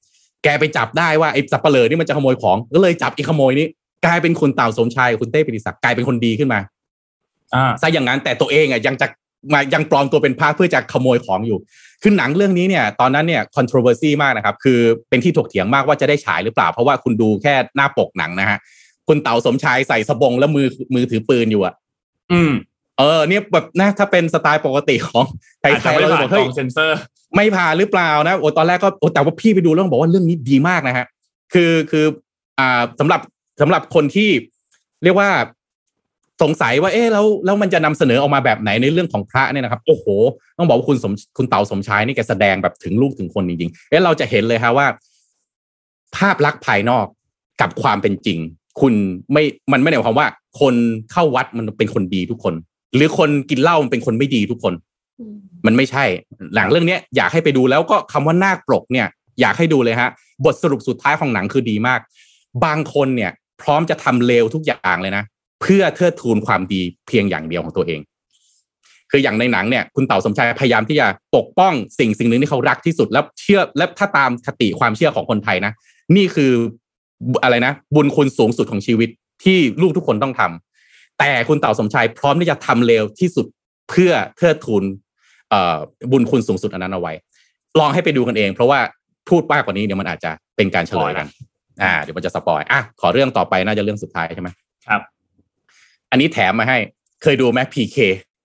แกไปจับได้ว่าไอ้สับเปลือนี่มันจะขโมยของก็เลยจับไอ้ขโมยนี้กลายเป็นคุณเต่าสมชายคุณเต้ปิติศักดิ์กลายเป็นคนดีขึ้นมาซะอย่างนั้นแต่ตัวเองอ่ะยังปลอมตัวเป็นพระเพื่อจะขโมยของอยู่คือหนังเรื่องนี้เนี่ยตอนนั้นเนี่ย controversy มากนะครับคือเป็นที่ถกเถียงมากว่าจะได้ฉายหรือเปล่าเพราะว่าคุณดูแค่หน้าปกหนังนะฮะคุณเต่าสมชายใส่สบงแล้วมือถือปืนอยู่อ่ะเนี่ยแบบนะถ้าเป็นสไตล์ปกติของไทยเราบอกเฮ้ยเซนเซอร์ไม่ผ่านหรือเปล่านะโอ้ตอนแรกก็แต่ว่าพี่ไปดูแล้วบอกว่าเรื่องนี้ดีมากนะฮะคือสำหรับคนที่เรียกว่าสงสัยว่าแล้วมันจะนำเสนอออกมาแบบไหนในเรื่องของพระเนี่ยนะครับโอ้โหต้องบอกว่าคุณเต่าสมชายนี่แกแสดงแบบถึงลูกถึงคนจริงๆเราจะเห็นเลยฮะว่าภาพลักษณ์ภายนอกกับความเป็นจริงมันไม่ได้หมายความว่าคนเข้าวัดมันเป็นคนดีทุกคนหรือคนกินเหล้ามันเป็นคนไม่ดีทุกคนมันไม่ใช่หนังเรื่องนี้อยากให้ไปดูแล้วก็คำว่านาคปรกเนี่ยอยากให้ดูเลยฮะบทสรุปสุดท้ายของหนังคือดีมากบางคนเนี่ยพร้อมจะทำเลวทุกอย่างเลยนะเพื่อเทิดทูนความดีเพียงอย่างเดียวของตัวเองคืออย่างในหนังเนี่ยคุณเต่าสมชายพยายามที่จะปกป้องสิ่งหนึ่งที่เขารักที่สุดแล้วเชื่อและถ้าตามคติความเชื่อของคนไทยนะนี่คืออะไรนะบุญคุณสูงสุดของชีวิตที่ลูกทุกคนต้องทำแต่คุณเต่าสมชายพร้อมที่จะทำเลวที่สุดเพื่อเทิดทูนบุญคุณสูงสุดอันนั้นเอาไว้ลองให้ไปดูกันเองเพราะว่าพูดมากกว่านี้เดี๋ยวมันอาจจะเป็นการเฉลยกันเดี๋ยวมันจะสปอยขอเรื่องต่อไปน่าจะเรื่องสุดท้ายใช่ไหมครับอันนี้แถมมาให้เคยดูไหม PK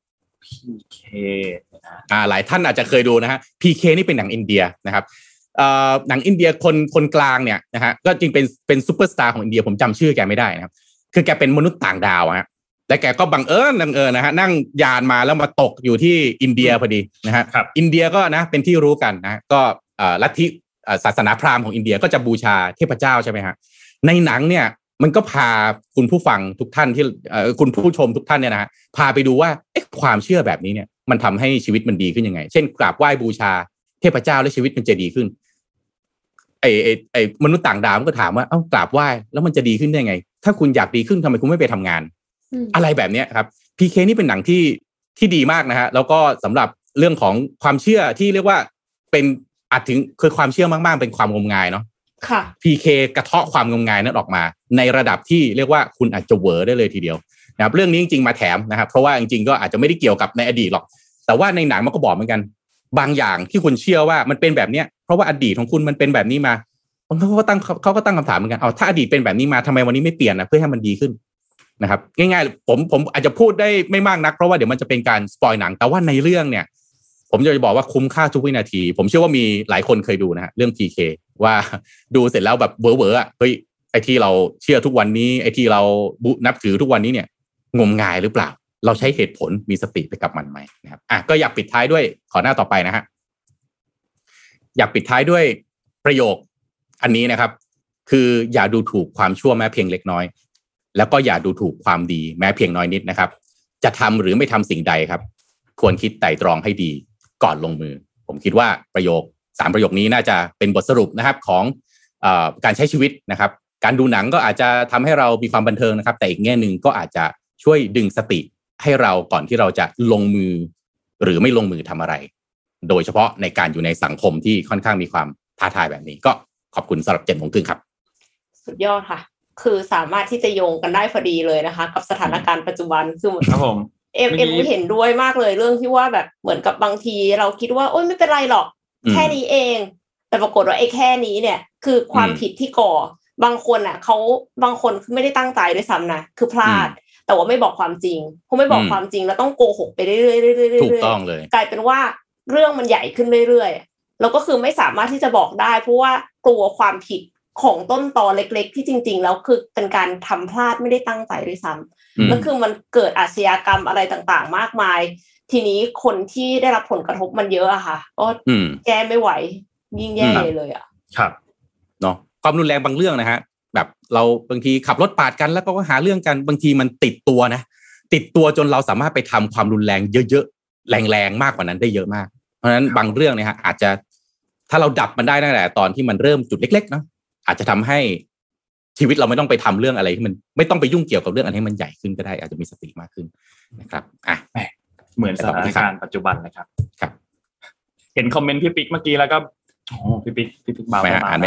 หลายท่านอาจจะเคยดูนะฮะ PK นี่เป็นหนังอินเดียนะครับหนังอินเดียคนกลางเนี่ยนะฮะก็จริงเป็นซุปเปอร์สตาร์ของอินเดียผมจำชื่อแกไม่ได้นะครับคือแกเป็นมนุษย์ต่างดาวฮะและแกก็บังเอิญนะฮะนั่งยานมาแล้วมาตกอยู่ที่อินเดียพอดีนะฮะอินเดียก็นะเป็นที่รู้กันนะก็ลัทธิศาสนาพราหมณ์ของอินเดียก็จะบูชาเทพเจ้าใช่ไหมฮะในหนังเนี่ยมันก็พาคุณผู้ฟังทุกท่านที่คุณผู้ชมทุกท่านเนี่ยนะฮะพาไปดูว่าความเชื่อแบบนี้เนี่ยมันทำให้ชีวิตมันดีขึ้นยังไงเช่นกราบไหว้บูชาเทพเจ้าแล้วชีวิตมันจะดีขึ้นไอ้มนุษย์ต่างดาวก็ถามว่ากราบไหว้แล้วมันจะดีขึ้นได้ไงถ้าคุณอยากดีขึ้นทำไมคุณไม่ไปทำงานอะไรแบบนี้ครับ PK นี่เป็นหนังที่ดีมากนะฮะแล้วก็สำหรับเรื่องของความเชื่อที่เรียกว่าเป็นอาจถึงคือความเชื่อมากๆเป็นความงมงายเนาะค่ะ PK กระเทาะความงมงายนั้นออกมาในระดับที่เรียกว่าคุณอาจจะเวอร์ได้เลยทีเดียวนะครับเรื่องนี้จริงๆมาแถมนะครับเพราะว่าจริงๆก็อาจจะไม่ได้เกี่ยวกับในอดีตหรอกแต่ว่าในหนังมันก็บอกเหมือนกันบางอย่างที่คุณเชื่อว่ามันเป็นแบบเนี้ยเพราะว่าอดีตของคุณมันเป็นแบบนี้มาเขาก็ตั้งคำถามเหมือนกันถ้าอดีตเป็นแบบนี้มาทำไมวันนี้ไม่เปลี่ยนนะเพื่อให้มันดีขึ้นนะครับง่ายๆผมอาจจะพูดได้ไม่มากนักเพราะว่าเดี๋ยวมันจะเป็นการสปอยหนังแต่ว่าในเรื่องเนี่ยผมจะบอกว่าคุ้มค่าทุกวินาทีผมเชื่อว่ามีหลายคนเคยดูนะฮะเรื่อง PK ว่าดูเสร็จแล้วแบบเวอร์เฮ้ยไอ้ที่เราเชื่อทุกวันนี้ไอ้ที่เรานับถือทุกวันนี้เนี่ยงมงายหรือเปล่าเราใช้เหตุผลมีสติไปกับมันไหมนะครับก็อยากปิดท้ายด้วยขอหน้าต่อไปนะฮะอยากปิดท้ายด้วยประโยคอันนี้นะครับคืออย่าดูถูกความชั่วแม้เพียงเล็กน้อยแล้วก็อย่าดูถูกความดีแม้เพียงน้อยนิดนะครับจะทำหรือไม่ทำสิ่งใดครับควรคิดไตร่ตรองให้ดีก่อนลงมือผมคิดว่าประโยค3ประโยคนี้น่าจะเป็นบทสรุปนะครับของการใช้ชีวิตนะครับการดูหนังก็อาจจะทำให้เรามีความบันเทิงนะครับแต่อีกแง่นึงก็อาจจะช่วยดึงสติให้เราก่อนที่เราจะลงมือหรือไม่ลงมือทำอะไรโดยเฉพาะในการอยู่ในสังคมที่ค่อนข้างมีความท้าทายแบบนี้ก็ขอบคุณสำหรับ7 โมงครึ่งครับสุดยอดค่ะคือสามารถที่จะโยงกันได้พอดีเลยนะคะกับสถานการณ์ปัจจุบันคือครับผมเอ็มเห็นด้วยมากเลยเรื่องที่ว่าแบบเหมือนกับบางทีเราคิดว่าโอ๊ยไม่เป็นไรหรอกแค่นี้เองแต่ปรากฏว่าไอ้แค่นี้เนี่ยคือความผิดที่ก่อบางคนอ่ะเขาบางคนไม่ได้ตั้งใจด้วยซ้ำนะคือพลาดแต่ว่าไม่บอกความจริงพอไม่บอกความจริงแล้วต้องโกหกไปเรื่อยๆถูกต้องเลยกลายเป็นว่าเรื่องมันใหญ่ขึ้นเรื่อยๆแล้วก็คือไม่สามารถที่จะบอกได้เพราะว่ากลัวความผิดของต้นตอเล็กๆที่จริงๆแล้วคือเป็นการทำพลาดไม่ได้ตั้งใจด้วยซ้ำแล้วคือมันเกิดอาชญากรรมอะไรต่างๆมากมายทีนี้คนที่ได้รับผลกระทบมันเยอะอะค่ะก็แก้ไม่ไหวยิ่งแย่เลยอะครับเนาะความรุนแรงบางเรื่องนะฮะแบบเราบางทีขับรถปาดกันแล้วก็หาเรื่องกันบางทีมันติดตัวนะติดตัวจนเราสามารถไปทำความรุนแรงเยอะๆแรงๆมากกว่านั้นได้เยอะมากเพราะฉะนั้นบางเรื่องเนี่ยฮะอาจจะถ้าเราดับมันได้ตั้งแต่ตอนที่มันเริ่มจุดเล็กๆเนาะอาจจะทำให้ชีวิตเราไม่ต้องไปทำเรื่องอะไรที่มันไม่ต้องไปยุ่งเกี่ยวกับเรื่องอะไรให้มันใหญ่ขึ้นก็ได้อาจจะมีสติมากขึ้นนะครับเหมือนสถานการณ์ปัจจุบันนะครับครับเห็นคอมเมนต์พี่ปิ๊กเมื่อกี้แล้วก็พี่ปิ๊กมาอ่านไม่ทัน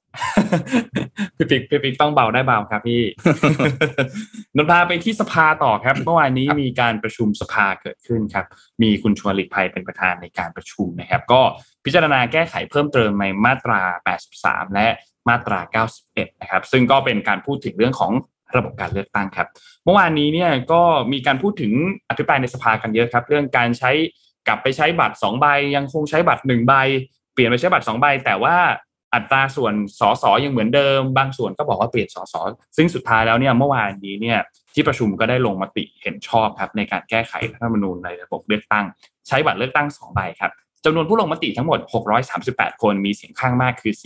พี่ปิ๊กต้องเบาได้เบาครับพี่ นนพาไปที่สภาต่อครับเมื่อวานนี้มีการประชุมสภาเกิดขึ้นครับมีคุณชวนหลีกภัยเป็นประธานในการประชุมนะครับก็พิจารณาแก้ไขเพิ่มเติมในมาตรา83และมาตรา91นะครับซึ่งก็เป็นการพูดถึงเรื่องของระบบการเลือกตั้งครับเมื่อวานนี้เนี่ยก็มีการพูดถึงอภิปรายในสภากันเยอะครับเรื่องการใช้กลับไปใช้บัตร2ใบยังคงใช้บัตร1ใบเปลี่ยนไปใช้บัตร2ใบแต่ว่าอัตราส่วนสสยังเหมือนเดิมบางส่วนก็บอกว่าเปลี่ยนสสซึ่งสุดท้ายแล้วเนี่ยเมื่อวานนี้เนี่ยที่ประชุมก็ได้ลงมติเห็นชอบครับในการแก้ไขรัฐธรรมนูญในระบบเลือกตั้งใช้บัตรเลือกตั้ง2ใบครับจำนวนผู้ลงมติทั้งหมด638คนมีเสียงข้างมากคือ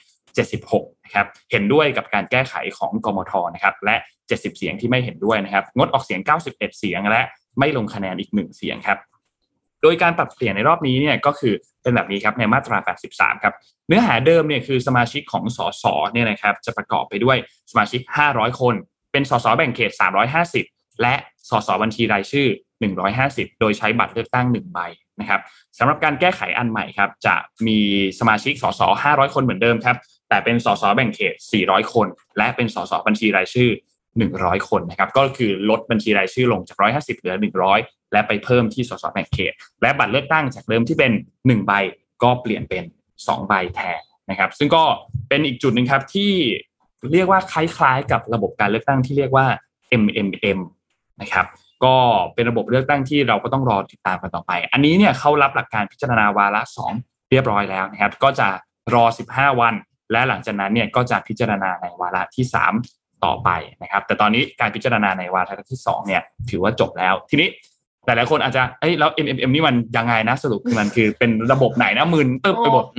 476นะครับเห็นด้วยกับการแก้ไขของกมธนะครับและ70เสียงที่ไม่เห็นด้วยนะครับงดออกเสียง91เสียงและไม่ลงคะแนนอีก1เสียงครับโดยการปรับเปลี่ยนในรอบนี้เนี่ยก็คือเป็นแบบนี้ครับในมาตรา83ครับเนื้อหาเดิมเนี่ยคือสมาชิกของสสเนี่ยนะครับจะประกอบไปด้วยสมาชิก500คนเป็นสสแบ่งเขต350และสสบัญชีรายชื่อ150โดยใช้บัตรเลือกตั้ง1ใบนะครับสำหรับการแก้ไขอันใหม่ครับจะมีสมาชิกสส500คนเหมือนเดิมครับแต่เป็นสสแบ่งเขต400คนและเป็นสสบัญชีรายชื่อ100คนนะครับก็คือลดบัญชีรายชื่อลงจาก150เหลือ100และไปเพิ่มที่สสแบ่งเขตและบัตรเลือกตั้งจากเดิมที่เป็น1ใบก็เปลี่ยนเป็น2ใบแทนนะครับซึ่งก็เป็นอีกจุดนึงครับที่เรียกว่าคล้ายๆกับระบบการเลือกตั้งที่เรียกว่า MMM นะครับก็เป็นระบบเลือกตั้งที่เราก็ต้องรอติดตามกันต่อไปอันนี้เนี่ยเขารับหลักการพิจารณาวาระ2เรียบร้อยแล้วนะครับก็จะรอ15วันและหลังจากนั้นเนี่ยก็จะพิจารณาในวาระที่3ต่อไปนะครับแต่ตอนนี้การพิจารณาในวาระที่2เนี่ยถือว่าจบแล้วทีนี้แต่หลายคนอาจจะแล้ว MMM นี่มันยังไงนะสรุปมันคือเป็นระบบไหนนะมึนตึ๊บไปหมด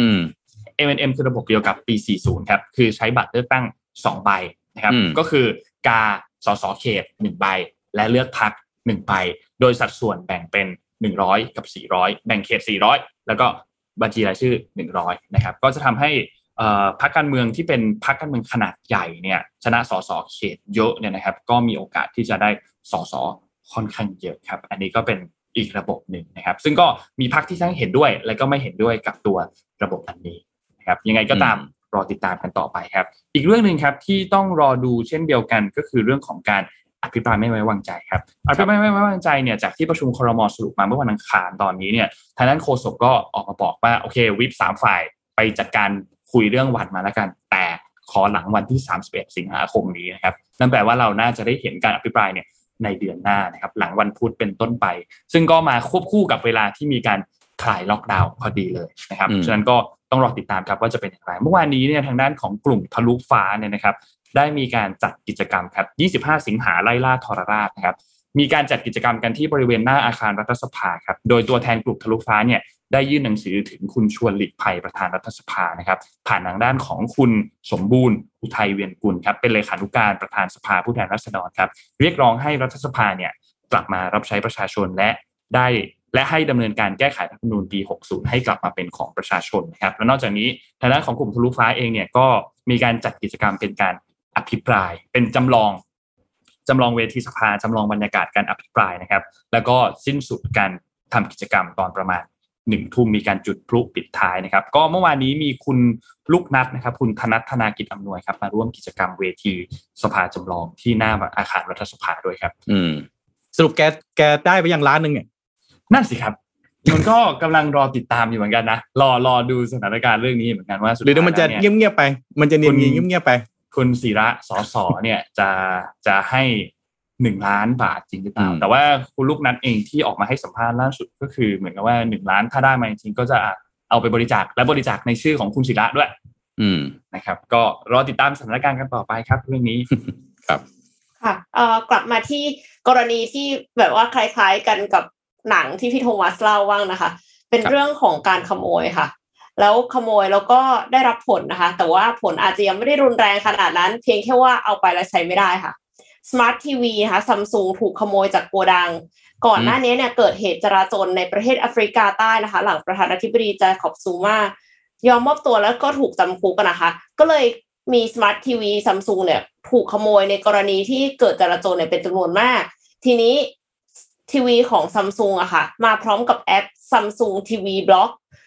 MMM คือระบบเดียวกับปี40ครับคือใช้บัตรเลือกตั้ง2ใบนะครับก็คือกาสสเขต1ใบและเลือกพรรค1ใบโดยสัดส่วนแบ่งเป็น100กับ400แบ่งเขต400แล้วก็บัญชีรายชื่อ100นะครับก็จะทำให้พรรคการเมืองที่เป็นพรรคการเมืองขนาดใหญ่เนี่ยชนะสสเขตเยอะเนี่ยนะครับก็มีโอกาสที่จะได้สสค่อนข้างเยอะครับอันนี้ก็เป็นอีกระบบหนึ่งนะครับซึ่งก็มีพรรคที่ทั้งเห็นด้วยและก็ไม่เห็นด้วยกับตัวระบบอันนี้นะครับยังไงก็ตามรอติดตามกันต่อไปครับอีกเรื่องนึงครับที่ต้องรอดูเช่นเดียวกันก็คือเรื่องของการอภิปรายไม่ไว้วางใจครับอภิปรายไม่ไว้วางใจเนี่ยจากที่ประชุมครม.สรุปมาเมื่อวันอังคารตอนนี้เนี่ยทางด้านโฆษกก็ออกมาบอกว่าโอเควิป3ฝ่ายไปจัดการคุยเรื่องวันมาแล้วกันแต่ขอหลังวันที่31สิงหาคมนี้นะครับนั่นแปลว่าเราน่าจะได้เห็นการอภิปรายเนี่ยในเดือนหน้านะครับหลังวันพุธเป็นต้นไปซึ่งก็มาควบคู่กับเวลาที่มีการคลายล็อกดาวน์พอดีเลยนะครับฉะนั้นก็ต้องรอติดตามครับว่าจะเป็นอย่างไรเมื่อวานนี้เนี่ยทางด้านของกลุ่มทะลุฟ้าเนี่ยนะครับได้มีการจัดกิจกรรมครับ25สิงหาไล่ล่าทรราชนะครับมีการจัดกิจกรรมกันที่บริเวณหน้าอาคารรัฐสภาครับโดยตัวแทนกลุ่มทะลุฟ้าเนี่ยได้ยื่นหนังสือถึงคุณชวนหลีกภัยประธานรัฐสภานะครับผ่านทางด้านของคุณสมบูรณ์อุทัยเวียนกุลครับเป็นเลขานุการประธานสภาผู้แทนราษฎรครับเรียกร้องให้รัฐสภาเนี่ยกลับมารับใช้ประชาชนและให้ดำเนินการแก้ไขรัฐธรรมนูญปี60ให้กลับมาเป็นของประชาชนนะครับและนอกจากนี้ทางด้านของกลุ่มทะลุฟ้าเองเนี่ยก็มีการจัดกิจกรรมเป็นการอภิปรายเป็นจำลองเวทีสภาจำลองบรรยากาศการอภิปรายนะครับแล้วก็สิ้นสุดการทำกิจกรรมตอนประมาณ1 ทุ่มมีการจุดพลุปิดท้ายนะครับก็เมื่อวานนี้มีคุณลูกนัดนะครับคุณธนัทธนากิจอำนวยครับมาร่วมกิจกรรมเวทีสภาจำลองที่หน้าอาคารรัฐสภาด้วยครับสรุปแกได้ไปยังล้านนึงเนี่ยนั่นสิครับมันก็กำลังรอติดตามอยู่เหมือนกันนะรอดูสถานการณ์เรื่องนี้เหมือนกันว่าหรือมันจะเงียบๆไปมันจะเนียนๆเงียบๆไปคุณศิระสสเนี่ยจะให้1 ล้านบาทจริงหรือเปล่าแต่ว่าคุณลูกนัดเองที่ออกมาให้สัมภาษณ์ล่าสุดก็คือเหมือนกับว่า1 ล้านถ้าได้มาจริงก็จะเอาไปบริจาคและบริจาคในชื่อของคุณศิระด้วยนะครับก็รอติดตามสถานการณ์กันต่อไปครับเรื่องนี้ครับค่ะกลับมาที่กรณีที่แบบว่าคล้ายๆกันกับหนังที่พี่โทมัสเล่าว่างนะคะเป็นเรื่องของการขโมยค่ะแล้วขโมยแล้วก็ได้รับผลนะคะแต่ว่าผลอาจจะยังไม่ได้รุนแรงขนาดนั้นเพียงแค่ว่าเอาไปแล้วใช้ไม่ได้ค่ะ Smart TV นะคะ Samsung ถูกขโมยจากโกดังก่อนหน้านี้เนี่ยเกิดเหตุจราจรในประเทศแอฟริกาใต้นะคะหลังประธานาธิบดีจาคอบซูมายอมมอบตัวแล้วก็ถูกจำคุกกันนะคะก็เลยมี Smart TV Samsung เนี่ยถูกขโมยในกรณีที่เกิดจราจรเนี่ยเป็นจำนวนมากทีนี้ทีวีของ Samsung อะค่ะมาพร้อมกับแอป Samsung TV Block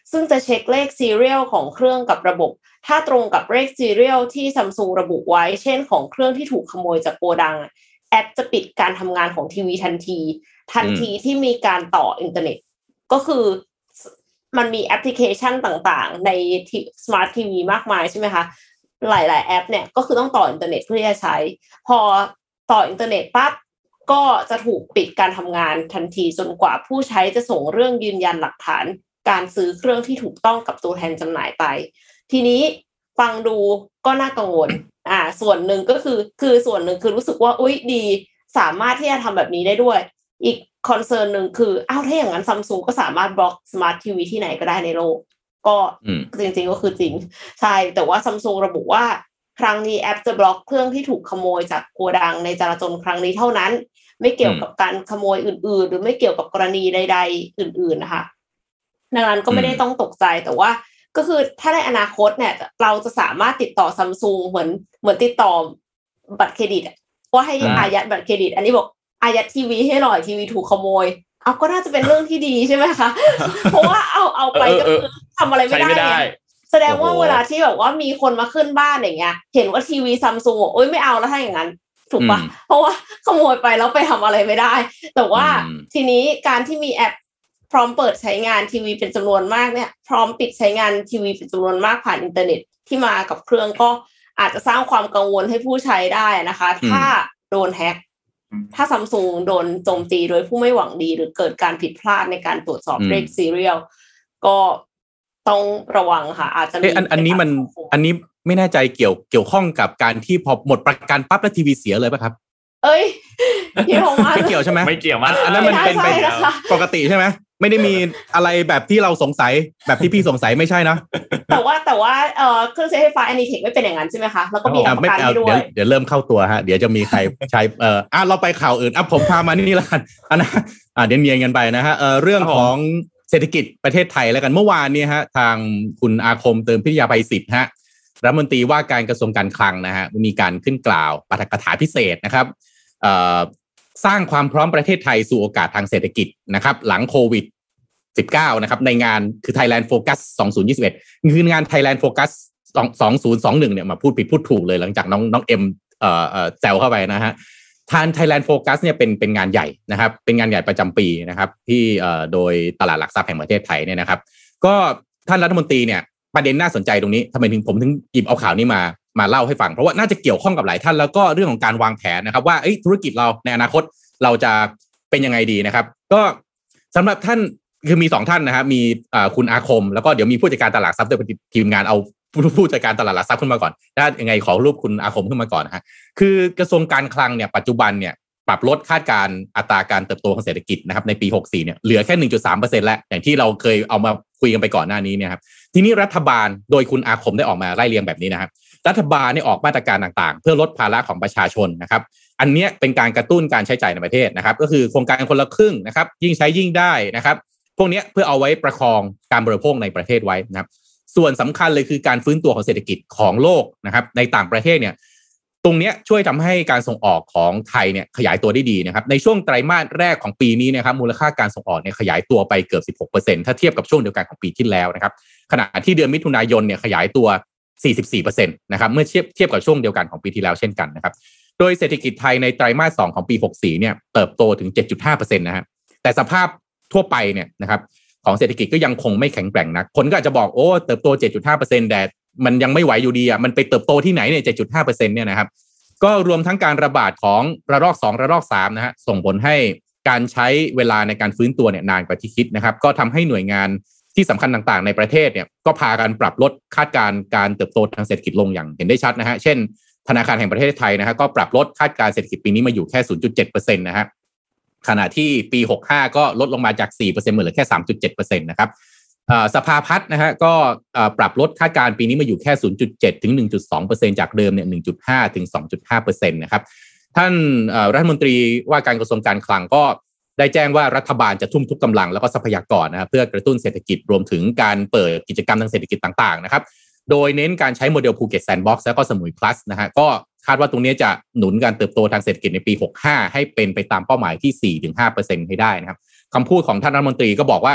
ซึ่งจะเช็คเลข serial ของเครื่องกับระบบถ้าตรงกับเลข serial ที่ Samsung ระบุไว้เช่นของเครื่องที่ถูกขโมยจากโกดังแอปจะปิดการทำงานของทีวีทันทีที่มีการต่ออินเทอร์เน็ตก็คือมันมีแอปพลิเคชันต่างๆใน Smart TV มากมายใช่ไหมคะหลายๆแอปเนี่ยก็คือต้องต่ออินเทอร์เน็ตเพื่อจะใช้พอต่ออินเทอร์เน็ตปั๊บก็จะถูกปิดการทำงานทันทีจนกว่าผู้ใช้จะส่งเรื่องยืนยันหลักฐานการซื้อเครื่องที่ถูกต้องกับตัวแทนจำหน่ายไปทีนี้ฟังดูก็น่ากังวลส่วนหนึ่งก็คือส่วนหนึ่งคือรู้สึกว่าอุ๊ยดีสามารถที่จะทำแบบนี้ได้ด้วยอีกคอนเซิร์นหนึ่งคือถ้าอย่างนั้น Samsung ก็สามารถบล็อก Smart TV ที่ไหนก็ได้ในโลกก็จริงๆก็คือจริงใช่แต่ว่า Samsung ระบุว่าครั้งนี้แอปจะบล็อกเครื่องที่ถูกขโมยจากโกดังในจราจรครั้งนี้เท่านั้นไม่เกี่ยวกับการขโมยอื่นๆหรือไม่เกี่ยวกับกรณีใดๆอื่นๆนะคะดังนั้นก็ไม่ได้ต้องตกใจแต่ว่าก็คือถ้าในอนาคตเนี่ยเราจะสามารถติดต่อ Samsung เหมือนติดต่อบัตรเครดิตว่าให้อายัดบัตรเครดิตอันนี้บอกอายัดทีวีให้หน่อยทีวีถูกขโมยก็น่าจะเป็นเรื่องที่ดีใช่ไหมคะเพราะว่าเอาไปก็คือทำอะไรไม่ได้แสดงว่าเวลาที่แบบว่ามีคนมาขึ้นบ้านอย่างเงี้ยเห็นว่าทีวี Samsung โอ๊ยไม่เอาแล้วถ้าอย่างนั้นถูกปะเพราะว่าขโมยไปแล้วไปทำอะไรไม่ได้แต่ว่าทีนี้การที่มีแอปพร้อมเปิดใช้งานทีวีเป็นจำนวนมากเนี่ยพร้อมปิดใช้งานทีวีเป็นจำนวนมากผ่านอินเทอร์เน็ตที่มากับเครื่องก็อาจจะสร้างความกังวลให้ผู้ใช้ได้นะคะถ้าโดนแฮ็กถ้า Samsung โดนโจมตีโดยผู้ไม่หวังดีหรือเกิดการผิดพลาดในการตรวจสอบเลข serial ก็ต้องระวังค่ะอาจจะมีอันนี้ไม่แน่ใจเกี่ยวข้องกับการที่พอหมดประกันปั๊บแล้วทีวีเสียเลยป่ะครับพี่โทมัสไม่เกี่ยวใช่ไหมไม่เกี่ยวมั้ยอันนั้นมันเป็นปกติใช่ไหมไม่ได้มีอะไรแบบที่เราสงสัยแบบที่พี่สงสัยไม่ใช่นะแต่ว่าเครื่องใช้ไฟฟ้า Anytech ไม่เป็นอย่างนั้นใช่ไหมคะแล้วก็มีประกันให้ด้วยเดี๋ยวเริ่มเข้าตัวฮะเดี๋ยวจะมีใครใช้เราไปข่าวอื่นผมพามานี่ละกันเดี๋ยวเนียนกันไปนะฮะเรื่องของเศรษฐกิจประเทศไทยแล้วกันเมื่อวานนี้ฮะทางคุณอาคมเติมพิทยาภัยศิษย์ฮะรัฐมนตรีว่าการกระทรวงการคลังนะฮะมีการขึ้นกล่าวปาฐกถาพิเศษนะครับสร้างความพร้อมประเทศไทยสู่โอกาสทางเศรษฐกิจนะครับหลังโควิด19นะครับในงานคือ Thailand Focus 2021คืองาน Thailand Focus 2021เนี่ยมาพูดผิดพูดถูกเลยหลังจากน้องเอ็มแซวเข้าไปนะฮะThailand Focus เนี่ยเป็นงานใหญ่นะครับเป็นงานใหญ่ประจำปีนะครับที่โดยตลาดหลักทรัพย์แห่งประเทศไทยเนี่ยนะครับก็ท่านรัฐมนตรีเนี่ยประเด็นน่าสนใจตรงนี้ทำไมผมถึงหยิบเอาข่าวนี้มาเล่าให้ฟังเพราะว่าน่าจะเกี่ยวข้องกับหลายท่านแล้วก็เรื่องของการวางแผนนะครับว่าธุรกิจเราในอนาคตเราจะเป็นยังไงดีนะครับก็สำหรับท่านคือมี2ท่านนะครับมีคุณอาคมแล้วก็เดี๋ยวมีผู้จัดการตลาดหลักทรัพย์โดยทีมงานเอาผู้จัดการตลาดหลักทรัพย์ขึ้นมาก่อนถ้ายังไงขอรูปคุณอาคมขึ้นมาก่อนนะฮะคือกระทรวงการคลังเนี่ยปัจจุบันเนี่ยปรับลดคาดการอัตราการเติบโตของเศรษฐกิจนะครับในปี64เนี่ยเหลือแค่ 1.3% แล้วอย่างที่เราเคยเอามาคุยกันไปก่อนหน้านี้เนี่ยครับทีนี้รัฐบาลโดยคุณอาคมได้ออกมาไล่เรียงแบบนี้นะครับรัฐบาลเนี่ยออกมาตรการต่างๆเพื่อลดภาระของประชาชนนะครับอันนี้เป็นการกระตุ้นการใช้จ่ายในประเทศนะครับก็คือโครงการคนละครึ่งนะครับยิ่งใช้ยิ่งได้นะครับพวกนี้เพื่อเอาไว้ประคองการบริโภคในประเทศไว้นะครับส่วนสำคัญเลยคือการฟื้นตัวของเศรษฐกิจของโลกนะครับในต่างประเทศเนี่ยตรงนี้ช่วยทำให้การส่งออกของไทยเนี่ยขยายตัวได้ดีนะครับในช่วงไตรมาสแรกของปีนี้นะครับมูลค่าการส่งออกเนี่ยขยายตัวไปเกือบ 16% ถ้าเทียบกับช่วงเดียวกันของปีที่แล้วนะครับขณะที่เดือนมิถุนายนเนี่ยขยายตัว 44% นะครับเมื่อเทียบกับช่วงเดียวกันของปีที่แล้วเช่นกันนะครับโดยเศรษฐกิจไทยในไตรมาส2ของปี64เนี่ยเติบโตถึง 7.5% นะฮะแต่สภาพทั่วไปเนี่ยนะครับของเศรษฐกิจก็ยังคงไม่แข็งแกร่งนักคนก็อาจจะบอกเติบโต 7.5% แต่มันยังไม่ไหวอยู่ดีมันไปเติบโตที่ไหนเนี่ย 7.5% เนี่ยนะครับก็รวมทั้งการระบาดของระลอก2ระลอก3นะฮะส่งผลให้การใช้เวลาในการฟื้นตัวเนี่ยนานกว่าที่คิดนะครับก็ทำให้หน่วยงานที่สำคัญต่างๆในประเทศเนี่ยก็พากันปรับลดคาดการณ์การเติบโตทางเศรษฐกิจลงอย่างเห็นได้ชัดนะฮะเช่นธนาคารแห่งประเทศไทยนะฮะก็ปรับลดคาดการณ์เศรษฐกิจปีนี้มาอยู่แค่ 0.7% นะฮะขณะที่ปี65ก็ลดลงมาจาก 4% เหลือแค่ 3.7% นะครับสภาพัฒน์นะฮะก็ปรับลดคาดการณ์ปีนี้มาอยู่แค่ 0.7 ถึง 1.2% จากเดิมเนี่ย 1.5 ถึง 2.5% นะครับท่านรัฐมนตรีว่าการกระทรวงการคลังก็ได้แจ้งว่ารัฐบาลจะทุ่มทุกกำลังแล้วก็ทรัพยากรนะครับเพื่อกระตุ้นเศรษฐกิจรวมถึงการเปิดกิจกรรมทางเศรษฐกิจต่างๆนะครับโดยเน้นการใช้โมเดลภูเก็ตแซนด์บ็อกซ์แล้วก็สมุยพลัสนะฮะก็คาดว่าตรงนี้จะหนุนการเติบโตทางเศรษฐกิจในปี65ให้เป็นไปตามเป้าหมายที่ 4-5% ให้ได้นะครับคำพูดของท่านรัฐมนตรีก็บอกว่า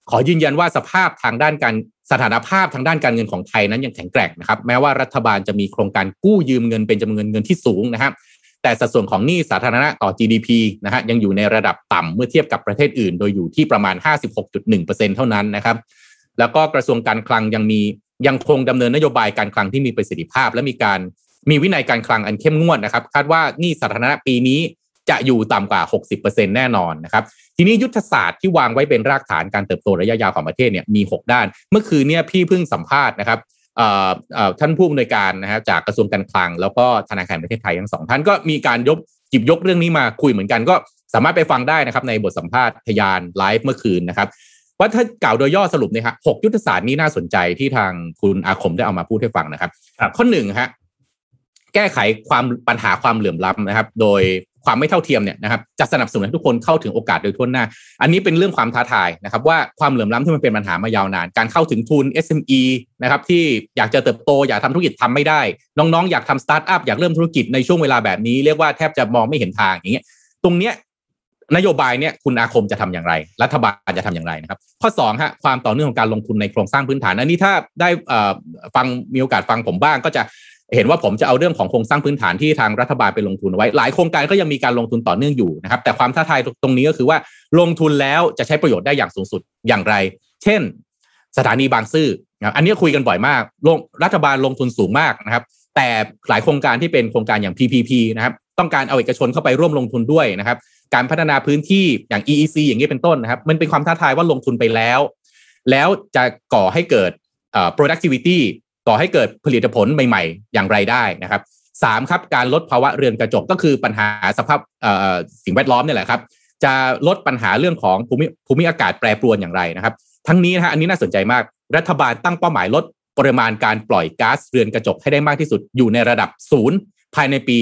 ขอยืนยันว่าสถานภาพทางด้านการเงินของไทยนั้นยังแข็งแกร่งนะครับแม้ว่ารัฐบาลจะมีโครงการกู้ยืมเงินเป็นจำนวนเงินที่สูงนะครับแต่สัดส่วนของหนี้สาธารณะต่อ GDP นะฮะยังอยู่ในระดับต่ำเมื่อเทียบกับประเทศอื่นโดยอยู่ที่ประมาณ 56.1% เท่านั้นนะครับแล้วก็กระทรวงการคลังยังคงดำเนินนโยบายการคลังที่มีประสิทธิภาพและมีวินัยการคลังอันเข้มงวดนะครับคาดว่าหนี้สาธารณะปีนี้จะอยู่ต่ำกว่า 60% แน่นอนนะครับทีนี้ยุทธศาสตร์ที่วางไว้เป็นรากฐานการเติบโตระยะยาวของประเทศเนี่ยมี6ด้านเมื่อคืนเนี่ยพี่เพิ่งสัมภาษณ์นะครับท่านผู้อำนวยการนะฮะจากกระทรวงการคลังแล้วก็ธนาคารแห่งประเทศไทยทั้งสองท่านก็มีการหยิบยกเรื่องนี้มาคุยเหมือนกันก็สามารถไปฟังได้นะครับในบทสัมภาษณ์ทยานไลฟ์เมื่อคืนนะครับว่าถ้ากล่าวโดยย่อสรุปเนี่ยครับ6ยุทธศาสตร์นี้น่าสนใจที่ทางคุณอาคมได้เอามาพูดให้ฟังนะครับข้อ1ฮะแก้ไขปัญหาความเหลื่อมล้ำนะครับโดยความไม่เท่าเทียมเนี่ยนะครับจะสนับสนุนให้ทุกคนเข้าถึงโอกาสโดยทั่วหน้าอันนี้เป็นเรื่องความท้าทายนะครับว่าความเหลื่อมล้ำที่มันเป็นปัญหามายาวนานการเข้าถึงทุน SME นะครับที่อยากจะเติบโตอยากทำธุรกิจทำไม่ได้น้องๆอยากทำสตาร์ทอัพอยากเริ่มธุรกิจในช่วงเวลาแบบนี้เรียกว่าแทบจะมองไม่เห็นทางอย่างเงี้ยตรงเนี้ยนโยบายเนี่ยคุณอาคมจะทำอย่างไรรัฐบาลจะทำอย่างไรนะครับข้อ2ฮะความต่อเนื่องของการลงทุนในโครงสร้างพื้นฐานอันนี้ถ้าได้มีโอกาสฟังผมบ้างก็จะเห็นว่าผมจะเอาเรื่องของโครงสร้างพื้นฐานที่ทางรัฐบาลไปลงทุนไว้หลายโครงการก็ยังมีการลงทุนต่อเนื่องอยู่นะครับแต่ความท้าทายตรงนี้ก็คือว่าลงทุนแล้วจะใช้ประโยชน์ได้อย่างสูงสุดอย่างไรเช่นสถานีบางซื่ออันนี้คุยกันบ่อยมากรัฐบาลลงทุนสูงมากนะครับแต่หลายโครงการที่เป็นโครงการอย่าง PPP นะครับต้องการเอาเอกชนเข้าไปร่วมลงทุนด้วยนะครับการพัฒนาพื้นที่อย่าง EEC อย่างนี้เป็นต้นนะครับมันเป็นความท้าทายว่าลงทุนไปแล้วจะก่อให้เกิดproductivity ก่อให้เกิดผลิตผลใหม่ๆอย่างไรได้นะครับ3ครับการลดภาวะเรือนกระจกก็คือปัญหาสภาพสิ่งแวดล้อมนี่แหละครับจะลดปัญหาเรื่องของภูมิอากาศแปรปรวนอย่างไรนะครับทั้งนี้นะฮะอันนี้น่าสนใจมากรัฐบาลตั้งเป้าหมายลดปริมาณการปล่อยก๊าซเรือนกระจกให้ได้มากที่สุดอยู่ในระดับ0ภายในปี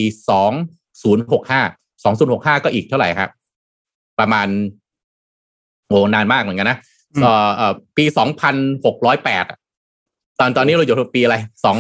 2065ก็อีกเท่าไหร่ครับประมาณนานมากเหมือนกันนะปี2608ตอนนี้เราอยู่ปีอะไร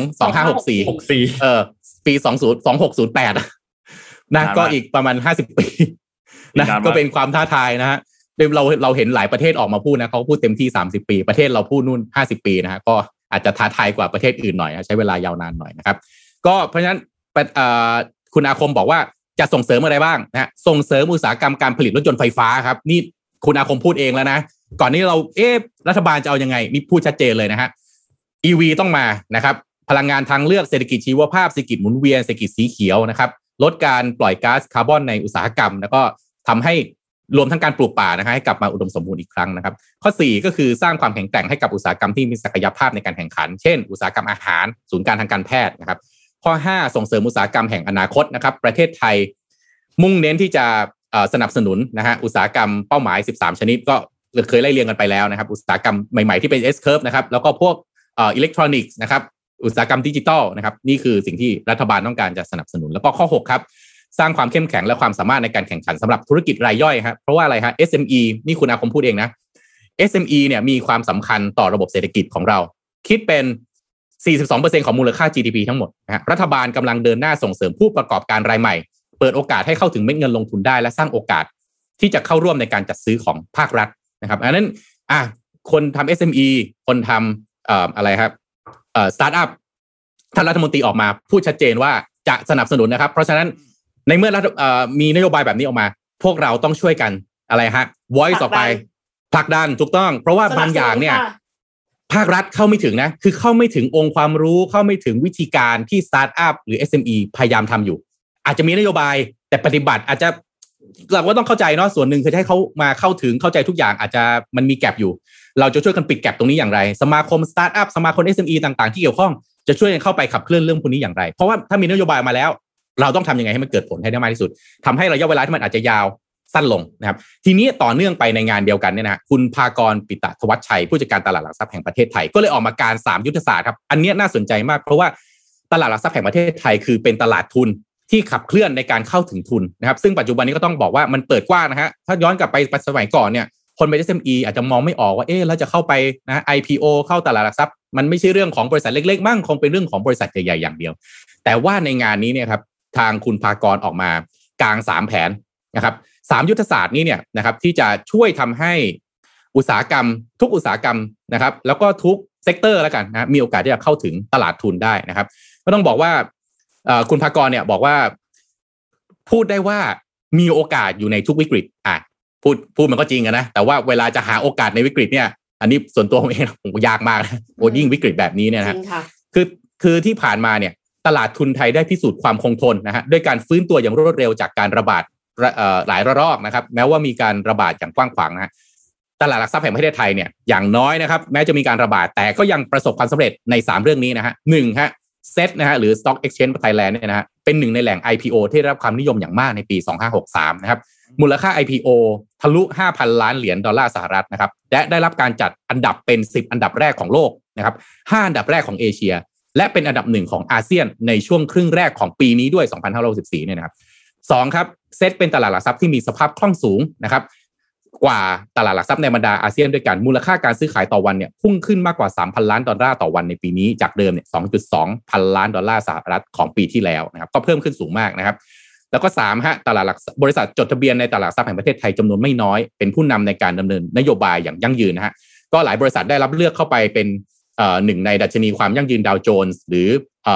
2564ปี2608นะก็อีกประมาณ50ปีนะก็เป็นความท้าทายนะฮะเราเห็นหลายประเทศออกมาพูดนะเขาพูดเต็มที่30ปีประเทศเราพูดนู่น50ปีนะฮะก็อาจจะท้าทายกว่าประเทศอื่นหน่อยใช้เวลายาวนานหน่อยนะครับก็เพราะฉะนั้นคุณอาคมบอกว่าจะส่งเสริมอะไรบ้างนะส่งเสริมอุตสาหกรรมการผลิตรถยนต์ไฟฟ้าครับนี่คุณอาคมพูดเองแล้วนะก่อนนี้เรารัฐบาลจะเอายังไงนี่พูดชัดเจนเลยนะฮะ EV ต้องมานะครับพลังงานทางเลือกเศรษฐกิจชีวภาพเศรษฐกิจหมุนเวียนเศรษฐกิจสีเขียวนะครับลดการปล่อยก๊าซคาร์บอนในอุตสาหกรรมแล้วก็ทำให้รวมทั้งการปลูกป่านะฮะให้กลับมาอุดมสมบูรณ์อีกครั้งนะครับข้อ4ก็คือสร้างความแข็งแกร่งให้กับอุตสาหกรรมที่มีศักยภาพในการแข่งขันเช่นอุตสาหกรรมอาหารศูนย์การทางการแพทย์นะครับข้อ5ส่งเสริมอุตสาหกรรมแห่งอนาคตนะครับประเทศไทยมุ่งเน้นที่จะสนับสนุนนะฮะอุตสาหกรรมเป้าหมาย13ชนิดก็เคยไล่เรียงกันไปแล้วนะครับอุตสาหกรรมใหม่ๆที่เป็น S curve นะครับแล้วก็พวกอิเล็กทรอนิกส์นะครับอุตสาหกรรมดิจิทัลนะครับนี่คือสิ่งที่รัฐบาลต้องการจะสนับสนุนแล้วก็ข้อ6ครับสร้างความเข้มแข็งและความสามารถในการแข่งขันสำหรับธุรกิจรายย่อยครับเพราะว่าอะไรฮะ SME นี่คุณอาคมพูดเองนะ SME เนี่ยมีความสำคัญต่อระบบเศรษฐกิจของเราคิดเป็น 42% ของมูลค่า GDP ทั้งหมดนะฮะรัฐบาลกำลังเดินหน้าส่งเสริมผู้ประกอบการรายใหม่เปิดโอกาสให้เข้าถึงเม็ดเงินลงทุนได้และสร้างโอกาสที่จะเข้าร่วมในการจัดซื้อของภาครัฐนะครับอันนั้นคนทำ SME คนทำอะไรครับสตาร์ทอัพท่านรัฐมนตรีออกมาพูดชัดเจนว่าจะสนับสนุนนะครับเพราะฉะนั้นในเมื่อมีนโยบายแบบนี้ออกมาพวกเราต้องช่วยกันอะไรฮะ voice ออกไปผลักดันถูกต้องเพราะว่าบางอย่างเนี่ยภาครัฐเข้าไม่ถึงนะคือเข้าไม่ถึงองค์ความรู้เข้าไม่ถึงวิธีการที่สตาร์ทอัพหรือ SME พยายามทำอยู่อาจจะมีนโยบายแต่ปฏิบัติอาจจะเราก็ต้องเข้าใจเนาะส่วนหนึ่งคือให้เขามาเข้าถึงเข้าใจทุกอย่างอาจจะมันมีแกปอยู่เราจะช่วยกันปิดแกปตรงนี้อย่างไรสมาคมสตาร์ทอัพสมาคม SME ต่างๆที่เกี่ยวข้องจะช่วยกันเข้าไปขับเคลื่อนเรื่องพวกนี้อย่างไรเพราะว่าถ้ามีนโยบายมาแล้วเราต้องทำยังไงให้มันเกิดผลให้ได้มากที่สุดทำให้ระยะเวลาที่มันอาจจะยาวสั้นลงนะครับทีนี้ต่อเนื่องไปในงานเดียวกันเนี่ยนะคุณภากรปิตะทวัชชัยผู้จัดการตลาดหลักทรัพย์แห่งประเทศไทยก็เลยออกมาการ3ยุทธศาสตร์ครับอันนี้น่าสนใจมากเพราะว่าตลาดหลักทรัพย์แห่งประเทศไทยคือเป็นตลาดทุนที่ขับเคลื่อนในการเข้าถึงทุนนะครับซึ่งปัจจุบันนี้ก็ต้องบอกว่ามันเปิดกว้างนะฮะถ้าย้อนกลับไปสมัยก่อนเนี่ยคนเป็น SME อาจจะมองไม่ออกว่าแล้วจะเข้าไปนะ IPO เข้าตลาดหลักทรัพย์มันไม่ใช่เรื่องของบริษัทเล็กๆมั่งคงเป็นเรื่องของบริษัทใหญ่ๆอย่างเดียวแต่ว่าในงานนี้เนี่ยครับทางคุณภากรออกมากาง3แผนนะครับ3ยุทธศาสตร์นี้เนี่ยนะครับที่จะช่วยทำให้อุตสาหกรรมทุกอุตสาหกรรมนะครับแล้วก็ทุกเซกเตอร์แล้วกันนะมีโอกาสที่จะเข้าถึงตลาดทุนได้นะครับก็ต้องบอกว่าคุณภากรเนี่ยบอกว่าพูดได้ว่ามีโอกาสอยู่ในทุกวิกฤตพูดมันก็จริงนะแต่ว่าเวลาจะหาโอกาสในวิกฤตเนี่ยอันนี้ส่วนตัวผมเองผมยากมากนะโอ้ยิ่งวิกฤตแบบนี้เนี่ยนะคือที่ผ่านมาเนี่ยตลาดทุนไทยได้พิสูจน์ความคงทนนะฮะด้วยการฟื้นตัวอย่างรวดเร็วจากการระบาดหลายระลอกนะครับแม้ว่ามีการระบาดอย่างกว้างขวางนะฮะตลาดหลักทรัพย์แห่งประเทศไทยเนี่ยอย่างน้อยนะครับแม้จะมีการระบาดแต่ก็ยังประสบความสำเร็จใน3เรื่องนี้นะฮะ1ฮะเซ็ตนะฮะหรือ Stock Exchange Thailand เนี่ยนะฮะเป็นหนึ่งในแหล่ง IPO ที่ได้รับความนิยมอย่างมากในปี2563นะครับมูลค่า IPO ทะลุ $5,000 ล้านสหรัฐนะครับและได้รับการจัดอันดับเป็น10อันดับแรกของโลกนะครับ5อันดับแรกของเอเชียและเป็นอันดับ1ของอาเซียนในช่วงครึ่งแรกของปีนี้ด้วย2564เนี่ยนะครับ2ครับเซ็ตเป็นตลาดหลักทรัพย์ที่มีสภาพคล่องสูงนะครับกว่าตลาดหลักทรัพย์ในบรรดาอาเซียนด้วยกันมูลค่าการซื้อขายต่อวันเนี่ยพุ่งขึ้นมากกว่า $3,000 ล้านต่อวันในปีนี้จากเดิมเนี่ย 2.2 พันล้านดอลลาร์สหรัฐของปีที่แล้วนะครับก็เพิ่มขึ้นสูงมากนะครับแล้วก็3ฮะตลาดหลักบริษัทจดทะเบียนในตลาดทรัพย์แห่งประเทศไทยจำนวนไม่น้อยเป็นผู้นำในการดำเนินนโยบายอย่างยั่งยืนนะฮะก็หลายบริษัทได้รับเลือกเข้าไปเป็นหนึ่งในดัชนีความยั่งยืนดาวโจนส์หรือ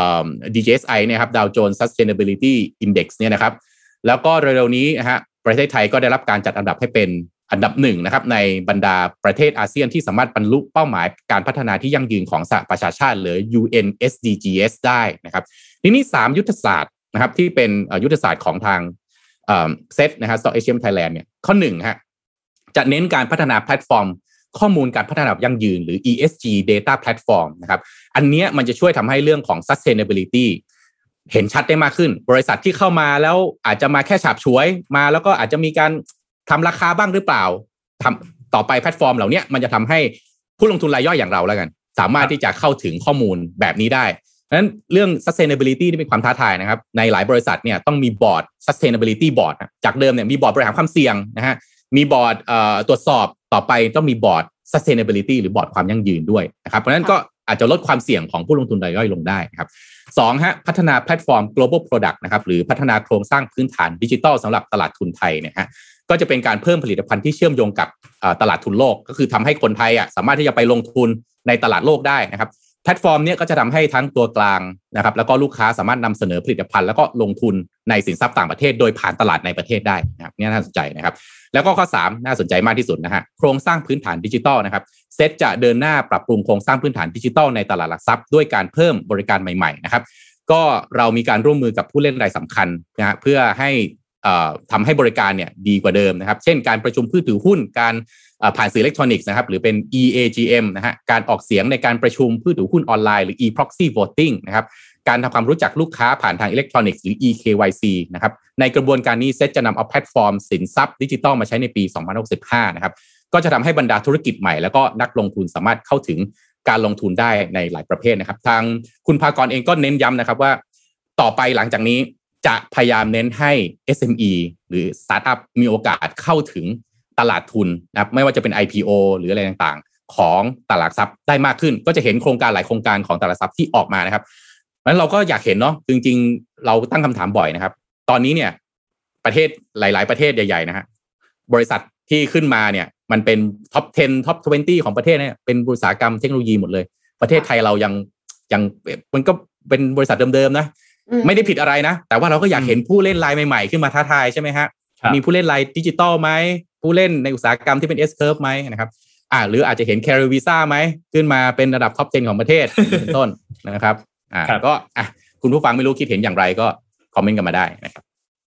DJSI เนี่ยครับ Dow Jones Sustainability Index เนี่ยนะครับแล้วก็เร็วๆนี้นะฮะประเทศไทยก็ได้รับการจัดอันดับให้เป็นอันดับ1นะครับในบรรดาประเทศอาเซียนที่สามารถบรรลุเป้าหมายการพัฒนาที่ยั่งยืนของสหประชาชาติหรือ UN SDGs ได้นะครับทีนี้3ยุทธศาสตร์นะครับที่เป็นยุทธศาสตร์ของทางเซ็ตนะฮะ Stock Exchange Thailand เนี่ยข้อ1ฮะจะเน้นการพัฒนาแพลตฟอร์มข้อมูลการพัฒนาแบบยั่งยืนหรือ ESG Data Platform นะครับอันนี้มันจะช่วยทำให้เรื่องของ Sustainability เห็นชัดได้มากขึ้นบริษัทที่เข้ามาแล้วอาจจะมาแค่ฉาบฉวยมาแล้วก็อาจจะมีการทำราคาบ้างหรือเปล่าต่อไปแพลตฟอร์มเหล่านี้มันจะทำให้ผู้ลงทุนรายย่อยอย่างเราแล้วกันสามารถที่จะเข้าถึงข้อมูลแบบนี้ได้เพราะฉะนั้นเรื่อง sustainability นี่เป็นความท้าทายนะครับในหลายบริษัทเนี่ยต้องมีบอร์ด sustainability board จากเดิมเนี่ยมีบอร์ดบริหารความเสี่ยงนะฮะมีบอร์ดตรวจสอบต่อไปต้องมีบอร์ด sustainability หรือบอร์ดความยั่งยืนด้วยนะครับเพราะฉะนั้นก็อาจจะลดความเสี่ยงของผู้ลงทุนรายย่อยลงได้ครับ2ฮะพัฒนาแพลตฟอร์ม global product นะครับหรือพัฒนาโครงสร้างพื้นฐานดิจิทัลสำหรับตลาดทุนไทยเนี่ยฮะก็จะเป็นการเพิ่มผลิตภัณฑ์ที่เชื่อมโยงกับตลาดทุนโลกก็คือทำให้คนไทยสามารถที่จะไปลงทุนในตลาดโลกได้นะครับแพลตฟอร์มนี้ก็จะทำให้ทั้งตัวกลางนะครับแล้วก็ลูกค้าสามารถนำเสนอผลิตภัณฑ์แล้วก็ลงทุนในสินทรัพย์ต่างประเทศโดยผ่านตลาดในประเทศได้นะครับนี่น่าสนใจนะครับแล้วก็ข้อ3น่าสนใจมากที่สุดนะฮะโครงสร้างพื้นฐานดิจิทัลนะครับเซ็ตจะเดินหน้าปรับปรุงโครงสร้างพื้นฐานดิจิทัลในตลาดหลักทรัพย์ด้วยการเพิ่มบริการใหม่ๆนะครับก็เรามีการร่วมมือกับผู้เล่นรายสำคัญนะฮะเพื่อให้ทำให้บริการเนี่ยดีกว่าเดิมนะครับเช่นการประชุมผู้ถือหุ้นการผ่านสื่ออิเล็กทรอนิกส์นะครับหรือเป็น EAGM นะฮะการออกเสียงในการประชุมผู้ถือหุ้นออนไลน์หรือ e-proxy voting นะครับการทำความรู้จักลูกค้าผ่านทางอิเล็กทรอนิกส์หรือ eKYC นะครับในกระบวนการนี้เซ็ตจะนำเอาแพลตฟอร์มสินทรัพย์ดิจิทัลมาใช้ในปี2065นะครับก็จะทำให้บรรดาธุรกิจใหม่แล้วก็นักลงทุนสามารถเข้าถึงการลงทุนได้ในหลายประเภทนะครับทางคุณภากรเองก็เน้นย้ำนะครับว่าต่อไปหลังจากนี้จะพยายามเน้นให้ SME หรือสตาร์ทอัพมีโอกาสเข้าถึงตลาดทุนนะครับไม่ว่าจะเป็น IPO หรืออะไรต่างๆของตลาดทรัพย์ได้มากขึ้นก็จะเห็นโครงการหลายโครงการของตลาดทรัพย์ที่ออกมานะครับงั้นเราก็อยากเห็นเนาะจริงๆเราตั้งคำถามบ่อยนะครับตอนนี้เนี่ยประเทศหลายๆประเทศใหญ่ๆนะฮะบริษัทที่ขึ้นมาเนี่ยมันเป็นท็อป10ท็อป20ของประเทศเนี่ยเป็นอุตสาหกรรมเทคโนโลยีหมดเลยประเทศไทยเรายังมันก็เป็นบริษัทเดิมๆนะไม่ได้ผิดอะไรนะแต่ว่าเราก็อยากเห็นผู้เล่นรายใหม่ๆขึ้นมาท้าทายใช่ไหมฮะมีผู้เล่นรายดิจิตอลไหมผู้เล่นในอุตสาหกรรมที่เป็น S-curve ไหมนะครับหรืออาจจะเห็น Carry Visa ไหมขึ้นมาเป็นระดับท็อป10ของประเทศเป็นต้นนะครับก็คุณผู้ฟังไม่รู้คิดเห็นอย่างไรก็คอมเมนต์กันมาได้นะครับ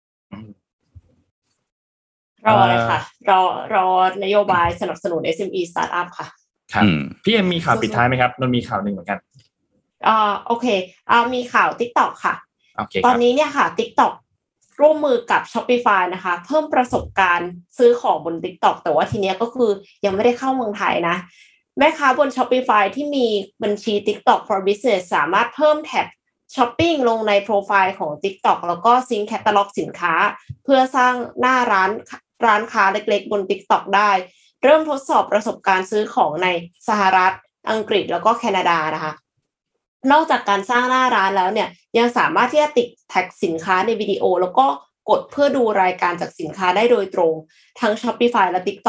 รอเลยค่ะรอนโยบายสนับสนุน SME Startup ค่ะครับพี่เอ็มมีข่าวปิดท้ายไหมครับมันมีข่าวหนึ่งเหมือนกันโอเคมีข่าว TikTok ค่ะ okay, ตอนนี้เนี่ยค่ะ TikTok ร่วมมือกับ Shopify นะคะเพิ่มประสบการณ์ซื้อของบน TikTok แต่ว่าทีเนี้ยก็คือยังไม่ได้เข้าเมืองไทยนะแม่ค้าบน Shopify ที่มีบัญชี TikTok for Business สามารถเพิ่มแท็บช้อปปิ้งลงในโปรไฟล์ของ TikTok แล้วก็ซิงค์แคตตาล็อกสินค้าเพื่อสร้างหน้าร้านค้าเล็กๆบน TikTok ได้เริ่มทดสอบประสบการณ์ซื้อของในสหรัฐอังกฤษแล้วก็แคนาดานะคะนอกจากการสร้างหน้าร้านแล้วเนี่ยยังสามารถที่จะติดแท็กสินค้าในวิดีโอแล้วก็กดเพื่อดูรายการจากสินค้าได้โดยตรงทั้ง Shopify และ TikTok เนี่ย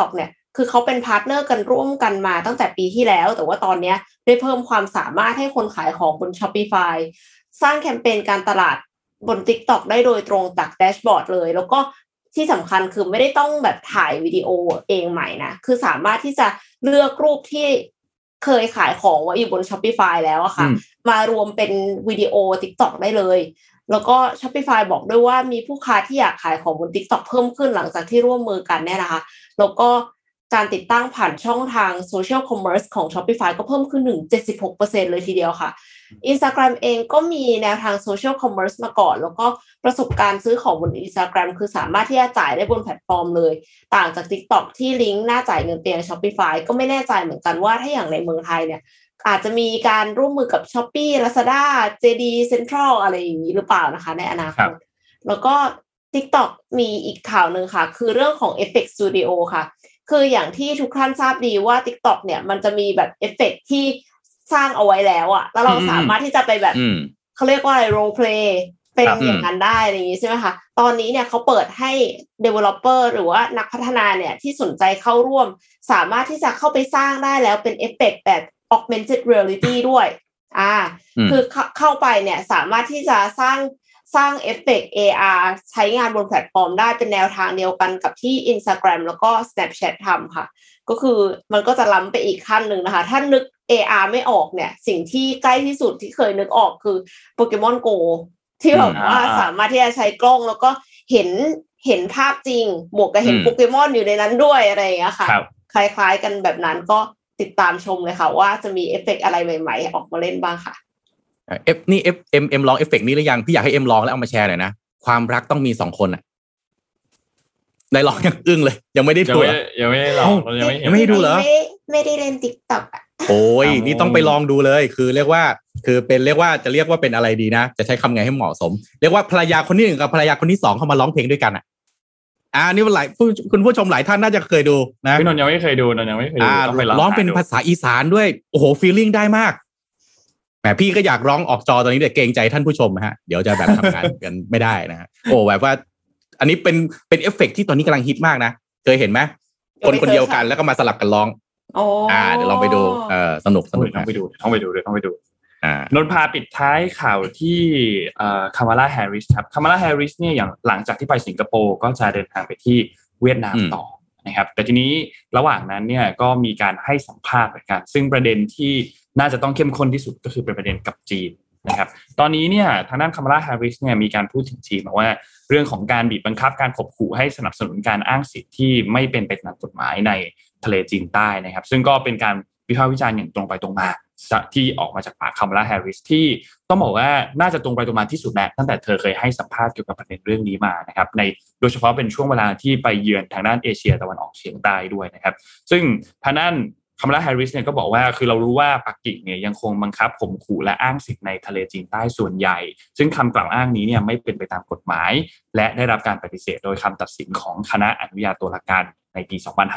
คือเขาเป็นพาร์ทเนอร์กันร่วมกันมาตั้งแต่ปีที่แล้วแต่ว่าตอนนี้ได้เพิ่มความสามารถให้คนขายของบน Shopify สร้างแคมเปญการตลาดบน TikTok ได้โดยตรงจากแดชบอร์ดเลยแล้วก็ที่สำคัญคือไม่ได้ต้องแบบถ่ายวิดีโอเองใหม่นะคือสามารถที่จะเลือกรูปที่เคยขายของไว้อยู่บน Shopify แล้วอะค่ะมารวมเป็นวิดีโอ TikTok ได้เลยแล้วก็ Shopify บอกด้วยว่ามีผู้ค้าที่อยากขายของบน TikTok เพิ่มขึ้นหลังจากที่ร่วมมือกันเนี่ยนะคะแล้วก็การติดตั้งผ่านช่องทาง Social Commerce ของ Shopify ก็เพิ่มขึ้นถึง 76% เลยทีเดียวค่ะ Instagram เองก็มีแนวทาง Social Commerce มาก่อนแล้วก็ประสบการณ์ซื้อของบน Instagram คือสามารถที่จะจ่ายได้บนแพลตฟอร์มเลยต่างจาก TikTok ที่ลิงก์หน้าจ่ายเงินเตียง Shopify ก็ไม่แน่ใจเหมือนกันว่าถ้าอย่างในเมืองไทยเนี่ยอาจจะมีการร่วมมือกับ Shopee Lazada JD Central อะไรอย่างนี้หรือเปล่านะคะในอนาคตแล้วก็ TikTok มีอีกข่าวนึงค่ะคือเรื่องของ Effect Studio ค่ะคืออย่างที่ทุกท่านทราบดีว่า TikTok เนี่ยมันจะมีแบบเอฟเฟคที่สร้างเอาไว้แล้วอะแล้วเราสามารถที่จะไปแบบเขาเรียกว่าอะไร role play เป็นอย่างนั้นได้อะไรอย่างนี้ใช่ไหมคะตอนนี้เนี่ยเขาเปิดให้ developer หรือว่านักพัฒนาเนี่ยที่สนใจเข้าร่วมสามารถที่จะเข้าไปสร้างได้แล้วเป็นเอฟเฟคแบบ augmented reality ด้วยคือเข้าไปเนี่ยสามารถที่จะสร้างเอฟเฟกต์ AR ใช้งานบนแพลตฟอร์มได้เป็นแนวทางเดียวกันกับที่ Instagram แล้วก็ Snapchat ทำค่ะก็คือมันก็จะล้ำไปอีกขั้นหนึ่งนะคะถ้านึก AR ไม่ออกเนี่ยสิ่งที่ใกล้ที่สุดที่เคยนึกออกคือ Pokemon Go ที่แบบว่าสามารถที่จะใช้กล้องแล้วก็เห็นภาพจริงบวกกับเห็นโปเกมอนอยู่ในนั้นด้วยอะไรอย่างเงี้ยค่ะคล้ายๆกันแบบนั้นก็ติดตามชมเลยค่ะว่าจะมีเอฟเฟกต์อะไรใหม่ๆออกมาเล่นบ้างค่ะนี่เอ็มลองเอฟเฟกต์นี้หรือยังพี่อยากให้เอ็มลองแล้วเอามาแชร์หน่อยนะความรักต้องมี2 คนอ่ะได้ลองยังอึ้งเลยยังไม่ได้ดูยังไม่ได้ลองเรายังไม่ได้ดูเหรอไม่ได้เล่น TikTok อ่ะโอ้ยนี่ต้องไปลองดูเลยคือเรียกว่าจะเรียกว่าเป็นอะไรดีนะจะใช้คำไงให้เหมาะสมเรียกว่าภรรยาคนที่1กับภรรยาคนที่2เข้ามาร้องเพลงด้วยกันอ่ะนี่มันคุณผู้ชมหลายท่านน่าจะเคยดูนะพี่นนท์ยังไม่เคยดูต้องไปร้องเป็นภาษาอีสานด้วยโอ้โหฟีลลิ่งได้มากแหมพี่ก็อยากร้องออกจอตอนนี้แต่เกรงใจท่านผู้ชมฮะเดี๋ยวจะแบบทำงานกันไม่ได้นะฮะโอ้แบบว่าอันนี้เป็นเอฟเฟกต์ที่ตอนนี้กำลังฮิตมากนะเคยเห็นไหมคนเดียวกันแล้วก็มาสลับกันร้องเดี๋ยวลองไปดูสนุกต้องไปดูนนท์พาปิดท้ายข่าวที่คามาลาแฮร์ริสครับคามาลาแฮร์ริสเนี่ยอย่างหลังจากที่ไปสิงคโปร์ก็จะเดินทางไปที่เวียดนามต่อนะครับแต่ทีนี้ระหว่างนั้นเนี่ยก็มีการให้สัมภาษณ์เหมือนกันซึ่งประเด็นที่น่าจะต้องเข้มข้นที่สุดก็คือเป็นประเด็นกับจีนนะครับตอนนี้เนี่ยทางด้านคามาลาแฮร์ริสเนี่ยมีการพูดถึงจีนบอกว่าเรื่องของการบีบบังคับการข่มขู่ให้สนับสนุนการอ้างสิทธิ์ที่ไม่เป็นไปตามกฎหมายในทะเลจีนใต้นะครับซึ่งก็เป็นการวิพากษ์วิจารณ์อย่างตรงไปตรงมาที่ออกมาจากปากคามาลาแฮร์ริสที่ต้องบอกว่าน่าจะตรงไปตรงมาที่สุดแหละตั้งแต่เธอเคยให้สัมภาษณ์เกี่ยวกับประเด็นเรื่องนี้มานะครับในโดยเฉพาะเป็นช่วงเวลาที่ไปเยือนทางด้านเอเชียตะวันออกเฉียงใต้ด้วยนะครับซึ่งทางด้านคามาลาแฮร์ริสเนี่ยก็บอกว่าคือเรารู้ว่าปักกิ่งเนี่ยยังคงบังคับข่มขู่และอ้างสิทธิ์ในทะเลจีนใต้ส่วนใหญ่ซึ่งคำกล่าวอ้างนี้เนี่ยไม่เป็นไปตามกฎหมายและได้รับการปฏิเสธโดยคำตัดสินของคณะอนุญาโตตุลาการในปี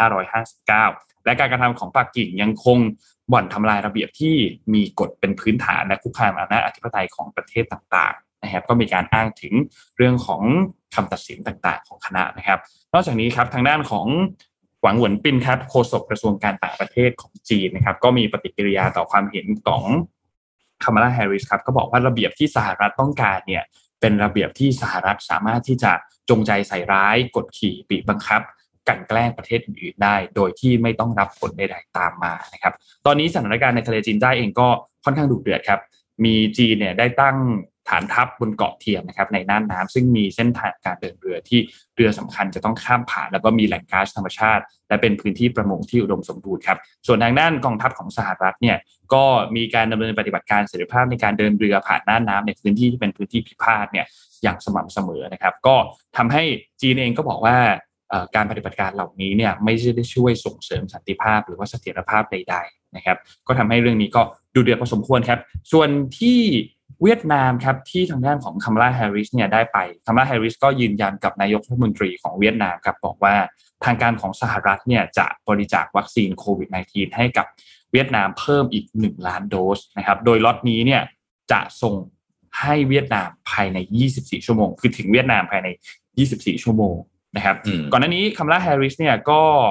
2559 และการกระทำของปักกิ่งยังคงบ่อนทำลายระเบียบที่มีกฎเป็นพื้นฐานและคุกคามอำนาจอธิปไตยของประเทศต่างๆนะครับก็มีการอ้างถึงเรื่องของคำตัดสินต่างๆของคณะนะครับนอกจากนี้ครับทางด้านของหวังเหวินปิ้นครับโฆษกกระทรวงการต่างประเทศของจีนนะครับก็มีปฏิกิริยาต่อความเห็นของคามาลาแฮร์ริสครับก็บอกว่าระเบียบที่สหรัฐต้องการเนี่ยเป็นระเบียบที่สหรัฐสามารถที่จะจงใจใส่ร้ายกดขี่บีบบังคับกันแกล้งประเทศอื่นๆได้โดยที่ไม่ต้องรับผลใดๆตามมานะครับตอนนี้สถานการณ์ในทะเลจีนใต้เองก็ค่อนข้างดุเดือดครับมีจีนเนี่ยได้ตั้งฐานทัพบนเกาะเทียมนะครับในน่านน้ำซึ่งมีเส้นทางการเดินเรือที่เรือสำคัญจะต้องข้ามผ่านแล้วก็มีแหล่งก๊าซธรรมชาติและเป็นพื้นที่ประมงที่อุดมสมบูรณ์ครับส่วนทางด้านกองทัพของสหรัฐเนี่ยก็มีการดำเนินปฏิบัติการเสรีภาพในการเดินเรือผ่านน่านน้ำในพื้นที่ที่เป็นพื้นที่พิพาทเนี่ยอย่างสม่ำเสมอนะครับก็ทำให้จีนเองก็บอกว่าการปฏิบัติการเหล่านี้เนี่ยไม่ได้ช่วยส่งเสริมสันติภาพหรือว่าเสถียรภาพใดๆนะครับก็ทำให้เรื่องนี้ก็ดุเดือดพอสมควรครับส่วนที่เวียดนามครับที่ทางด้านของคามาลาแฮร์ริสเนี่ยได้ไปคามาลาแฮร์ริสก็ยืนยันกับนายกรัฐมนตรีของเวียดนามครับบอกว่าทางการของสหรัฐเนี่ยจะบริจาควัคซีนโควิด -19 ให้กับเวียดนามเพิ่มอีก1 ล้านโดสนะครับโดยล็อตนี้เนี่ยจะส่งให้เวียดนามภายใน24ชั่วโมงคือถึงเวียดนามภายใน24ชั่วโมงนะครับก่อนหน้านี้คามาลาแฮร์ริสเนี่ยก็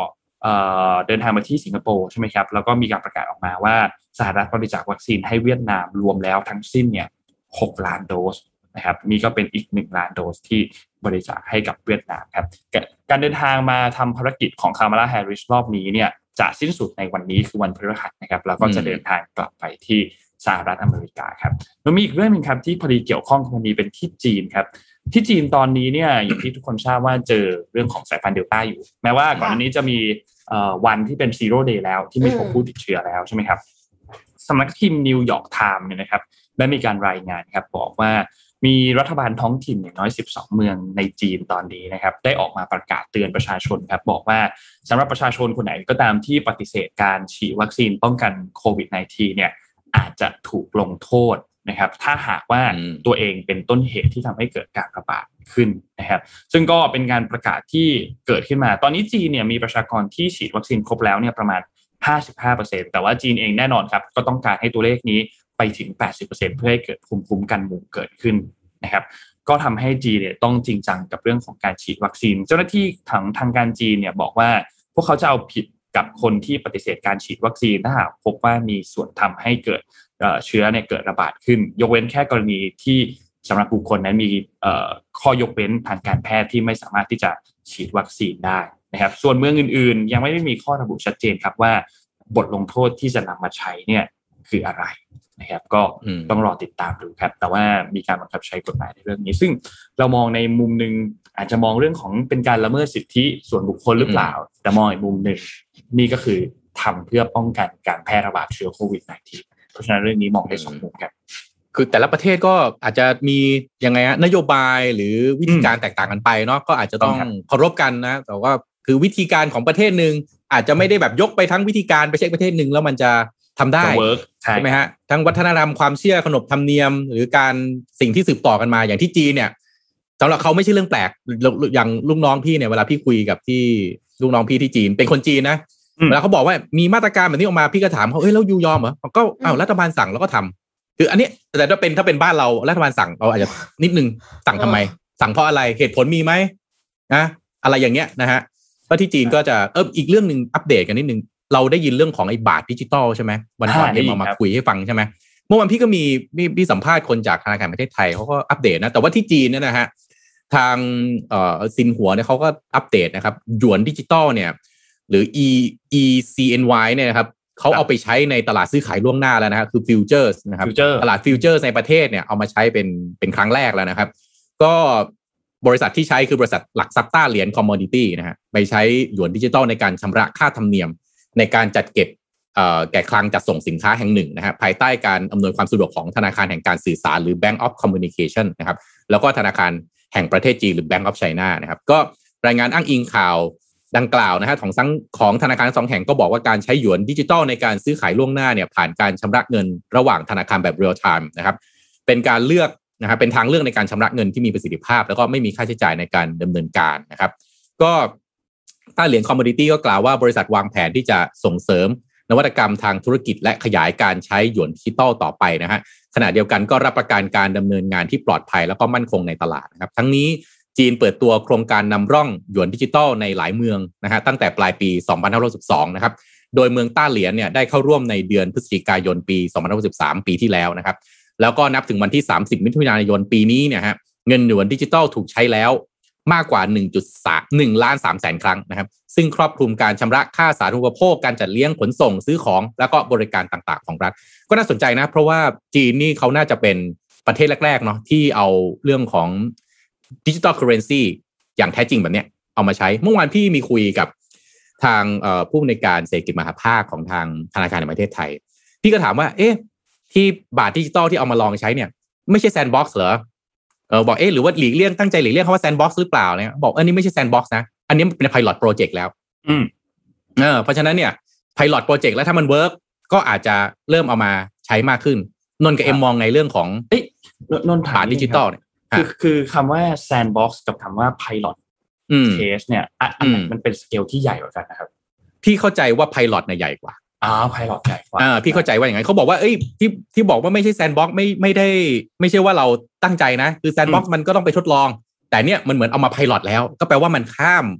เดินทางมาที่สิงคโปร์ใช่ไหมครับแล้วก็มีการประกาศออกมาว่าสหรัฐบริจาควัคซีนให้เวียดนามรวมแล้วทั้งสิ้นเนี่ย6 ล้านโดสนะครับนี่ก็เป็นอีก1 ล้านโดสที่บริจาคให้กับเวียดนามครับการเดินทางมาทำภารกิจของคามาลาแฮร์ริสรอบนี้เนี่ยจะสิ้นสุดในวันนี้คือวันพฤหัสนะครับแล้วก็จะเดินทางกลับไปที่สหรัฐอเมริกาครับแล้วมีอีกเรื่องนึงครับที่พอดีเกี่ยวข้องกับวันนี้เป็นที่จีนครับที่จีนตอนนี้เนี่ยอย่างที่ทุกคนทราบว่าเจอเรื่องของสายพันธุ์เดลต้าอยู่แม้ว่าก่อนหน้านี้จะมีวันที่เป็นซีโร่เดย์แล้วที่ไม่พบผู้ติดเชื้อแล้วใช่ไหมครับสำนักพิมพ์นิวยอร์กไทม์เนี่ยนะครับได้มีการรายงานครับบอกว่ามีรัฐบาลท้องถิ่นอย่างน้อย12เมืองในจีนตอนนี้นะครับได้ออกมาประกาศเตือนประชาชนครับบอกว่าสำหรับประชาชนคนไหนก็ตามที่ปฏิเสธการฉีดวัคซีนป้องกันโควิด -19 เนี่ยอาจจะถูกลงโทษนะครับถ้าหากว่าตัวเองเป็นต้นเหตุที่ทำให้เกิดการระบาดขึ้นนะครับซึ่งก็เป็นการประกาศที่เกิดขึ้นมาตอนนี้จีนเนี่ยมีประชากรที่ฉีดวัคซีนครบแล้วเนี่ยประมาณ 55% แต่ว่าจีนเองแน่นอนครับก็ต้องการให้ตัวเลขนี้ไปถึง 80% เพื่อให้เกิดภูมิคุ้มกันหมู่เกิดขึ้นนะครับก็ทำให้จีนเนี่ยต้องจริงจังกับเรื่องของการฉีดวัคซีนเจ้าหน้าที่ทางการจีนเนี่ยบอกว่าพวกเขาจะเอาผิดกับคนที่ปฏิเสธการฉีดวัคซีนถ้าหากพบว่ามีส่วนทำให้เกิดเชื้อเนี่ยเกิดระบาดขึ้นยกเว้นแค่กรณีที่สำหรับบุคคลนั้นมีข้อยกเว้นทางการแพทย์ที่ไม่สามารถที่จะฉีดวัคซีนได้นะครับส่วนเมืองอื่นๆยังไม่ได้มีข้อระบุชัดเจนครับว่าบทลงโทษที่จะนำมาใช้เนี่ยคืออะไรนะครับก็ต้องรอติดตามดูครับแต่ว่ามีการบังคับใช้กฎหมายในเรื่องนี้ซึ่งเรามองในมุมนึงอาจจะมองเรื่องของเป็นการละเมิดสิทธิส่วนบุคคลหรือเปล่าแต่มองอีกมุมนึงนี่ก็คือทำเพื่อป้องกันการแพร่ระบาดเชื้อโควิด -19 เพราะฉะนั้นเรื่องนี้มองได้2มุมครับคือแต่ละประเทศก็อาจจะมียังไงฮะนโยบายหรือวิธีการแตกต่างกันไปเนาะก็อาจจะต้องเคารพกันนะแต่ว่าคือวิธีการของประเทศนึงอาจจะไม่ได้แบบยกไปทั้งวิธีการไปเช็คประเทศนึงแล้วมันจะทำได้ใช่ไหมฮะทั้งวัฒนธรรมความเชื่อขนบธรรมเนียมหรือการสิ่งที่สืบต่อกันมาอย่างที่จีนเนี่ยสำหรับเขาไม่ใช่เรื่องแปลกอย่างลูกน้องพี่เนี่ยเวลาพี่คุยกับที่ลูกน้องพี่ที่จีนเป็นคนจีนนะเวลาเขาบอกว่ามีมาตรการแบบนี้ออกมาพี่ก็ถามเขาแล้วยูยอมเหรอก็รัฐบาลสั่งแล้วก็ทำคืออันนี้แต่ถ้าเป็นบ้านเรารัฐบาลสั่งเราอาจจะนิดนึงสั่งทำไมสั่งเพราะอะไรเหตุผลมีไหมนะอะไรอย่างเงี้ยนะฮะก็ที่จีนก็จะอีกเรื่องนึงอัปเดตกันนิดนึงเราได้ยินเรื่องของไอ้บาทดิจิตอลใช่ไหมวันก่อนที่มาคุยให้ฟังใช่ไหมเมื่อวันพี่ก็มีสัมภาษณ์คนจากธนาคารประเทศไทยเขาก็อัปเดตนะแต่ว่าที่จีนเนี่ยนะฮะทางซินหัวเนี่ยเขาก็อัปเดตนะครับหยวนดิจิตอลเนี่ยหรือ ECNY เนี่ยนะครับเขาเอาไปใช้ในตลาดซื้อขายล่วงหน้าแล้วนะครับคือฟิวเจอร์สนะครับตลาดฟิวเจอร์ในประเทศเนี่ยเอามาใช้เป็นครั้งแรกแล้วนะครับก็บริษัทที่ใช้คือบริษัทหลักทรัพย์ต้าเหรียญคอมมอดิตี้นะฮะไปใช้หยวนดิจิตอลในการชำระค่าธรรมเนียมในการจัดเก็บแก่คลังจัดส่งสินค้าแห่งหนึ่งนะฮะภายใต้การอำนวยความสะดวกของธนาคารแห่งการสื่อสารหรือ Bank of Communication นะครับแล้วก็ธนาคารแห่งประเทศจีนหรือ Bank of China นะครับก็รายงานอ้างอิงข่าวดังกล่าวนะฮะของธนาคาร2แห่งก็บอกว่าการใช้หยวนดิจิตอลในการซื้อขายล่วงหน้าเนี่ยผ่านการชำระเงินระหว่างธนาคารแบบ real time นะครับเป็นการเลือกนะครับเป็นทางเลือกในการชำระเงินที่มีประสิทธิภาพแล้วก็ไม่มีค่าใช้จ่ายในการดำเนินการนะครับก็ต้าเหรียญคอมมอดิตี้ก็กล่าวว่าบริษัทวางแผนที่จะส่งเสริมนวัตกรรมทางธุรกิจและขยายการใช้หยวนดิจิตอลต่อไปนะฮะขณะเดียวกันก็รับประกันการดำเนินงานที่ปลอดภัยแล้วก็มั่นคงในตลาดนะครับทั้งนี้จีนเปิดตัวโครงการนำร่องหยวนดิจิตอลในหลายเมืองนะฮะตั้งแต่ปลายปี2512นะครับโดยเมืองต้าเหลียนเนี่ยได้เข้าร่วมในเดือนพฤศจิกายนปี2513ปีที่แล้วนะครับแล้วก็นับถึงวันที่30มิถุนายนปีนี้เนี่ยฮะเงินหยวนดิจิตอลถูกใช้แล้วมากกว่า 1.1 ล้าน 3 แสนครั้งนะครับซึ่งครอบคลุมการชำระค่าสาธารณูปโภคการจัดเลี้ยงขนส่งซื้อของแล้วก็บริการต่างๆของรัฐก็น่าสนใจนะเพราะว่าจีนนี่เขาน่าจะเป็นประเทศแรกๆเนาะที่เอาเรื่องของดิจิตอลเคอเรนซีอย่างแท้จริงแบบเนี้ยเอามาใช้เมื่อวานพี่มีคุยกับทางผู้อำนวยการเศรษฐกิจมหาภาคของทางธนาคารแห่งประเทศไทยพี่ก็ถามว่าที่บาทดิจิตอลที่เอามาลองใช้เนี่ยไม่ใช่แซนด์บ็อกซ์เหรอบอกหรือว่าหลีกเลี่ยงตั้งใจหลีกเลี่ยงคำว่าแซนด์บ็อกซ์หรือเปล่าเนี่ยบอกอันนี้ไม่ใช่แซนด์บ็อกซ์นะอันนี้เป็น pilot project แล้วเพราะฉะนั้นเนี่ย pilot project แล้วถ้ามันเวิร์กก็อาจจะเริ่มเอามาใช้มากขึ้นนนกับเอ็มมองไงเรื่องของนนถามดิจิตอลเนี่ยคือคำว่า sandbox กับคำว่า pilot case เนี่ยอันไหนมันเป็นสเกลที่ใหญ่กว่ากันนะครับพี่เข้าใจว่า pilot เนี่ยใหญ่กว่า pilot ใหญ่กว่าพี่เข้าใจว่าอย่างไรเขาบอกว่าที่บอกว่าไม่ใช่ sandbox ไม่ใช่ว่าเราตั้งใจนะคือ sandbox มันก็ต้องไปทดลองแต่เนี่ยมันเหมือนเอามา pilot แล้วก็แปลว่ามันข้าม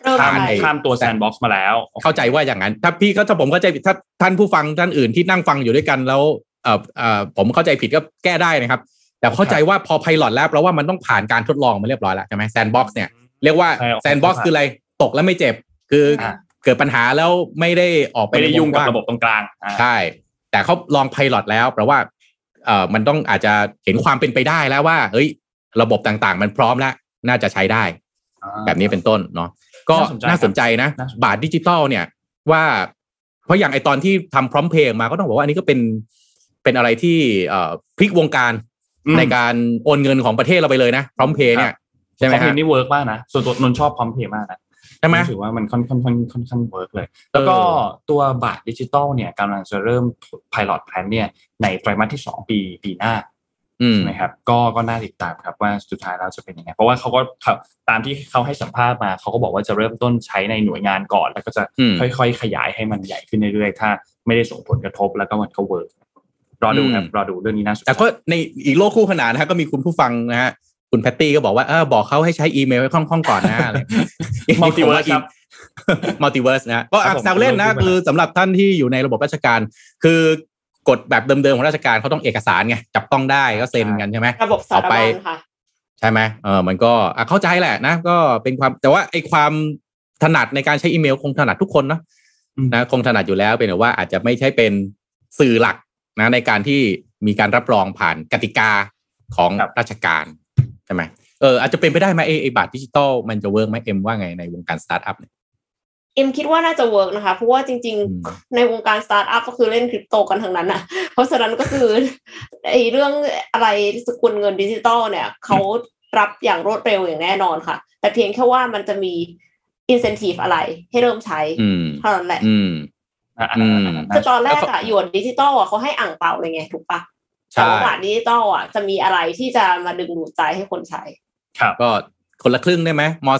ข้ามตัวแซนด์บ็อกซ์มาแล้วเข้าใจว่าอย่างนั้นถ้าผมเข้าใจผิดถ้าท่านผู้ฟังท่านอื่นที่นั่งฟังอยู่ด้วยกันแล้วผมเข้าใจผิดก็แก้ได้นะครับแต่เข้าใจว่าพอไพลอตแล้วเพราะว่ามันต้องผ่านการทดลองมาเรียบร้อยแล้วใช่ไหมแซนด์บ็อกซ์เนี่ยเรียกว่าแซนด์บ็อกซ์คืออะไรตกแล้วไม่เจ็บคือเกิดปัญหาแล้วไม่ได้ออกไปไม่ได้ยุ่งกับระบบตรงกลางใช่แต่เขาลองไพลอตแล้วแปลว่ามันต้องอาจจะเห็นความเป็นไปได้แล้วว่าเฮ้ยระบบต่างๆมันพร้อมแล้วน่าจะใช้ได้แบบนี้เป็นต้นเนาะก็น่าสนใจนะบาทดิจิตอลเนี่ยว่าเพราะอย่างไอตอนที่ทำพร้อมเพย์มาก็ต้องบอกว่าอันนี้ก็เป็นอะไรที่พลิกวงการในการโอนเงินของประเทศเราไปเลยนะพร้อมเพย์เนี่ยใช่ไหมครับพร้อมเพย์นี่เวิร์กมากนะส่วนตัวนนชอบพร้อมเพย์มากนะใช่ไหมรู้สึกว่ามันค่อนข้างเวิร์กเลยแล้วก็ตัวบาทดิจิตอลเนี่ยกำลังจะเริ่ม pilot plan เนี่ยในไตรมาสที่2ปีหน้าใช่ไหมครับก็น่าติดตามครับว่าสุดท้ายแล้วจะเป็นยังไงเพราะว่าเขาก็ตามที่เขาให้สัมภาษณ์มาเขาก็บอกว่าจะเริ่มต้นใช้ในหน่วยงานก่อนแล้วก็จะค่อยๆขยายให้มันใหญ่ขึ้นเรื่อยๆถ้าไม่ได้ส่งผลกระทบแล้วก็มันก็เวิร์กรอดูครับรอดูเรื่องนี้น่าสนใจแต่ก็ในอีกโลกคู่ขนานนะฮะก็มีคุณผู้ฟังนะฮะคุณแพตตี้ก็บอกว่าบอกเขาให้ใช้อีเมลไว้คล่องๆก่อนนะอะไรมัลติเวิร์สครับมัลติเวิร์สนะก็แซวเล่นนะคือสำหรับท่านที่อยู่ในระบบราชการคือกฎแบบเดิมๆของราชการเขาต้องเอกสารไงจับต้องได้ก็เซ็นกันใช่ไหมระบบสารบัญค่ะใช่ไหมมันก็เข้าใจแหละนะก็เป็นความแต่ว่าไอ้ความถนัดในการใช้อีเมลคงถนัดทุกคนนะคงถนัดอยู่แล้วเป็นแต่ว่าอาจจะไม่ใช่เป็นสื่อหลักนะในการที่มีการรับรองผ่านกติกาของราชการใช่ไหมอาจจะเป็นไปได้ไหมไอ้บัตรดิจิตอลมันจะเวิร์กไหมเอ็มว่าไงในวงการสตาร์ทอัพเนี่ยเอ็มคิดว่าน่าจะเวิร์กนะคะเพราะว่าจริงๆในวงการสตาร์ทอัพก็คือเล่นคริปโตกันทั้งนั้นน่ะเพราะฉะนั้นก็คือไอ้เรื่องอะไรสกุลเงินดิจิตอลเนี่ยเขารับอย่างรวดเร็วอย่างแน่นอนค่ะแต่เพียงแค่ว่ามันจะมี incentive อะไรให้เริ่มใช้เท่านั้นแหละคือตอนแรกอะหยวนดิจิตอลอะเขาให้อ่างเปาเลยไงถูกปะแต่ว่าบาทดิจิตอลอะจะมีอะไรที่จะมาดึงดูดใจให้คนใช้ครับก็คนละครึ่งได้ไหมม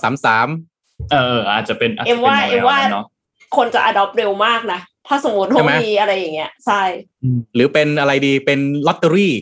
.33 อาจจะเป็นเอ็มว่าคนจะ adopt เร็วมากนะถ้าสมมติว่ามีอะไรอย่างเงี้ยใช่หรือเป็นอะไรดีเป็นลอตเตอรี่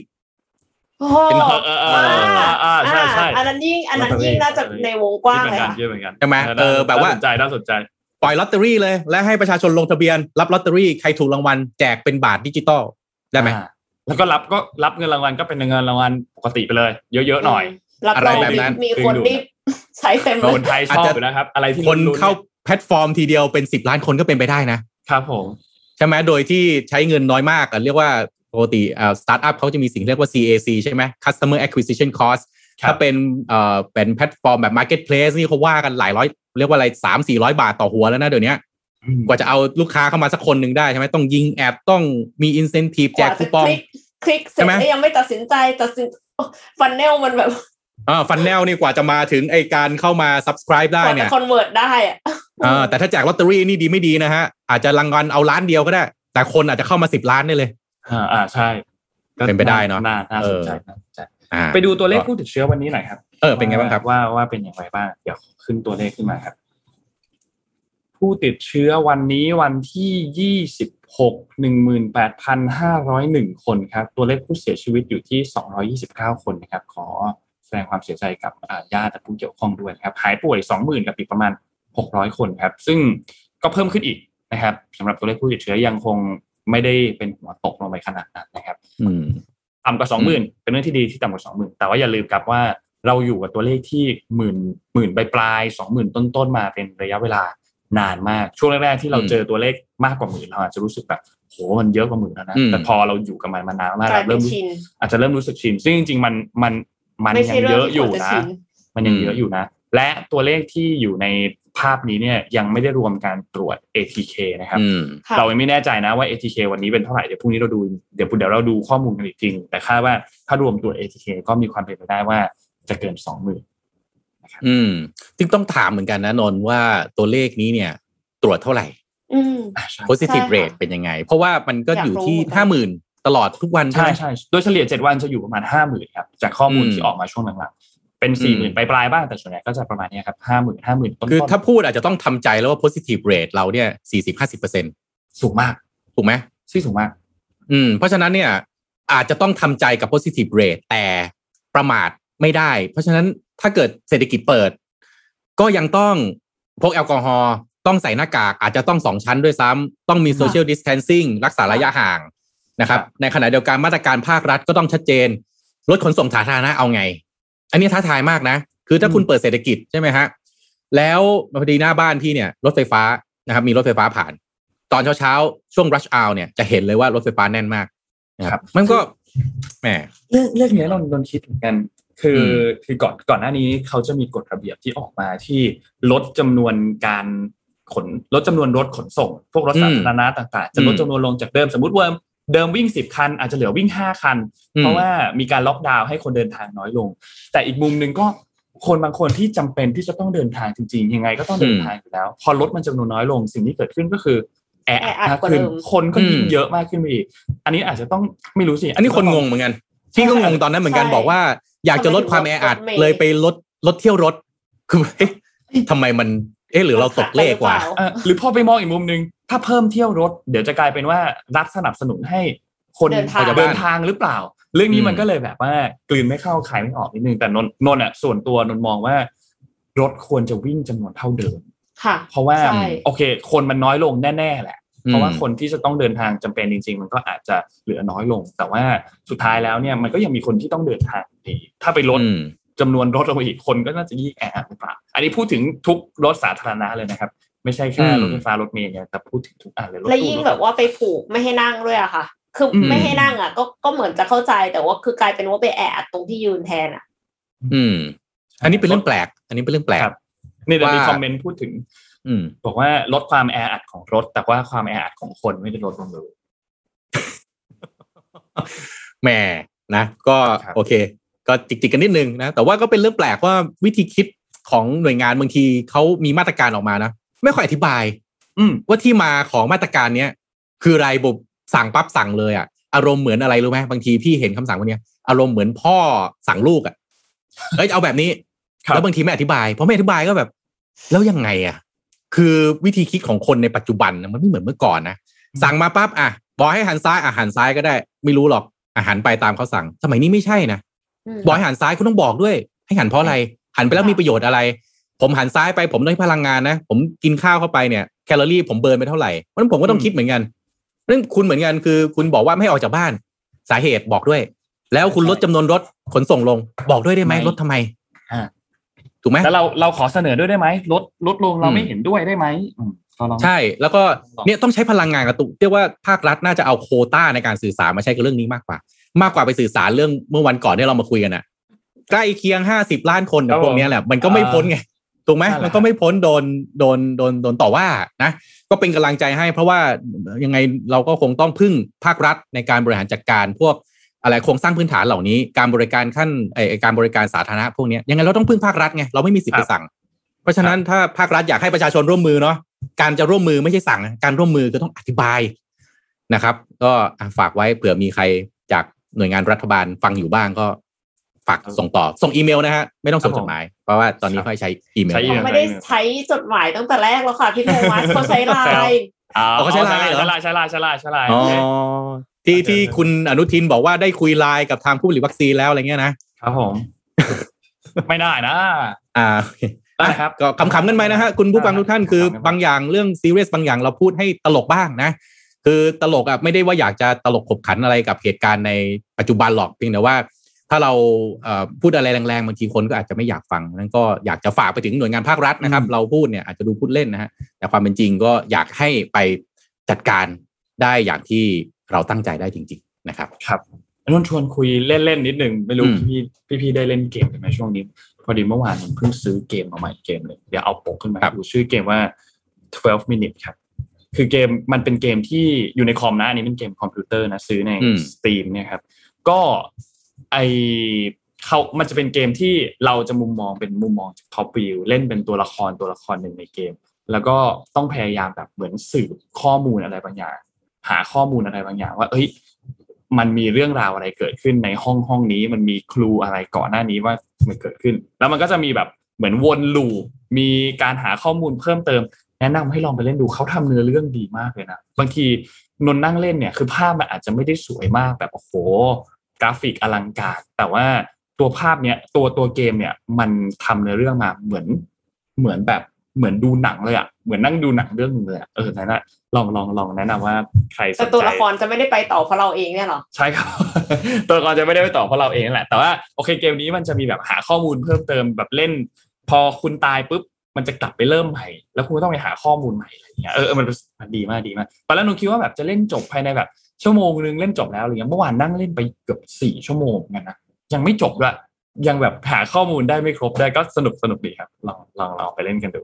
ใช่อันนั้นยิ่งน่าจะในวงกว้างเลยใช่ไหมแบบว่าน่าสนใจปล่อยลอตเตอรี่เลยและให้ประชาชนลงทะเบียนรับลอตเตอรี่ใครถูกรางวัลแจกเป็นบาทดิจิตอลได้ไหมแล้วก็รับเงินรางวัลก็เป็นเงินรางวัลปกติไปเลยเยอะๆหน่อยอะไรแบบนั้นมีคนรีบใช้เต็มคนไทยชอบอยู่นะครับอะไรที่คนเข้าแพลตฟอร์มทีเดียวเป็น10 ล้านคนก็เป็นไปได้นะครับผมใช่ไหมโดยที่ใช้เงินน้อยมากเรียกว่าปกติสตาร์ทอัพเขาจะมีสิ่งเรียกว่า CAC ใช่ไหม Customer Acquisition Cost ถ้าเป็นแพลตฟอร์มแบบ Marketplace นี่เขาว่ากันหลายร้อยเรียกว่าอะไร 300-400 บาทต่อหัวแล้วนะเดี๋ยวนี้กว่าจะเอาลูกค้าเข้ามาสักคนหนึ่งได้ใช่ไหมต้องยิงแอดต้องมี incentive แจกคูปองคลิกเสร็จแล้วยังไม่ตัดสินใจฟันเนลมันแบบฟันแนลนี่กว่าจะมาถึงไอการเข้ามา subscribe ได้เนี่ยคอนเวิร์ตได้แต่ถ้าแจกลอตเตอรี่นี่ดีไม่ดีนะฮะอาจจะรางวัลเอาล้านเดียวก็ได้แต่คนอาจจะเข้ามา10 ล้านได้เลยใช่เป็นไปได้เนาะน่าสนใจไปดูตัวเลขผู้ติดเชื้อวันนี้หน่อยครับเป็นไงบ้างครับว่าเป็นอย่างไรบ้างเดี๋ยวขึ้นตัวเลขขึ้นมาครับผู้ติดเชื้อวันนี้วันที่26 18,501 คนครับตัวเลขผู้เสียชีวิตอยู่ที่229 คนนะครับขอแสดงความเสียใจกับญาติและผู้เกี่ยวข้องด้วยนะครับหายป่วย 20,000 กับอีกประมาณ600 คนครับซึ่งก็เพิ่มขึ้นอีกนะครับสำหรับตัวเลขผู้ติดเชื้อยังคงไม่ได้เป็นหัวตกลงไปขนาดนั้นนะครับต่ำกว่า 20,000 เป็นเรื่องที่ดีที่ต่ำกว่า 20,000 แต่ว่าอย่าลืมครับว่าเราอยู่กับตัวเลขที่หมื่นปลาย 20,000 ต้นๆมาเป็นระยะเวลานานมากช่วงแรกๆที่เราเจอตัวเลขมากกว่าหมื่นเราอาจจะรู้สึกแบบโหมันเยอะกว่าหมื่นแล้วนะแต่พอเราอยู่กับมันมานานมากเริ่มอาจจะเริ่มรู้สึกชินซึ่งจริงๆมันยังเยอะอยู่นะมันยังเยอะอยู่นะและตัวเลขที่อยู่ในภาพนี้เนี่ยยังไม่ได้รวมการตรวจ ATK นะครับเราไม่แน่ใจนะว่า ATK วันนี้เป็นเท่าไหร่เดี๋ยวพรุ่งนี้เราดูเดี๋ยวเราดูข้อมูลกันอีกทีแต่คาดว่าถ้ารวมตัว ATK ก็มีความเป็นไปได้ว่าจะเกิน 20,000 ซึ่งต้องถามเหมือนกันนะนนท์ว่าตัวเลขนี้เนี่ยตรวจเท่าไหร่positive rate เป็นยังไงเพราะว่ามันก็อยู่ที่ 50,000 ตลอดทุกวันใช่โดยเฉลี่ย7วันจะอยู่ประมาณ 50,000 ครับจากข้อมูลที่ออกมาช่วงหลังๆเป็น 40,000 ปลายๆบ้างแต่ส่วนใหญ่ก็จะประมาณนี้ครับ 50,000 ต้นๆคือถ้าพูดอาจจะต้องทำใจแล้วว่า positive rate เราเนี่ย 40-50% สูงมากถูกไหมสูงมากเพราะฉะนั้นเนี่ยอาจจะต้องทำใจกับ positive rate แต่ประมาทไม่ได้เพราะฉะนั้นถ้าเกิดเศรษฐกิจเปิดก็ยังต้องพกแอลกอฮอล์ต้องใส่หน้ากากอาจจะต้อง2ชั้นด้วยซ้ำต้องมี social distancing รักษาระยะห่างนะครับในขณะเดียวกันมาตรการภาครัฐก็ต้องชัดเจนรถขนส่งสาธารณะเอาไงอันนี้ท้าทายมากนะคือถ้าคุณเปิดเศรษฐกิจใช่ไหมฮะแล้วพอดีหน้าบ้านพี่เนี่ยรถไฟฟ้านะครับมีรถไฟฟ้าผ่านตอนเช้าช่วง rush hour เนี่ยจะเห็นเลยว่ารถไฟฟ้าแน่นมากนะครับมันก็แหมเรื่องนี้เราคิดเหมือนกันคือก่อนหน้านี้เขาจะมีกฎระเบียบที่ออกมาที่ลดจำนวนการลดจำนวนรถขนส่งพวกรถสาธารณะต่างๆจะลดจำนวนลงจากเดิมสมมุติว่าเดิมวิ่ง10คันอาจจะเหลือวิ่ง5คันเพราะว่ามีการล็อกดาวน์ให้คนเดินทางน้อยลงแต่อีกมุมนึงก็คนบางคนที่จำเป็นที่จะต้องเดินทางจริงๆยังไงก็ต้องเดินทางอยู่แล้วพอรถมันจำนวนน้อยลงสิ่งที่เกิดขึ้นก็คือแออัดขึ้นคนก็ยิ่งเยอะมากขึ้นไปอีกอันนี้อาจจะต้องไม่รู้สิอันนี้คนงงเหมือนกันพี่ก็งงตอนนั้นเหมือนกันบอกว่าอยากจะลดความแออัดเลยไปลดเที่ยวรถคือทำไมมันหรือเราตกเลขกว่าหรือพอไปมองอีกมุมนึงถ้าเพิ่มเที่ยวรถเดี๋ยวจะกลายเป็นว่ารัฐสนับสนุนให้คนเดินทางหรือเปล่าเรื่องนี้มันก็เลยแบบว่ากลืนไม่เข้าคายไม่ออกนิดนึงแต่นนอ่ะส่วนตัวนนมองว่ารถควรจะวิ่งจำนวนเท่าเดิมเพราะว่าโอเคคนมันน้อยลงแน่ๆแหละเพราะว่าคนที่จะต้องเดินทางจำเป็นจริงๆมันก็อาจจะเหลือน้อยลงแต่ว่าสุดท้ายแล้วเนี่ยมันก็ยังมีคนที่ต้องเดินทางดีถ้าไปลดจำนวนรถลงอีกคนก็น่าจะยิ่งแออัดหรือเปล่าอันนี้พูดถึงทุกรถสาธารณะเลยนะครับไม่ใช่แค่รถไฟฟ้ารถเมล์เนี่ยแต่พูดถึงทุกอันเลยและยิ่งแบบว่าไปผูกไม่ให้นั่งด้วยอะค่ะคือไม่ให้นั่งอะก็เหมือนจะเข้าใจแต่ว่าคือกลายเป็นว่าไปแออัดตรงที่ยืนแทนอะอันนี้เป็นเรื่องแปลกนี่เดี๋ยวมีคอมเมนต์พูดถึงบอกว่าลดความแออัดของรถแต่ว่าความแออัดของคนไม่ได้ลดลงเลยแหมนะก็โอเคก็จิกๆกันนิดนึงนะแต่ว่าก็เป็นเรื่องแปลกว่าวิธีคิดของหน่วยงานบางทีเขามีมาตรการออกมานะไม่ค่อยอธิบายว่าที่มาของมาตรการเนี้ยคืออะไรบบสั่งปั๊บสั่งเลยอ่ะอารมณ์เหมือนอะไรรู้ไหมบางทีพี่เห็นคำสั่งพวกนี้อารมณ์เหมือนพ่อสั่งลูกอ่ะเอาแบบนี้แล้วบางทีไม่อธิบายเพราะไม่อธิบายก็แบบแล้วยังไงอ่ะคือวิธีคิดของคนในปัจจุบันมันไม่เหมือนเมื่อก่อนนะสั่งมาปั๊บอ่ะบอกให้หันซ้ายหันซ้ายก็ได้ไม่รู้หรอกหันไปตามเขาสั่งสมัยนี้ไม่ใช่นะบอกให้หันซ้ายคุณต้องบอกด้วยให้หันเพราะอะไรหันไปแล้วมีประโยชน์อะไรผมหันซ้ายไปผมได้พลังงานนะผมกินข้าวเข้าไปเนี่ยแคลอรี่ผมเบิร์นไปเท่าไหร่เพราะฉะนั้นผมก็ต้องคิดเหมือนกันนั่นคุณเหมือนกันคือคุณบอกว่าไม่ให้ออกจากบ้านสาเหตุบอกด้วยแล้วคุณลดจำนวนรถขนส่งลงบอกด้วยได้ไหมลดทำไมถูกไหมแล้วเราขอเสนอด้วยได้ไหมลดลงเราไม่เห็นด้วยได้ไหมใช่แล้วก็เนี่ยต้องใช้พลังงานกระตุกเรียกว่าภาครัฐน่าจะเอาโควต้าในการสื่อสารมาใช้กับเรื่องนี้มากกว่าไปสื่อสารเรื่องเมื่อวันก่อนที่เรามาคุยกันน่ะใกล้เคียง50 ล้านคนพวกนี้แหละมันก็ไม่พ้นไงถูกไหมมันก็ไม่พ้นโดนต่อว่านะก็เป็นกำลังใจให้เพราะว่ายังไงเราก็คงต้องพึ่งภาครัฐในการบริหารจัดการพวกอะไรโครงสร้างพื้นฐานเหล่านี้การบริการขั้นการบริการสาธารณะพวกนี้ยังไงเราต้องพึ่งภาครัฐไงเราไม่มีสิทธิ์ไปสั่งเพราะฉะนั้นถ้าภาครัฐอยากให้ประชาชนร่วมมือเนาะการจะร่วมมือไม่ใช่สั่งการร่วมมือก็ต้องอธิบายนะครับก็ฝากไว้เผื่อมีใครจากหน่วยงานรัฐบาลฟังอยู่บ้างก็ฝากส่งอีเมลนะฮะไม่ต้องส่งจดหมายเพราะว่าตอนนี้เขาใช้อีเมลเขาไม่ได้ใช้จดหมายตั้งแต่แรกแล้วค่ะพี่โทมัสเขาใช้ไลน์เขาใช้ไลน์เหรอใช้ไลน์ที่คุณอนุทินบอกว่าได้คุยไลน์กับทางผู้ผลิตวัคซีนแล้วอะไรเงี้ยนะครับผมไม่ได้นะได้ครับก็ขำๆกันไปนะฮะคุณผู้ฟังทุกท่านคือบางอย่างเรื่องซีเรียสบางอย่างเราพูดให้ตลกบ้างนะคือตลกอ่ะไม่ได้ว่าอยากจะตลกขบขันอะไรกับเหตุการณ์ในปัจจุบันหรอกเพียงแต่ว่าถ้าเราพูดอะไรแรงๆบางทีคนก็อาจจะไม่อยากฟังนั้นก็อยากจะฝากไปถึงหน่วยงานภาครัฐนะครับเราพูดเนี่ยอาจจะดูพูดเล่นนะฮะแต่ความเป็นจริงก็อยากให้ไปจัดการได้อย่างที่เราตั้งใจได้จริงๆนะครับครับนนชวนคุยเล่นๆนิดนึงไม่รู้พี่ได้เล่นเกมกันไหมช่วงนี้พอดีเมื่อวานผมเพิ่งซื้อเกมมาใหม่เกมเลยเดี๋ยวเอาปกขึ้นมาดูชื่อเกมว่า12 minutes ครับคือเกมมันเป็นเกมที่อยู่ในคอมนะอันนี้เป็นเกมคอมพิวเตอร์นะซื้อใน Steam เนี่ยครับก็มันจะเป็นเกมที่เราจะมุมมองจากท็อปวิวเล่นเป็นตัวละครหนึ่งในเกมแล้วก็ต้องพยายามแบบเหมือนสืบข้อมูลอะไรบางอย่างหาข้อมูลอะไรบางอย่างว่ามันมีเรื่องราวอะไรเกิดขึ้นในห้องนี้มันมีคลูอะไรก่อนหน้านี้ว่ามันเกิดขึ้นแล้วมันก็จะมีแบบเหมือนวนลูปมีการหาข้อมูลเพิ่มเติมแนะนำให้ลองไปเล่นดูเขาทำเนื้อเรื่องดีมากเลยนะบางทีนนนั่งเล่นเนี่ยคือภาพมันอาจจะไม่ได้สวยมากแบบโอ้โหกราฟิกอลังการแต่ว่าตัวภาพเนี้ยตัวเกมเนี่ยมันทำเนื้อเรื่องมาเหมือนแบบเหมือนดูหนังเลยอ่ะเหมือนนั่งดูหนังเรื่องนึงเลยอ่ะนั่นน่ะลองแนะนำว่าใครสนใจแต่ตัวละครจะไม่ได้ไปต่อเพราะเราเองเนี่ยหรอใช่ครับ ตัวละครจะไม่ได้ไปต่อเพราะเราเองแหละแต่ว่าโอเคเกมนี้มันจะมีแบบหาข้อมูลเพิ่มเติมแบบเล่นพอคุณตายปุ๊บมันจะกลับไปเริ่มใหม่แล้วคุณก็ต้องไปหาข้อมูลใหม่อะไรอย่างเงี้ยมันดีมากตอนแรกหนูคิดว่าแบบจะเล่นจบภายในแบบชั่วโมงนึงเล่นจบแล้วอะไรเงี้ยเมื่อวานนั่งเล่นไปเกือบ4 ชั่วโมงกันนะยังไม่จบด้วยยังแบบหาข้อมูลได้ไม่ครบได้ก็สนุกดีครับลองไปเล่นกันดู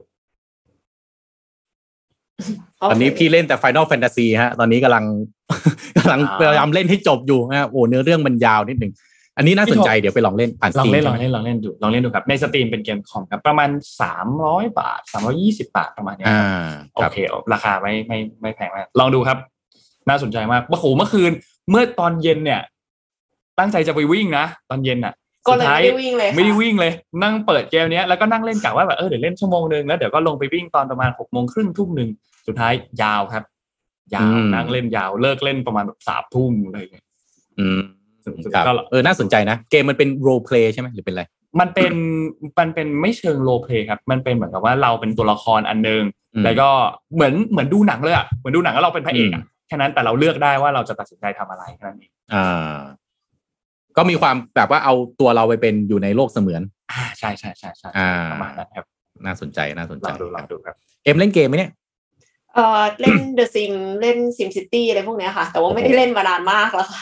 ตอนนี้พี่เล่นแต่ Final Fantasy ฮะตอนนี้กำลังพยายามเล่นให้จบอยู่ฮะโอ้เนื้อเรื่องมันยาวนิดนึงอันนี้น่าสนใจเดี๋ยวไปลองเล่นผ่าน Steam ลองเล่นดูครับใน Steam เป็นเกมคอมครับประมาณ300 บาท320 บาทประมาณนี้โอเคราคาไม่แพงมากลองดูครับน่าสนใจมากเมื่อคืนเมื่อตอนเย็นเนี่ยตั้งใจจะไปวิ่งนะตอนเย็นน่ะก็เลยไม่ได้วิ่งเลยนั่งเปิดเกมนี้แล้วก็นั่งเล่นกะว่าแบบเดี๋ยวเล่นชั่วโมงนึงแล้วเดี๋ยวก็ลงไปวิ่งตอนประมาณ 18:30 น. 1สุดท้ายยาวครับยาวนั่งเล่นยาวเลิกเล่นประมาณแบบ 3:00 น. อะไรอย่างเงี้ยครับน่าสนใจนะเกมมันเป็นโรลเพลย์ใช่มั้ยหรือเป็นอะไรมันเป็นไม่เชิงโรลเพลย์ครับมันเป็นเหมือนกับว่าเราเป็นตัวละครอันนึงแล้วก็เหมือนดูหนังเลยอ่ะเหมือนดูหนังแล้วเราเป็นพระเอกอ่ะแค่นั้นแต่เราเลือกได้ว่าเราจะตัดสินใจทำอะไรแค่นั้นเองก็มีความแบบว่าเอาตัวเราไปเป็นอยู่ในโลกเสมือนใช่ประมาณนั้นครับน่าสนใจลองดูครับเล่นเกมมั้ยเนี่ยเล่น The Sim เล่น Sim City อะไรพวกเนี้ยค่ะแต่ว่าไม่ได้เล่นมานานมากแล้วค่ะ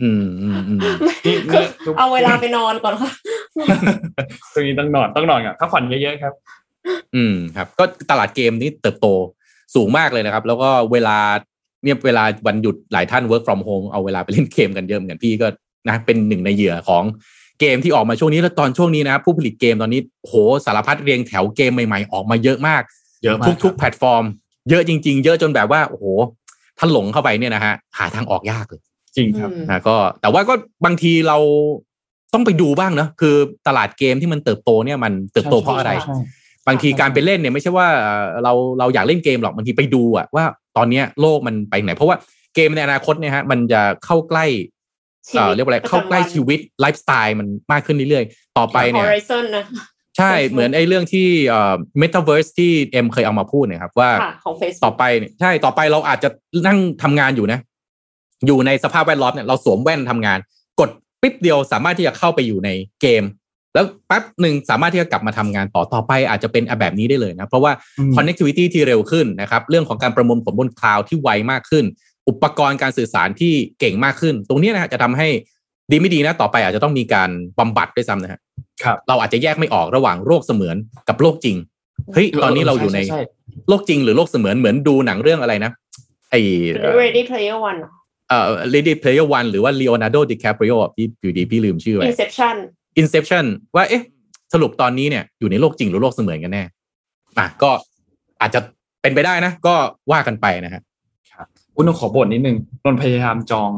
เอาเวลาไปนอนก่อนค่ะตรงนี้ต้องนอนครับพักผ่อนเยอะๆครับครับก็ตลาดเกมนี้เติบโตสูงมากเลยนะครับแล้วก็เวลาวันหยุดหลายท่าน work from home เอาเวลาไปเล่นเกมกันเยอะเหมือนกันพี่ก็นะเป็นหนึ่งในเหยื่อของเกมที่ออกมาช่วงนี้แล้วตอนช่วงนี้นะครับผู้ผลิตเกมตอนนี้โหสารพัดเรียงแถวเกมใหม่ๆออกมาเยอะมากทุกแพลตฟอร์มเยอะจริงๆเยอะจนแบบว่าโอ้โหถ้าหลงเข้าไปเนี่ยนะฮะหาทางออกยากเลยจริงครับนะก็แต่ว่าก็บางทีเราต้องไปดูบ้างนะคือตลาดเกมที่มันเติบโตเนี่ยมันเติบโตเพราะอะไรบางทีการไปเล่นเนี่ยไม่ใช่ว่าเราอยากเล่นเกมหรอกบางทีไปดูอะว่าตอนนี้โลกมันไปไหนเพราะว่าเกมในอนาคตเนี่ยฮะมันจะเข้าใกล้เรียกว่าอะไรเข้าใกล้ชีวิตไลฟ์สไตล์มันมากขึ้นเรื่อยๆต่อไปเนี่ยใช่เหมือนไอ้เรื่องที่Metaverse ที่เอ็มเคยเอามาพูดเนี่ยครับว่าต่อไปใช่ต่อไปเราอาจจะนั่งทำงานอยู่นะอยู่ในสภาพแวดล้อมเนี่ยเราสวมแว่นทำงานกดปิ๊บเดียวสามารถที่จะเข้าไปอยู่ในเกมแล้วแป๊บหนึ่งสามารถที่จะกลับมาทำงานต่อไปอาจจะเป็นแบบนี้ได้เลยนะเพราะว่า connectivity ที่เร็วขึ้นนะครับเรื่องของการประมวลผลบนคลาวด์ที่ไวมากขึ้นอุปกรณ์การสื่อสารที่เก่งมากขึ้นตรงนี้นะฮะจะทำให้ดีไม่ดีนะต่อไปอาจจะต้องมีการบำบัดด้วยซ้ำนะฮะเราอาจจะแยกไม่ออกระหว่างโรคเสมือนกับโรคจริงเฮ้ยตอนนี้เราอยู่ในโลกจริงหรือโลกเสมือนเหมือนดูหนังเรื่องอะไรนะไอ้ Ready Player One Ready Player One หรือว่า Leonardo DiCaprio พี่อยู่ดีพี่ลืมชื่อไป Inception ว่าเอ๊ะสรุปตอนนี้เนี่ยอยู่ในโลกจริงหรือโลกเสมือนกันแน่ก็อาจจะเป็นไปได้นะก็ว่ากันไปนะฮะครับต้องขอบ่นนิดนึงนนพยายามจอง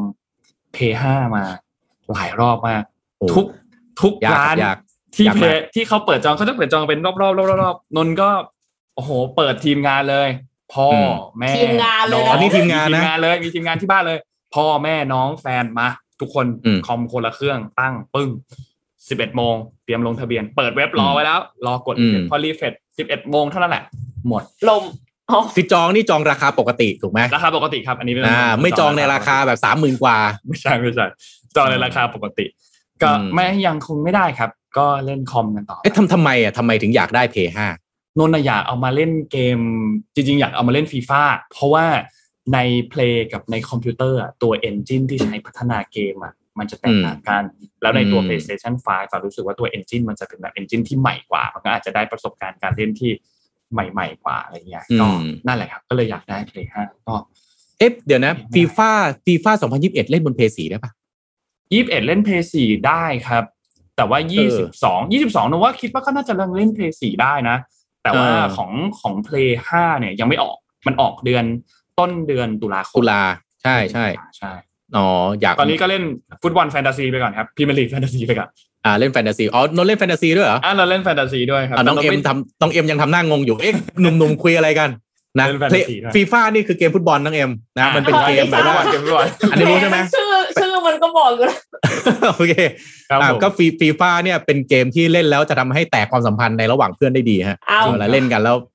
P5 มาหลายรอบมากทุกร้านที่เขาเปิดจองเขาจะเปิดจองเป็นรอบนนก็โอ้โหเปิดทีมงานเลยพ่อแม่ทีมงานเลยอันนี้ทีมงานนะมีทีมงานที่บ้านเลยพ่อแม่น้องแฟนมาทุกคนคอมคนละเครื่องตั้งปึ้ง 11 โมงเตรียมลงทะเบียนเปิดเว็บรอไว้แล้วรอกดพอรีเฟรช 11 โมงเท่านั้นแหละหมดลมที่จองนี่จองราคาปกติถูกไหมราคาปกติครับอันนี้ไม่จองในราคาแบบ 30,000 กว่าไม่ใช่จองในราคาปกติก็ไม่ยังคงไม่ได้ครับก็เล่นคอมกันต่อทำไมถึงอยากได้ Play 5 นนท์อยากเอามาเล่นเกมจริงๆอยากเอามาเล่น FIFA เพราะว่าใน Play กับในคอมพิวเตอร์ตัว engine ที่ใช้พัฒนาเกมมันจะแตกต่างกันแล้วในตัว PlayStation 5รู้สึกว่าตัว engine มันจะเป็นแบบ engine ที่ใหม่กว่ามันก็อาจจะได้ประสบการณ์การเล่นที่ใหม่ๆกว่าอะไรเงี้ยก็นั่นแหละครับก็เลยอยากได้ Play 5ก็เดี๋ยวนะ FIFA 2021เล่นบน Play 4ได้ป่ะ 21เล่น Play 4ได้ครับแต่ว่า22นึกว่าคิดว่าก็น่าจะเล่น Play 4ได้นะแต่ว่าของ Play 5เนี่ยยังไม่ออกมันออกต้นเดือนตุลาใช่อยากตอนนี้ก็เล่นฟุตบอลแฟนตาซีไปก่อนครับพรีเมียร์ลีกแฟนตาซีไปก่อนเล่นแฟนตาซีนนเล่นแฟนตาซีด้วยเหรอเราเล่นแฟนตาซีด้วยครับน้องเอ็มยังทำหน้างงอยู่หนุ่มคุยอะไรกันนะFIFA นี่คือเกมฟุตบอลน้องเอ็มนะมันเป็นเกมแบบว่าอันนี้รู้ใช่ไหมชื่อมันก็บอกอยู่แล้วโอเคก็FIFAเนี่ยเป็นเกมที่เล่นแล้วจะทำให้แตกความสัมพันธ์ในระหว่างเพื่อนได้ดีฮะเวลาเล่นกันแล้ว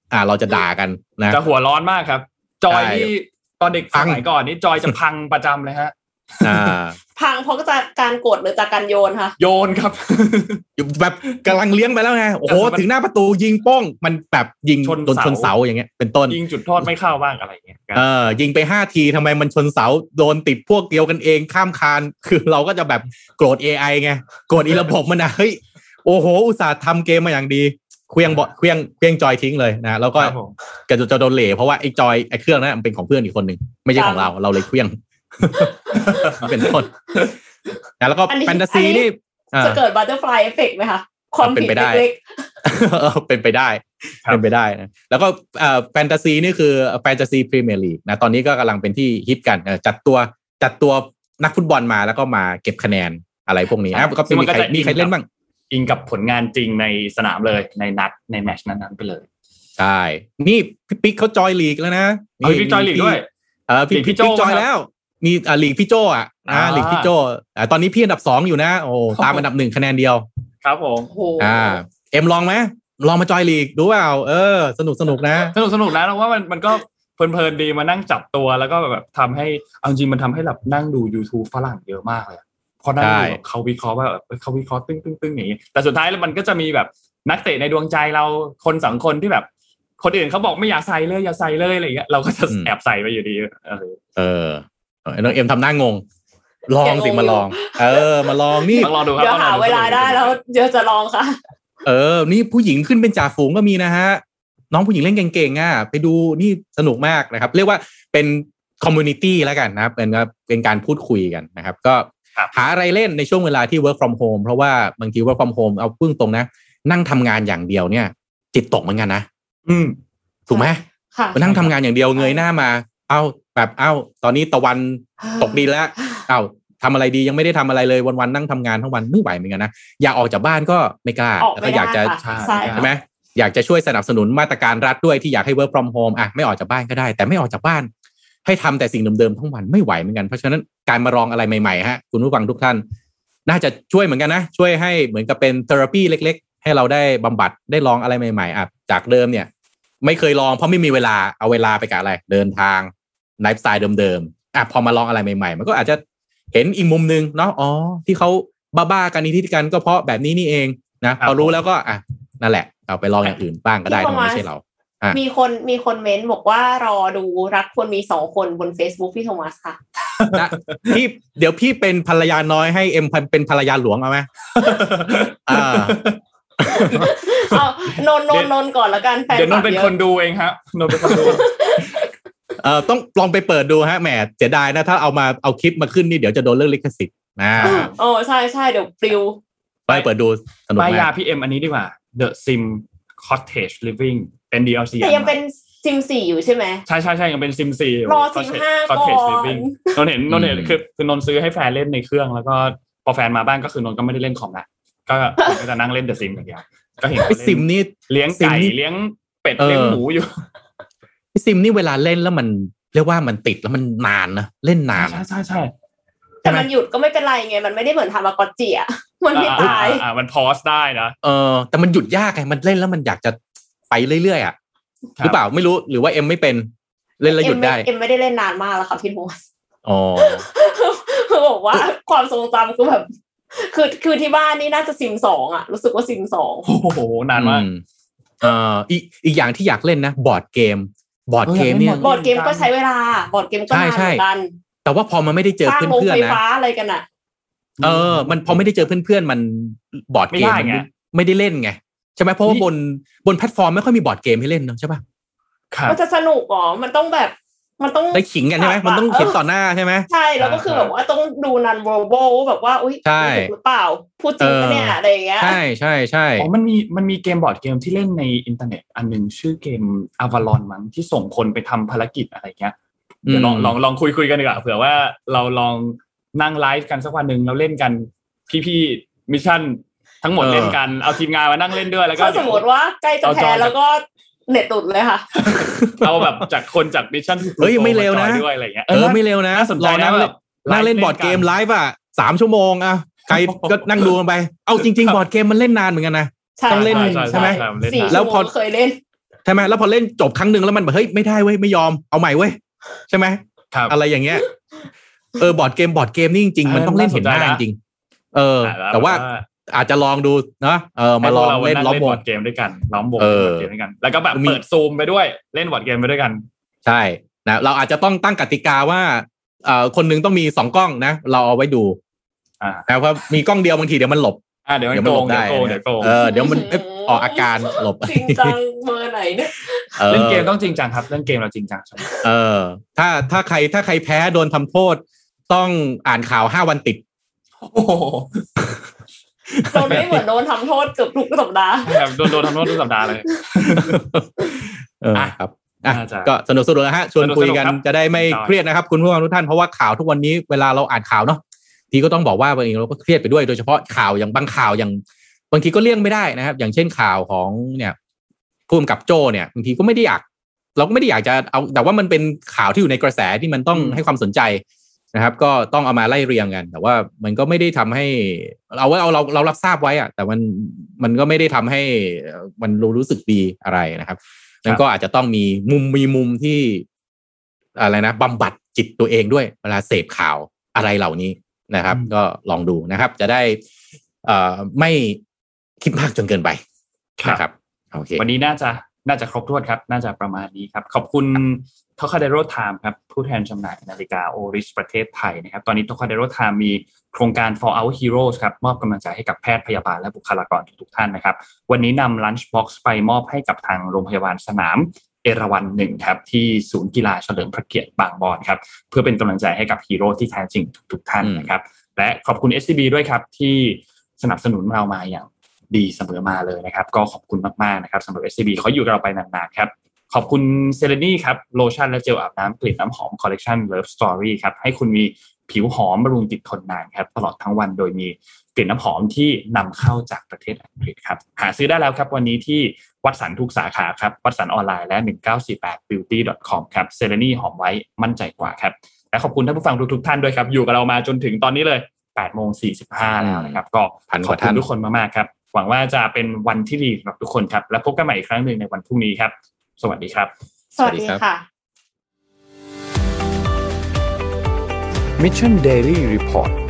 เราจะด่ากันนะจะหัวร้อนมากครับจอยที่ตอนเด็กสมัยก่อนนี่จอยจะพังประจำเลยฮะพังเพราะจากการกดหรือจากการโยนคะโยนครับอยู่แบบกำลังเลี้ยงไปแล้วไงโอ้โหถึงหน้าประตูยิงป้องมันแบบยิงโดนชนเสาอย่างเงี้ยเป็นต้นยิงจุดโทษไม่เข้าบ้างอะไรเงี้ยยิงไป5ทีทำไมมันชนเสาโดนติดพวกเดียวกันเองข้ามคานคือเราก็จะแบบโกรธ AI ไงโกรธระบบมันนะเฮ้ยโอ้โหอุตส่าห์ทำเกมมาอย่างดีเคลี้ยงจอยทิ้งเลยนะแล้วก็จะโดนเหล่เพราะว่าไอ้จอยไอ้เครื่องนั้นมันเป็นของเพื่อนอีกคนนึงไม่ใช่ของเราเลยเคลี้ยงเป็นต้นแล้วก็แฟนตาซีนี่จะเกิดบัตเตอร์ฟลายเอฟเฟกต์ไหมคะความผิดเล็กๆเป็นไปได้นะแล้วก็แฟนตาซีนี่คือแฟนตาซีพรีเมียร์ลีกนะตอนนี้ก็กำลังเป็นที่ฮิตกันจัดตัวนักฟุตบอลมาแล้วก็มาเก็บคะแนนอะไรพวกนี้ก็มีใครเล่นบ้างอิงกับผลงานจริงในสนามเลยในแมตช์นั้นๆไปเลยใช่นี่พี่ปิ๊กเขาจอยลีกแล้วนะพี่จอยลีกด้วยพี่จอยแล้วมีลีกพี่โจลีกพี่โจตอนนี้พี่อันดับ2อยู่นะโอ้ตามอันดับ1คะแนนเดียวครับผมเอ็มลองไหมลองมาจอยลีกดูเปล่าสนุกนะสนุกนะเราว่ามันก็เพลินดีมานั่งจับตัวแล้วก็แบบทำให้เอาจริงมันทำให้แบบนั่งดู YouTube ฝรั่งเยอะมากเลยพอนั่งดูเขาวิเคราะห์ว่าเขาวิเคราะห์ตึ้งอย่างนี้แต่สุดท้ายแล้วมันก็จะมีแบบนักเตะในดวงใจเราคน2คนที่แบบคนอื่นเขาบอกไม่อยากใส่เลยอย่าใส่เลยอะไรอย่างเงี้ยเราก็จะแอบใส่ไปอยู่ดีน้องเอ็มทำหน้างงลองสิมาลองมาลองนี่ลองดูครับเดี๋ยวหาเวลาได้แล้วเดี๋ยวจะลองค่ะนี่ผู้หญิงขึ้นเป็นจ่าฝูงก็มีนะฮะน้องผู้หญิงเล่นเก่งๆไปดูนี่สนุกมากนะครับเรียกว่าเป็นคอมมูนิตี้แล้วกันนะครับเป็นการพูดคุยกันนะครับก็หาอะไรเล่นในช่วงเวลาที่ work from home เพราะว่าบางที work from home เอาพึ่งตรงนะนั่งทำงานอย่างเดียวเนี่ยจิตตกเหมือนกันนะถูกไหมมานั่งทำงานอย่างเดียวเงยหน้ามาตอนนี้ตะวันตกดินแล้วทำอะไรดียังไม่ได้ทำอะไรเลยวันๆนั่งทำงานทั้งวันไม่ไหวเหมือนกันนะอยากออกจากบ้านก็ไม่กล้าแล้วก็อยากจะใช่ไหมอยากจะช่วยสนับสนุนมาตรการรัฐด้วยที่อยากให้ work from home ไม่ออกจากบ้านก็ได้แต่ไม่ออกจากบ้านให้ทำแต่สิ่งเดิมๆทั้งวันไม่ไหวเหมือนกันเพราะฉะนั้นการมาลองอะไรใหม่ๆฮะคุณผู้ฟังทุกท่านน่าจะช่วยเหมือนกันนะช่วยให้เหมือนกับเป็นเทอราปีเล็กๆให้เราได้บำบัดได้ลองอะไรใหม่ๆจากเดิมเนี่ยไม่เคยลองเพราะไม่มีเวลาเอาเวลาไปกับอะไรเดินทางไลฟ์สไตล์เดิมๆพอมาลองอะไรใหม่ๆมันก็อาจจะเห็นอีกมุมนึงเนาะที่เขาบ้าๆกันนิทิศกันก็เพราะแบบนี้นี่เองนะพอรู้แล้วก็นั่นแหละเอาไปลองอย่างอื่นบ้างก็ได้ไม่ใช่เรามีคนเม้นบอกว่ารอดูรักควรมี2คนบน Facebook พี่โทมัสค่ะนะพี่เดี๋ยวพี่เป็นภรรยาน้อยให้เอ็มเป็นภรรยาหลวงเอาไหมนนก่อนละกันเดี๋ยวนนเป็นคนดูเองครับนนเป็นคนดูต้องลองไปเปิดดูฮะแหมเสียดายนะถ้าเอาคลิปมาขึ้นนี่เดี๋ยวจะโดนเรื่องลิขสิทธิ์ใช่เดี๋ยวปลิวไปเปิดดูสนุกมากป้ายยาพี่เอ็มอันนี้ดีกว่า The Sim Cottage Living เป็น DLC แต่ยังเป็น Sim 4อยู่ใช่ไหมใช่ยังเป็น Sim 4อยู่รอ Sim 5 ก่อน Cottage Living นนเห็นคือนนซื้อให้แฟนเล่นในเครื่องแล้วก็พอแฟนมาบ้านก็คือนนก็ไม่ได้เล่นคอมนะก็จะนั่งเล่น The Sim อย่างเดียวก็เห็นซิมนี่เลี้ยงไก่เลี้ยงเป็ดเลี้ยงหมูอยู่ซิมนี่เวลาเล่นแล้วมันเรียกว่ามันติดแล้วมันนานนะเล่นนานใช่แต่มันหยุดก็ไม่เป็นไรไงมันไม่ได้เหมือนทำมากอตจิอ่ะมันไม่ตายมันพอสได้นะแต่มันหยุดยากไงมันเล่นแล้วมันอยากจะไปเรื่อยๆหรือเปล่าไม่รู้หรือว่าเอ็มไม่เป็นเล่นแล้วหยุดได้เอ็มไม่ได้เล่นนานมากแล้วค่ะพี่โทมัสคือบอกว่าความทรงจำคือแบบคือที่บ้านนี่น่าจะซิม2รู้สึกว่าซิม2 โอ้โหนานมากอีกอย่างที่อยากเล่นนะบอร์ดเกมเนี่ยบอร์ดเกมก็ใช้เวลาบอร์ดเกมก็นานเหมือนกันแต่ว่าพอมันไม่ได้เจอเพื่อนๆนะฟ้าอะไรกันอ่ะมันพอไม่ได้เจอเพื่อนๆมันบอร์ดเกมไม่ได้เล่นไงใช่ไหมเพราะว่าบนแพลตฟอร์มไม่ค่อยมีบอร์ดเกมให้เล่นเนาะใช่ป่ะมันจะสนุกอ๋อมันต้องแบบมันต้องได้ขิงกันใช่ไหมมันต้องเห็นต่อหน้าใช่ไหมใช่แล้วก็คือแบบว่าต้องดูนันเวอร์บอลแบบว่าอุ้ยถูกหรือเปล่าพูดจริงปะเนี่ยอะไรอย่างเงี้ยใช่มันมีเกมบอร์ดเกมที่เล่นในอินเทอร์เน็ตอันนึงชื่อเกม Avalon มั้งที่ส่งคนไปทำภารกิจอะไรเงี้ยเดี๋ยวลองคุยกันดีกว่าเผื่อว่าเราลองนั่งไลฟ์กันสักวันนึงเราเล่นกันพี่มิชชั่นทั้งหมดเล่นกันเอาทีมงานมานั่งเล่นด้วยแล้วก็สมมติว่าใกล้จะแพ้แล้วก็เน็ตตุดเลยค่ะเอาแบบจากคนจากมิชชั่นไม่เร็วนะด้วยอะไรเงี้ยไม่เร็วนะสนใจนะแบบนั่งเล่นบอร์ดเกมไลฟ์3 ชั่วโมงใครก็นั่งดูกันไปเอาจริงๆบอร์ดเกมมันเล่นนานเหมือนกันนะต้องเล่นใช่ไหมแล้วพอเคยเล่นใช่ไหมแล้วพอเล่นจบครั้งนึงแล้วมันแบบเฮ้ยไม่ได้เว้ยไม่ยอมเอาใหม่เว้ยใช่ไหมอะไรอย่างเงี้ยบอร์ดเกมนี่จริงๆมันต้องเล่นเห็นหน้าจริงแต่ว่าอาจจะลองดูนะมาลองเล่นล้อมวงเกมด้วยกันล้อมวงเกมด้วยกันแล้วก็แบบเปิดซูมไปด้วยเล่นบอร์ดเกมไปด้วยกันใช่นะเราอาจจะต้องตั้งกติกาว่าคนนึงต้องมี2กล้องนะเราเอาไว้ดูนะเพราะมีกล้องเดียวบางทีเดี๋ยวมันหลบเดี๋ยวมันโกงเดี๋ยวมันออกอาการหลบจริงจังเบอร์ไหนเนี่ยเล่นเกมต้องจริงจังครับเล่นเกมเราจริงจังใช่ไหมถ้าใครแพ้โดนทำโทษต้องอ่านข่าว5 วันติดโดนไม่เหมือนโดนทำโทษเกือบทุกสัปดาห์ครับโดนทำโทษทุกสัปดาห์เลยครับก็สนุกนะฮะชวนคุยกันจะได้ไม่เครียดนะครับคุณผู้ฟังทุกท่านเพราะว่าข่าวทุกวันนี้เวลาเราอ่านข่าวเนาะทีก็ต้องบอกว่าบางทีเราก็เครียดไปด้วยโดยเฉพาะข่าวอย่างบางข่าวอย่างบางทีก็เลี่ยงไม่ได้นะครับอย่างเช่นข่าวของเนี่ยผู้กำกับโจ้เนี่ยบางทีก็ไม่ได้อยากเราก็ไม่ได้อยากจะเอาแต่ว่ามันเป็นข่าวที่อยู่ในกระแสที่มันต้องให้ความสนใจนะครับก็ต้องเอามาไล่เรียงกันแต่ว่ามันก็ไม่ได้ทำให้เรารับทราบไว้อะแต่มันก็ไม่ได้ทำให้มันรู้สึกดีอะไรนะครับนั่นก็อาจจะต้องมีมุมที่อะไรนะบำบัดจิตตัวเองด้วยเวลาเสพข่าวอะไรเหล่านี้นะครับก็ลองดูนะครับจะได้ไม่คิดมากจนเกินไปนะครับโอเควันนี้น่าจะครบถ้วนครับน่าจะประมาณนี้ครับขอบคุณTokadero Time ครับผู้แทนจำหน่ายนาฬิกา Oris ประเทศไทยนะครับตอนนี้ Tokadero Time มีโครงการ For Our Heroes ครับมอบกำลังใจให้กับแพทย์พยาบาลและบุคลากรทุกท่านนะครับวันนี้นำ Lunch Box ไปมอบให้กับทางโรงพยาบาลสนามเอราวัณ1ครับที่ศูนย์กีฬาเฉลิมพระเกียรติบางบอนครับเพื่อเป็นกำลังใจให้กับฮีโร่ที่แท้จริงทุกท่านนะครับและขอบคุณ SCB ด้วยครับที่สนับสนุนเรามาอย่างดีเสมอมาเลยนะครับก็ขอบคุณมากๆนะครับสำหรับ SCB เขาอยู่กับเราไปนานๆครับขอบคุณเซเลนีครับโลชั่นและเจลอาบน้ำกลิ่นน้ำหอมคอลเลคชัน Love Story ครับให้คุณมีผิวหอมบำรุงติดทนนานครับตลอดทั้งวันโดยมีกลิ่นน้ำหอมที่นำเข้าจากประเทศอังกฤษครับหาซื้อได้แล้วครับวันนี้ที่วัดสันทุกสาขาครับวัดสันออนไลน์และ1948beauty.com ครับเซเลนีหอมไว้มั่นใจกว่าครับและขอบคุณท่านผู้ฟังทุกท่านด้วยครับอยู่กับเรามาจนถึงตอนนี้เลย 8:45 แล้วนะครับก็ขอบคุณทุกคนมากๆครับหวังว่าจะเป็นวันที่ดีสำหรับทุกคนครับและพบกันใหม่อีกครั้งนึงในวันพรุ่งนี้ครับสวัสดีครับสวัสดีค่ะ Mission Daily Report